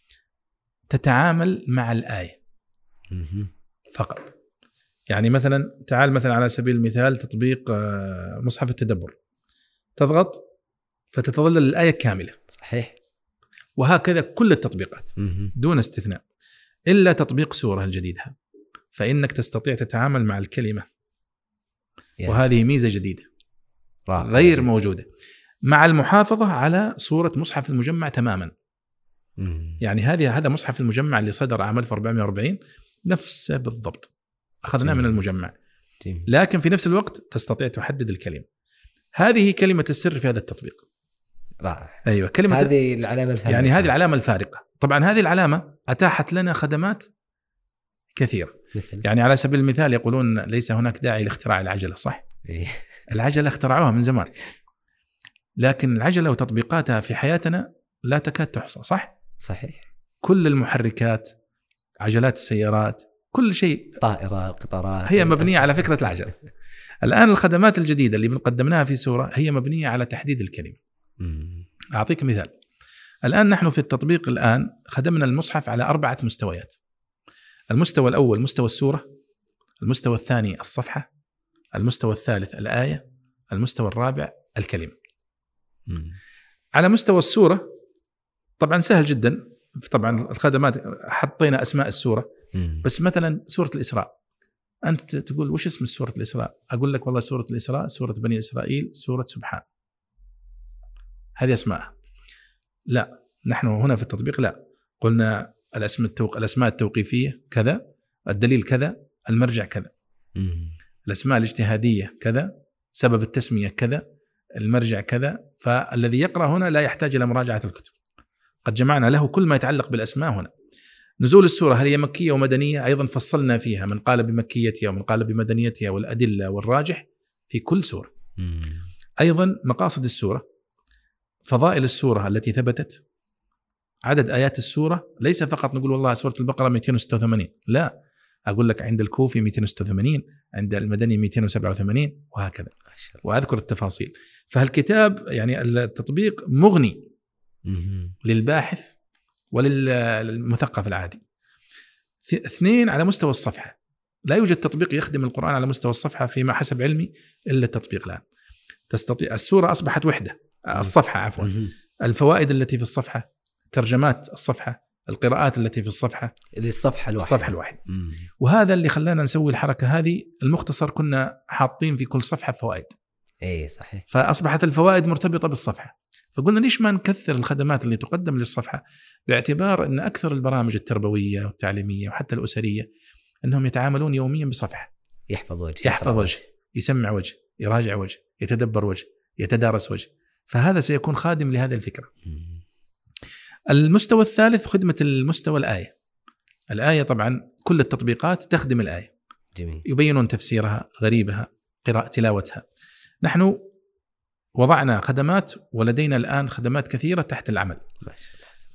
تتعامل مع الآية مم. فقط. يعني مثلا تعال مثلا على سبيل المثال تطبيق مصحف التدبر، تضغط فتتظلل الآية كاملة. صحيح. وهكذا كل التطبيقات مم. دون استثناء، إلا تطبيق سورة الجديدة، فإنك تستطيع تتعامل مع الكلمة. يعني. وهذه ميزة جديدة غير موجودة، مع المحافظة على صورة مصحف المجمع تماما. مم. يعني هذه هذا مصحف المجمع اللي صدر عام ألف وأربعمائة وأربعين نفسه بالضبط، أخذناه من المجمع. جميل. لكن في نفس الوقت تستطيع تحدد الكلمة. هذه كلمة السر في هذا التطبيق. رائع. أيوة، كلمة هذه العلامة الفارقة. يعني هذه العلامة الفارقة. طبعا هذه العلامة أتاحت لنا خدمات كثيرة. مثل. يعني على سبيل المثال يقولون ليس هناك داعي لاختراع العجلة، صح؟ إيه. العجلة اخترعوها من زمان، لكن العجلة وتطبيقاتها في حياتنا لا تكاد تحصى، صح؟ صحيح. كل المحركات، عجلات السيارات، كل شيء، طائرة، قطارات، هي مبنية على فكرة العجلة. الآن الخدمات الجديدة اللي قدمناها في سورة هي مبنية على تحديد الكلمة. مم. أعطيك مثال. الآن نحن في التطبيق الآن خدمنا المصحف على أربعة مستويات. المستوى الأول مستوى السورة، المستوى الثاني الصفحة، المستوى الثالث الآية، المستوى الرابع الكلمة. مم. على مستوى السورة طبعا سهل جدا، طبعا الخدمات حطينا أسماء السورة. مم. بس مثلا سورة الإسراء، أنت تقول وش اسم سورة الإسراء؟ أقول لك والله سورة الإسراء سورة بني إسرائيل سورة سبحان، هذه أسماء. لا، نحن هنا في التطبيق لا، قلنا الاسم التوق... الأسماء التوقيفية كذا، الدليل كذا، المرجع كذا. مم. الأسماء الاجتهادية كذا، سبب التسمية كذا، المرجع كذا. فالذي يقرأ هنا لا يحتاج إلى مراجعة الكتب، قد جمعنا له كل ما يتعلق بالأسماء هنا. نزول السورة هل هي مكية ومدنية؟ أيضا فصلنا فيها، من قال بمكيتها ومن قال بمدنيتها، والأدلة والراجح في كل سورة. مم. أيضا مقاصد السورة، فضائل السورة التي ثبتت، عدد آيات السورة. ليس فقط نقول والله سورة البقرة مئتين وستة وثمانين، لا، أقول لك عند الكوفي مئتين وستة وثمانين، عند المدني مئتين وسبعة وثمانين، وهكذا، وأذكر التفاصيل. فالكتاب يعني التطبيق مغني مم. للباحث وللمثقف العادي. اثنين، على مستوى الصفحة، لا يوجد تطبيق يخدم القرآن على مستوى الصفحة فيما حسب علمي إلا التطبيق الآن. تستطيع السورة أصبحت وحدة، الصفحة عفوا، مم. الفوائد التي في الصفحة، ترجمات الصفحة، القراءات التي في الصفحة، الصفحة الواحدة. الصفحة الواحدة. مم. وهذا اللي خلانا نسوي الحركة هذه. المختصر كنا حاطين في كل صفحة فوائد، ايه صحيح، فأصبحت الفوائد مرتبطة بالصفحة. فقلنا ليش ما نكثر الخدمات اللي تقدم للصفحة، باعتبار أن أكثر البرامج التربوية والتعليمية وحتى الأسرية أنهم يتعاملون يوميا بصفحة. يحفظ وجه، يحفظ وجه، يسمع وجه، يراجع وجه، يتدبر وجه، يتدارس وجه. فهذا سيكون خادم لهذه الفكرة. مم. المستوى الثالث خدمة المستوى الآية. الآية طبعا كل التطبيقات تخدم الآية، جميل. يبينون تفسيرها، غريبها، قراءة تلاوتها. نحن وضعنا خدمات ولدينا الآن خدمات كثيرة تحت العمل. ما شاء الله.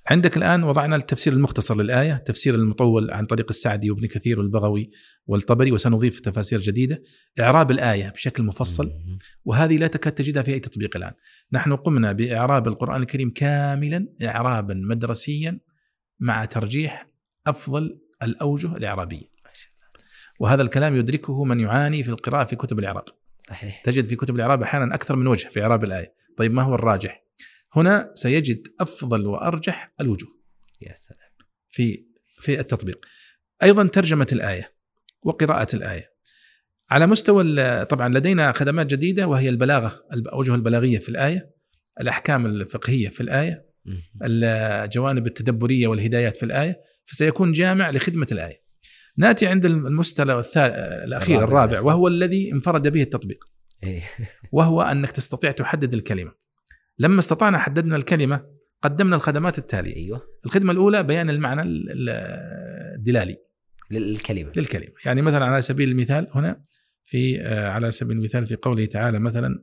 عندك الآن وضعنا التفسير المختصر للآية، تفسير المطول عن طريق السعدي وابن كثير والبغوي والطبري، وسنضيف تفاسير جديدة. إعراب الآية بشكل مفصل، وهذه لا تكاد تجدها في أي تطبيق الآن. نحن قمنا بإعراب القرآن الكريم كاملا إعرابا مدرسيا مع ترجيح أفضل الأوجه الإعرابية، وهذا الكلام يدركه من يعاني في القراءة في كتب الإعراب. صحيح. تجد في كتب الإعراب أحيانا أكثر من وجه في إعراب الآية. طيب ما هو الراجح؟ هنا سيجد أفضل وأرجح الوجوه يا سلام في في التطبيق. أيضا ترجمة الآية وقراءة الآية على مستوى، طبعا لدينا خدمات جديدة وهي البلاغة، الأوجه البلاغية في الآية، الأحكام الفقهية في الآية، الجوانب التدبرية والهدايات في الآية، فسيكون جامع لخدمة الآية. نأتي عند المستوى الأخير الرابع، وهو الذي انفرد به التطبيق، وهو أنك تستطيع تحدد الكلمة. لما استطعنا حددنا الكلمة قدمنا الخدمات التالية. أيوة. الخدمة الأولى بيان المعنى الدلالي للكلمة للكلمة يعني مثلا على سبيل المثال هنا في على سبيل المثال في قوله تعالى مثلا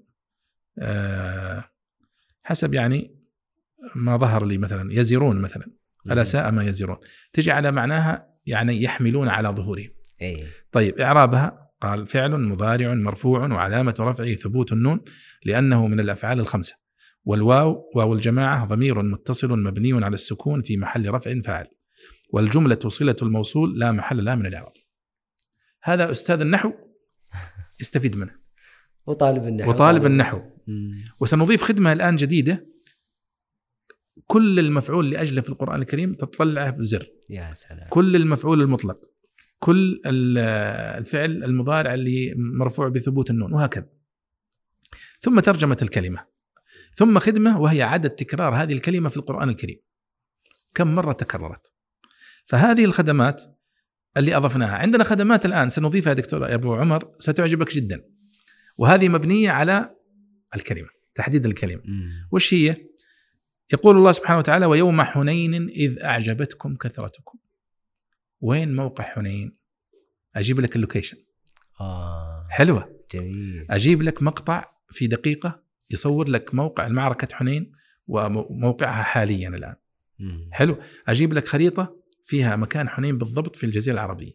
حسب يعني ما ظهر لي مثلا يزرون مثلا ألا ساء ما يزرون، تجي على معناها يعني يحملون على ظهورهم. أيه. طيب إعرابها قال فعل مضارع مرفوع وعلامة رفعه ثبوت النون لأنه من الأفعال الخمسة، والواو واو الجماعة ضمير متصل مبني على السكون في محل رفع فاعل، والجملة صلة الموصول لا محل لها من الإعراب. هذا أستاذ النحو استفيد منه، وطالب النحو وطالب النحو. وسنضيف خدمة الآن جديدة، كل المفعول لأجله في القرآن الكريم تطلعه بزر. يا سلام. كل المفعول المطلق، كل الفعل المضارع اللي مرفوع بثبوت النون، وهكذا. ثم ترجمة الكلمة، ثم خدمة وهي عدد تكرار هذه الكلمة في القرآن الكريم، كم مرة تكررت. فهذه الخدمات اللي أضفناها. عندنا خدمات الآن سنضيفها دكتور أبو عمر ستعجبك جدا، وهذه مبنية على الكلمة، تحديد الكلمة. وش هي؟ يقول الله سبحانه وتعالى ويوم حنين إذ أعجبتكم كثرتكم. وين موقع حنين؟ أجيب لك اللوكيشن. آه. حلوة. جميل. أجيب لك مقطع في دقيقة يصور لك موقع المعركة حنين وموقعها حاليا الآن. مم. حلو. أجيب لك خريطة فيها مكان حنين بالضبط في الجزيرة العربية.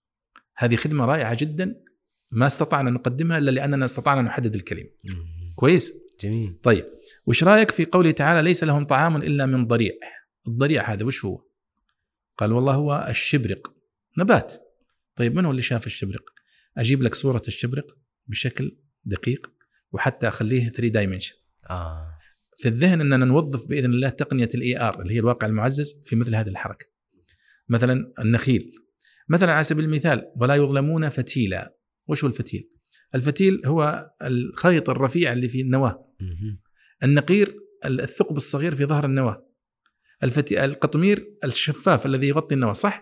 هذه خدمة رائعة جدا ما استطعنا نقدمها إلا لأننا استطعنا نحدد الكلمة. مم. كويس. جميل. طيب وش رأيك في قوله تعالى ليس لهم طعام إلا من ضريع؟ الضريع هذا وش هو؟ قال والله هو الشبرق، نبات. طيب من هو اللي شاف الشبرق؟ أجيب لك صورة الشبرق بشكل دقيق، وحتى أخليه ثري دايمنشن. آه. في الذهن أننا نوظف بإذن الله تقنية الإي آر اللي هي الواقع المعزز في مثل هذه الحركة. مثلا النخيل، مثلا على سبيل المثال ولا يظلمون فتيلا. وش هو الفتيل؟ الفتيل هو الخيط الرفيع اللي في النواة. النقير الثقب الصغير في ظهر النواة. الفتي... القطمير الشفاف الذي يغطي النواة، صح؟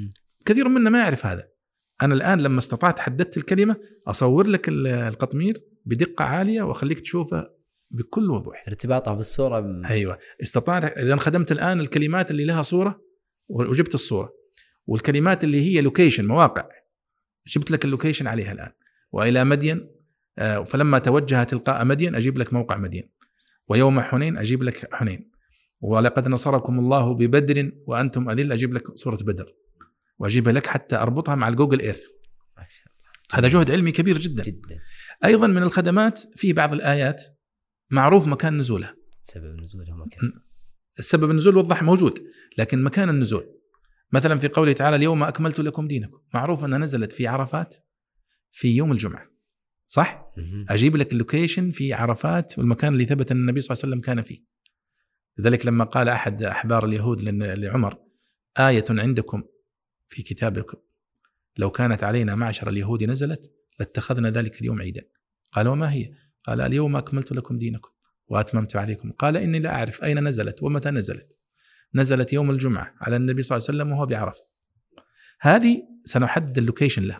كثير منا ما يعرف هذا. أنا الآن لما استطعت حددت الكلمة أصور لك القطمير بدقة عالية وأخليك تشوفه بكل وضوح، ارتباطها بالصورة ب... أيوة. استطعت إذا خدمت الآن الكلمات اللي لها صورة وجبت الصورة، والكلمات اللي هي لوكيشن مواقع جبت لك اللوكيشن عليها الآن. وإلى مدين فلما توجه تلقاء مدين أجيب لك موقع مدين، ويوم حنين أجيب لك حنين، ولقد نصركم الله ببدر وأنتم أذل أجيب لك صورة بدر، وأجيبها لك حتى أربطها مع الجوجل إيرث. ما شاء الله. هذا جهد علمي كبير جدا. جدا. أيضا من الخدمات في بعض الآيات معروف مكان نزولها، سبب نزولها مكان، السبب النزول وضح موجود، لكن مكان النزول مثلا في قوله تعالى اليوم أكملت لكم دينكم، معروف أنها نزلت في عرفات في يوم الجمعة، صح؟ أجيب لك اللوكيشن في عرفات والمكان اللي ثبت أن النبي صلى الله عليه وسلم كان فيه. لذلك لما قال أحد أحبار اليهود لعمر آية عندكم في كتابكم لو كانت علينا معشر اليهود نزلت لاتخذنا ذلك اليوم عيدا، قال وما هي؟ قال اليوم أكملت لكم دينكم وأتممت عليكم. قال إني لا أعرف أين نزلت ومتى نزلت. نزلت يوم الجمعة على النبي صلى الله عليه وسلم وهو بعرفة. هذه سنحدد اللوكيشن لها.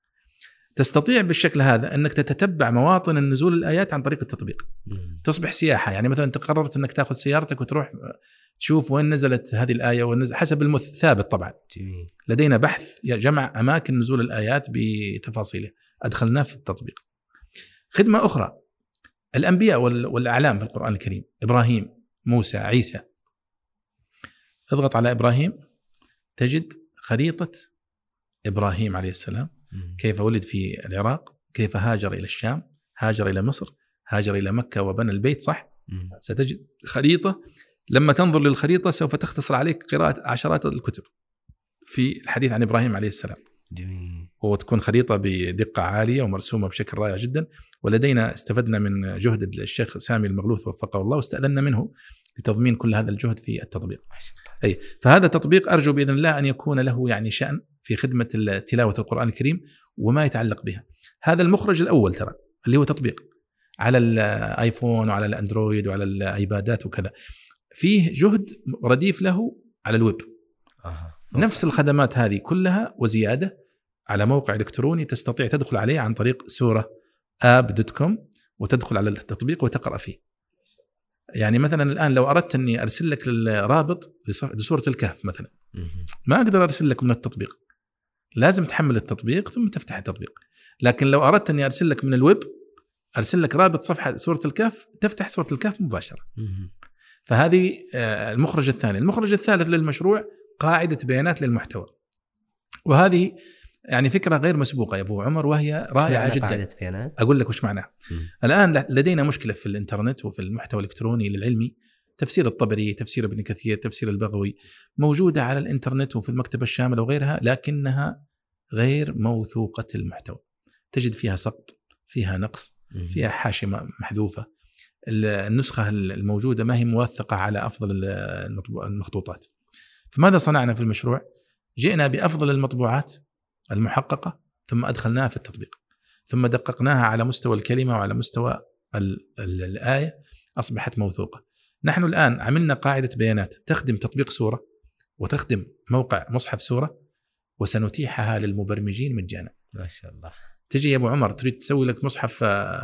تستطيع بالشكل هذا أنك تتتبع مواطن النزول الآيات عن طريق التطبيق. تصبح سياحة، يعني مثلا تقررت أنك تأخذ سيارتك وتروح تشوف وين نزلت هذه الآية ونزل حسب الثابت. طبعا جميل. لدينا بحث جمع أماكن نزول الآيات بتفاصيله أدخلناه في التطبيق. خدمة أخرى الأنبياء والأعلام في القرآن الكريم، إبراهيم، موسى، عيسى. اضغط على إبراهيم تجد خريطة إبراهيم عليه السلام، كيف ولد في العراق، كيف هاجر إلى الشام، هاجر إلى مصر، هاجر إلى مكة وبنى البيت، صح؟ ستجد خريطة. لما تنظر للخريطة سوف تختصر عليك قراءة عشرات الكتب في الحديث عن إبراهيم عليه السلام. جميل. وتكون خريطة بدقة عالية ومرسومة بشكل رائع جدا. ولدينا استفدنا من جهد الشيخ سامي المغلوث وفقه الله، واستأذنا منه لتضمين كل هذا الجهد في التطبيق. أي فهذا تطبيق أرجو بإذن الله أن يكون له يعني شأن في خدمة تلاوة القرآن الكريم وما يتعلق بها. هذا المخرج الأول ترى اللي هو تطبيق على الآيفون وعلى الأندرويد وعلى الآيبادات وكذا، فيه جهد رديف له على الويب. آه. نفس الخدمات هذه كلها وزيادة على موقع إلكتروني تستطيع تدخل عليه عن طريق سورة آب دوت كوم وتدخل على التطبيق وتقرأ فيه. يعني مثلا الآن لو أردت أني أرسل لك الرابط لسورة الكهف مثلا، ما أقدر أرسل لك من التطبيق، لازم تحمل التطبيق ثم تفتح التطبيق. لكن لو أردت أني أرسل لك من الويب، أرسل لك رابط صفحة سورة الكهف، تفتح سورة الكهف مباشرة. فهذه المخرج الثاني. المخرج الثالث للمشروع قاعدة بيانات للمحتوى، وهذه يعني فكرة غير مسبوقة يا أبو عمر، وهي رائعة جدا. قاعدة بيانات؟ أقول لك وش معناها. الآن لدينا مشكلة في الإنترنت وفي المحتوى الإلكتروني للعلمي، تفسير الطبري، تفسير ابن كثير، تفسير البغوي، موجودة على الإنترنت وفي المكتبة الشاملة وغيرها، لكنها غير موثوقة المحتوى. تجد فيها سقط، فيها نقص، فيها حاشية محذوفة، النسخة الموجودة ما هي موثقة على أفضل المخطوطات. فماذا صنعنا في المشروع؟ جئنا بأفضل المطبوعات المحققة ثم أدخلناها في التطبيق، ثم دققناها على مستوى الكلمة وعلى مستوى ال ال الآية، أصبحت موثوقة. نحن الآن عملنا قاعدة بيانات تخدم تطبيق سورة وتخدم موقع مصحف سورة، وسنتيحها للمبرمجين مجانا. ما شاء الله. تجي يا أبو عمر تريد تسوي لك مصحف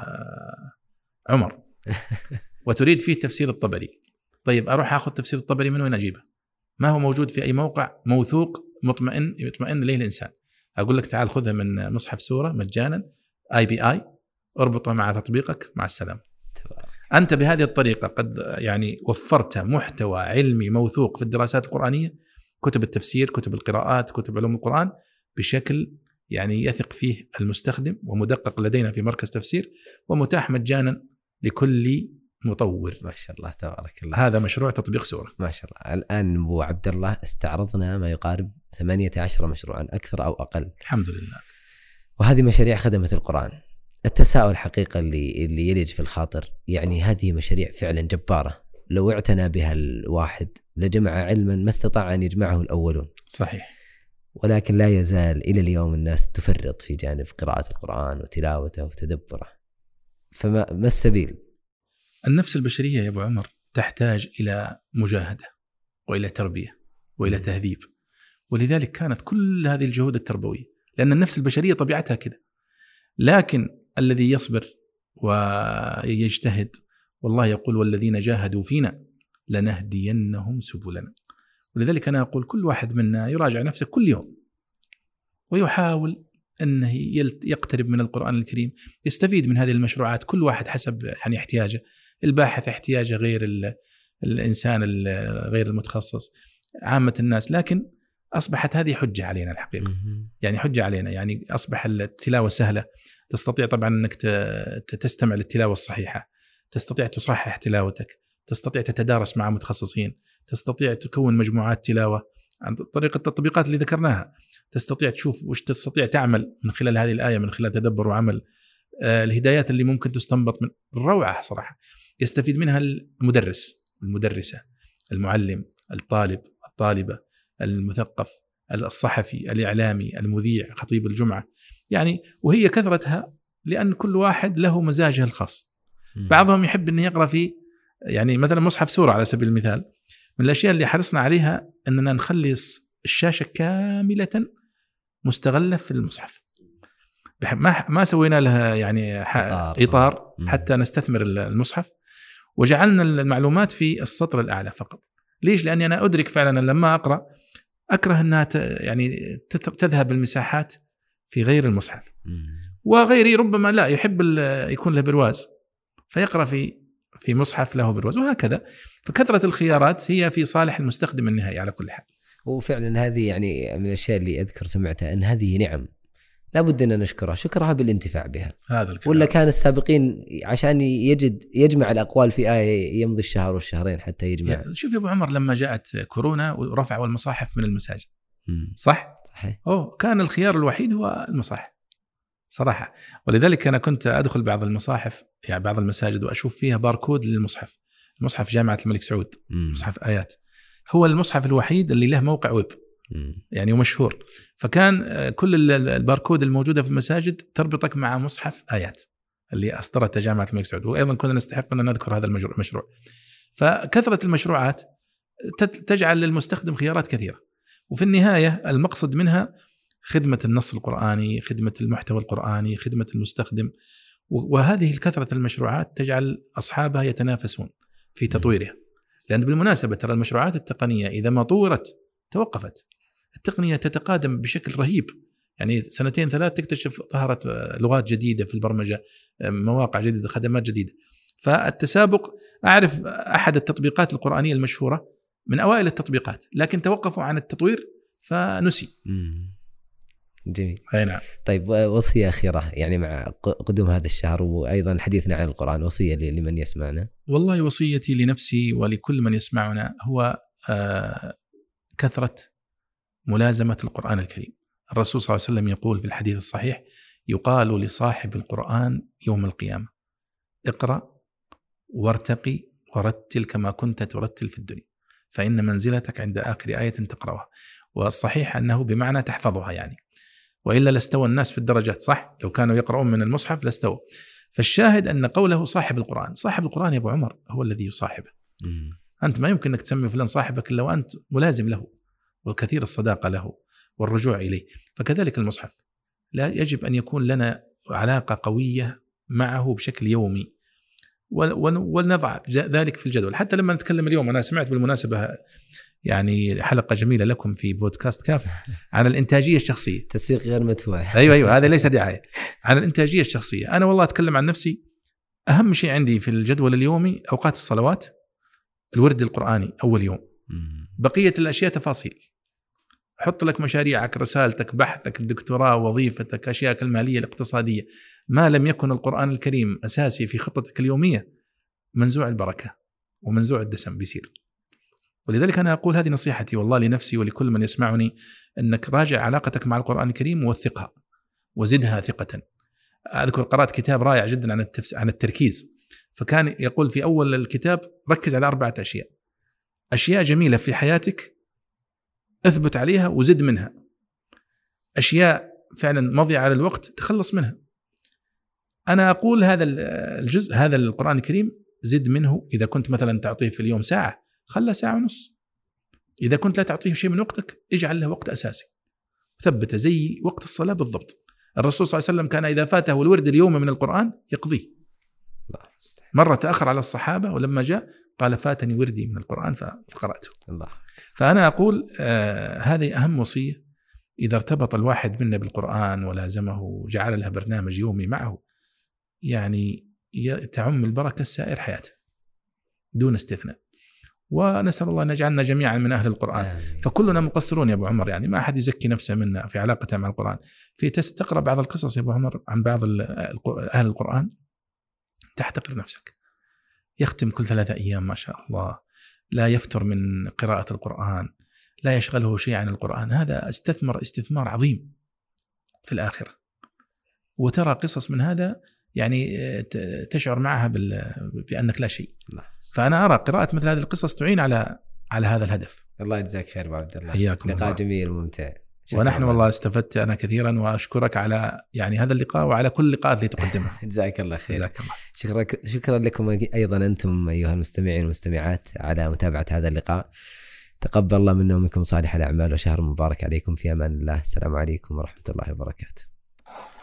عمر وتريد فيه تفسير الطبري، طيب أروح أخذ تفسير الطبري من وين أجيبه؟ ما هو موجود في أي موقع موثوق مطمئن يطمئن إليه الإنسان. أقول لك تعال خذها من مصحف سورة مجانا، آي بي آي، اربطه مع تطبيقك، مع السلام. أنت بهذه الطريقة قد يعني وفرت محتوى علمي موثوق في الدراسات القرآنية، كتب التفسير، كتب القراءات، كتب علوم القرآن، بشكل يعني يثق فيه المستخدم ومدقق لدينا في مركز تفسير، ومتاح مجانا لكل مطور. ما شاء الله تبارك الله. هذا مشروع تطبيق سورة. ما شاء الله. الآن أبو عبد الله استعرضنا ما يقارب ثمانية عشر مشروعا أكثر أو أقل. الحمد لله. وهذه مشاريع خدمة القرآن. التساؤل حقيقة اللي اللي يلج في الخاطر، يعني هذه مشاريع فعلا جبارة، لو اعتنى بها الواحد لجمع علما ما استطاع أن يجمعه الأولون. صحيح. ولكن لا يزال إلى اليوم الناس تفرط في جانب قراءة القرآن وتلاوته وتدبره. فما ما السبيل؟ النفس البشرية يا أبو عمر تحتاج إلى مجاهدة وإلى تربية وإلى تهذيب، ولذلك كانت كل هذه الجهود التربوية، لأن النفس البشرية طبيعتها كده. لكن الذي يصبر ويجتهد، والله يقول والذين جاهدوا فينا لنهدينهم سبلنا. ولذلك أنا أقول كل واحد منا يراجع نفسه كل يوم ويحاول أنه يقترب من القرآن الكريم، يستفيد من هذه المشروعات، كل واحد حسب يعني احتياجه. الباحث احتياجه غير الإنسان غير المتخصص، عامة الناس. لكن أصبحت هذه حجة علينا الحقيقة، يعني حجة علينا، يعني أصبح التلاوة سهلة. تستطيع طبعا أنك تستمع للتلاوة الصحيحة، تستطيع تصحح تلاوتك، تستطيع تتدارس مع متخصصين، تستطيع تكون مجموعات تلاوة عن طريق التطبيقات اللي ذكرناها، تستطيع تشوف وش تستطيع تعمل من خلال هذه الآية، من خلال تدبر وعمل. آه الهدايات اللي ممكن تستنبط من روعة صراحة، يستفيد منها المدرس، المدرسة، المعلم، الطالب، الطالبة، المثقف، الصحفي، الإعلامي، المذيع، خطيب الجمعة، يعني وهي كثرتها لأن كل واحد له مزاجه الخاص. بعضهم يحب أن يقرأ في يعني مثلا مصحف سورة على سبيل المثال، من الأشياء اللي حرصنا عليها أننا نخلي الشاشة كاملة مستغلة في المصحف، ما ما سوينا لها يعني إطار, إطار حتى نستثمر المصحف، وجعلنا المعلومات في السطر الأعلى فقط. ليش؟ لأني أنا أدرك فعلا لما أقرأ أكره أنها يعني تذهب المساحات في غير المصحف. وغيري ربما لا يحب يكون له برواز فيقرأ في في مصحف له برواز، وهكذا. فكثرة الخيارات هي في صالح المستخدم النهائي على كل حال. وفعلا هذه يعني من الأشياء اللي أذكر سمعتها أن هذه نعم لابد أن نشكرها، شكرها بالانتفاع بها. هذا الكلام. ولا كان السابقين عشان يجد يجمع الأقوال في آية يمضي الشهر والشهرين حتى يجمع. شوف يا أبو عمر، لما جاءت كورونا ورفعوا المصاحف من المساجد، مم. صح؟ صحيح. أوه كان الخيار الوحيد هو المصاحف صراحة. ولذلك أنا كنت أدخل بعض المصاحف يعني بعض المساجد وأشوف فيها باركود للمصحف، المصحف جامعة الملك سعود، مم. مصحف آيات، هو المصحف الوحيد اللي له موقع ويب مم. يعني ومشهور. فكان كل الباركود الموجودة في المساجد تربطك مع مصحف آيات اللي أصدرته جامعة الملك سعود، وأيضا كنا نستحق أن نذكر هذا المشروع. فكثرة المشروعات تجعل للمستخدم خيارات كثيرة، وفي النهاية المقصد منها خدمة النص القرآني، خدمة المحتوى القرآني، خدمة المستخدم. وهذه الكثرة المشروعات تجعل أصحابها يتنافسون في تطويرها، لأن بالمناسبة ترى المشروعات التقنية إذا ما طورت توقفت. التقنية تتقادم بشكل رهيب، يعني سنتين ثلاث تكتشف ظهرت لغات جديدة في البرمجة، مواقع جديدة، خدمات جديدة. فالتسابق، أعرف أحد التطبيقات القرآنية المشهورة من أوائل التطبيقات، لكن توقفوا عن التطوير فنسي. مم. جميل. أي نعم. طيب وصية أخيرة يعني مع قدوم هذا الشهر وأيضا حديثنا عن القرآن، وصية لمن يسمعنا. والله وصيتي لنفسي ولكل من يسمعنا هو آه كثرة ملازمة القرآن الكريم. الرسول صلى الله عليه وسلم يقول في الحديث الصحيح: يقال لصاحب القرآن يوم القيامة اقرأ وارتقي ورتل كما كنت ترتل في الدنيا، فإن منزلتك عند آخر آية تقرأها. والصحيح أنه بمعنى تحفظها يعني، وإلا لاستوى الناس في الدرجات، صح؟ لو كانوا يقرؤون من المصحف لاستوى. فالشاهد أن قوله صاحب القرآن، صاحب القرآن يا أبو عمر هو الذي يصاحبه. مم. أنت ما يمكن أنك تسمي فلان صاحبك إلا وأنت ملازم له وكثير الصداقة له والرجوع إليه. فكذلك المصحف لا يجب أن يكون لنا علاقة قوية معه بشكل يومي، ونضع ذلك في الجدول. حتى لما نتكلم اليوم، أنا سمعت بالمناسبة يعني حلقة جميلة لكم في بودكاست كاف عن الإنتاجية الشخصية. تسويق غير مدفوع. أيوة أيوة هذا ليس دعاية. عن الإنتاجية الشخصية، أنا والله أتكلم عن نفسي، أهم شيء عندي في الجدول اليومي أوقات الصلوات، الورد القرآني أول يوم، بقية الأشياء تفاصيل. حط لك مشاريعك، رسالتك، بحثك، الدكتوراه، وظيفتك، أشياءك المالية الاقتصادية. ما لم يكن القرآن الكريم أساسي في خطتك اليومية منزوع البركة ومنزوع الدسم بيصير. ولذلك أنا أقول هذه نصيحتي والله لنفسي ولكل من يسمعني، أنك راجع علاقتك مع القرآن الكريم ووثقها وزدها ثقة. أذكر قرأت كتاب رائع جدا عن التفس... عن التركيز، فكان يقول في أول الكتاب ركز على أربعة أشياء، أشياء جميلة في حياتك اثبت عليها وزد منها، أشياء فعلا مضيعة على الوقت تخلص منها. أنا أقول هذا الجزء، هذا القرآن الكريم زد منه. إذا كنت مثلا تعطيه في اليوم ساعة، خلى ساعة ونص. إذا كنت لا تعطيه شيء من وقتك، اجعل له وقت أساسي، ثبته زي وقت الصلاة بالضبط. الرسول صلى الله عليه وسلم كان إذا فاته الورد اليوم من القرآن يقضيه. مرة تأخر على الصحابة ولما جاء قال فاتني وردي من القرآن فقرأته. الله. فأنا أقول آه هذه أهم وصية. إذا ارتبط الواحد منا بالقرآن ولازمه وجعل له برنامج يومي معه، يعني تعم البركة سائر حياته دون استثناء. ونسأل الله أن يجعلنا جميعا من أهل القرآن. آمين. فكلنا مقصرون يا أبو عمر، يعني ما أحد يزكي نفسه منا في علاقته مع القرآن. في تقرأ بعض القصص يا أبو عمر عن بعض أهل القرآن تحتقر نفسك. يختم كل ثلاثة أيام ما شاء الله، لا يفتر من قراءة القرآن، لا يشغله شيء عن القرآن. هذا استثمر استثمار عظيم في الآخرة. وترى قصص من هذا يعني تشعر معها بأنك لا شيء. فأنا أرى قراءة مثل هذه القصص تعين على على هذا الهدف. الله يجزاك خير أبو عبد الله. حياكم الله. لقاء جميل وممتع. ونحن والله استفدت أنا كثيرا، وأشكرك على يعني هذا اللقاء وعلى كل اللقاءات اللي تقدمها. جزاك الله خير. جزاك الله. شكرا شكرا لكم أيضا أنتم أيها المستمعين والمستمعات على متابعة هذا اللقاء. تقبل الله منا ومنكم صالح الأعمال، وشهر مبارك عليكم. في أمان الله. السلام عليكم ورحمة الله وبركاته.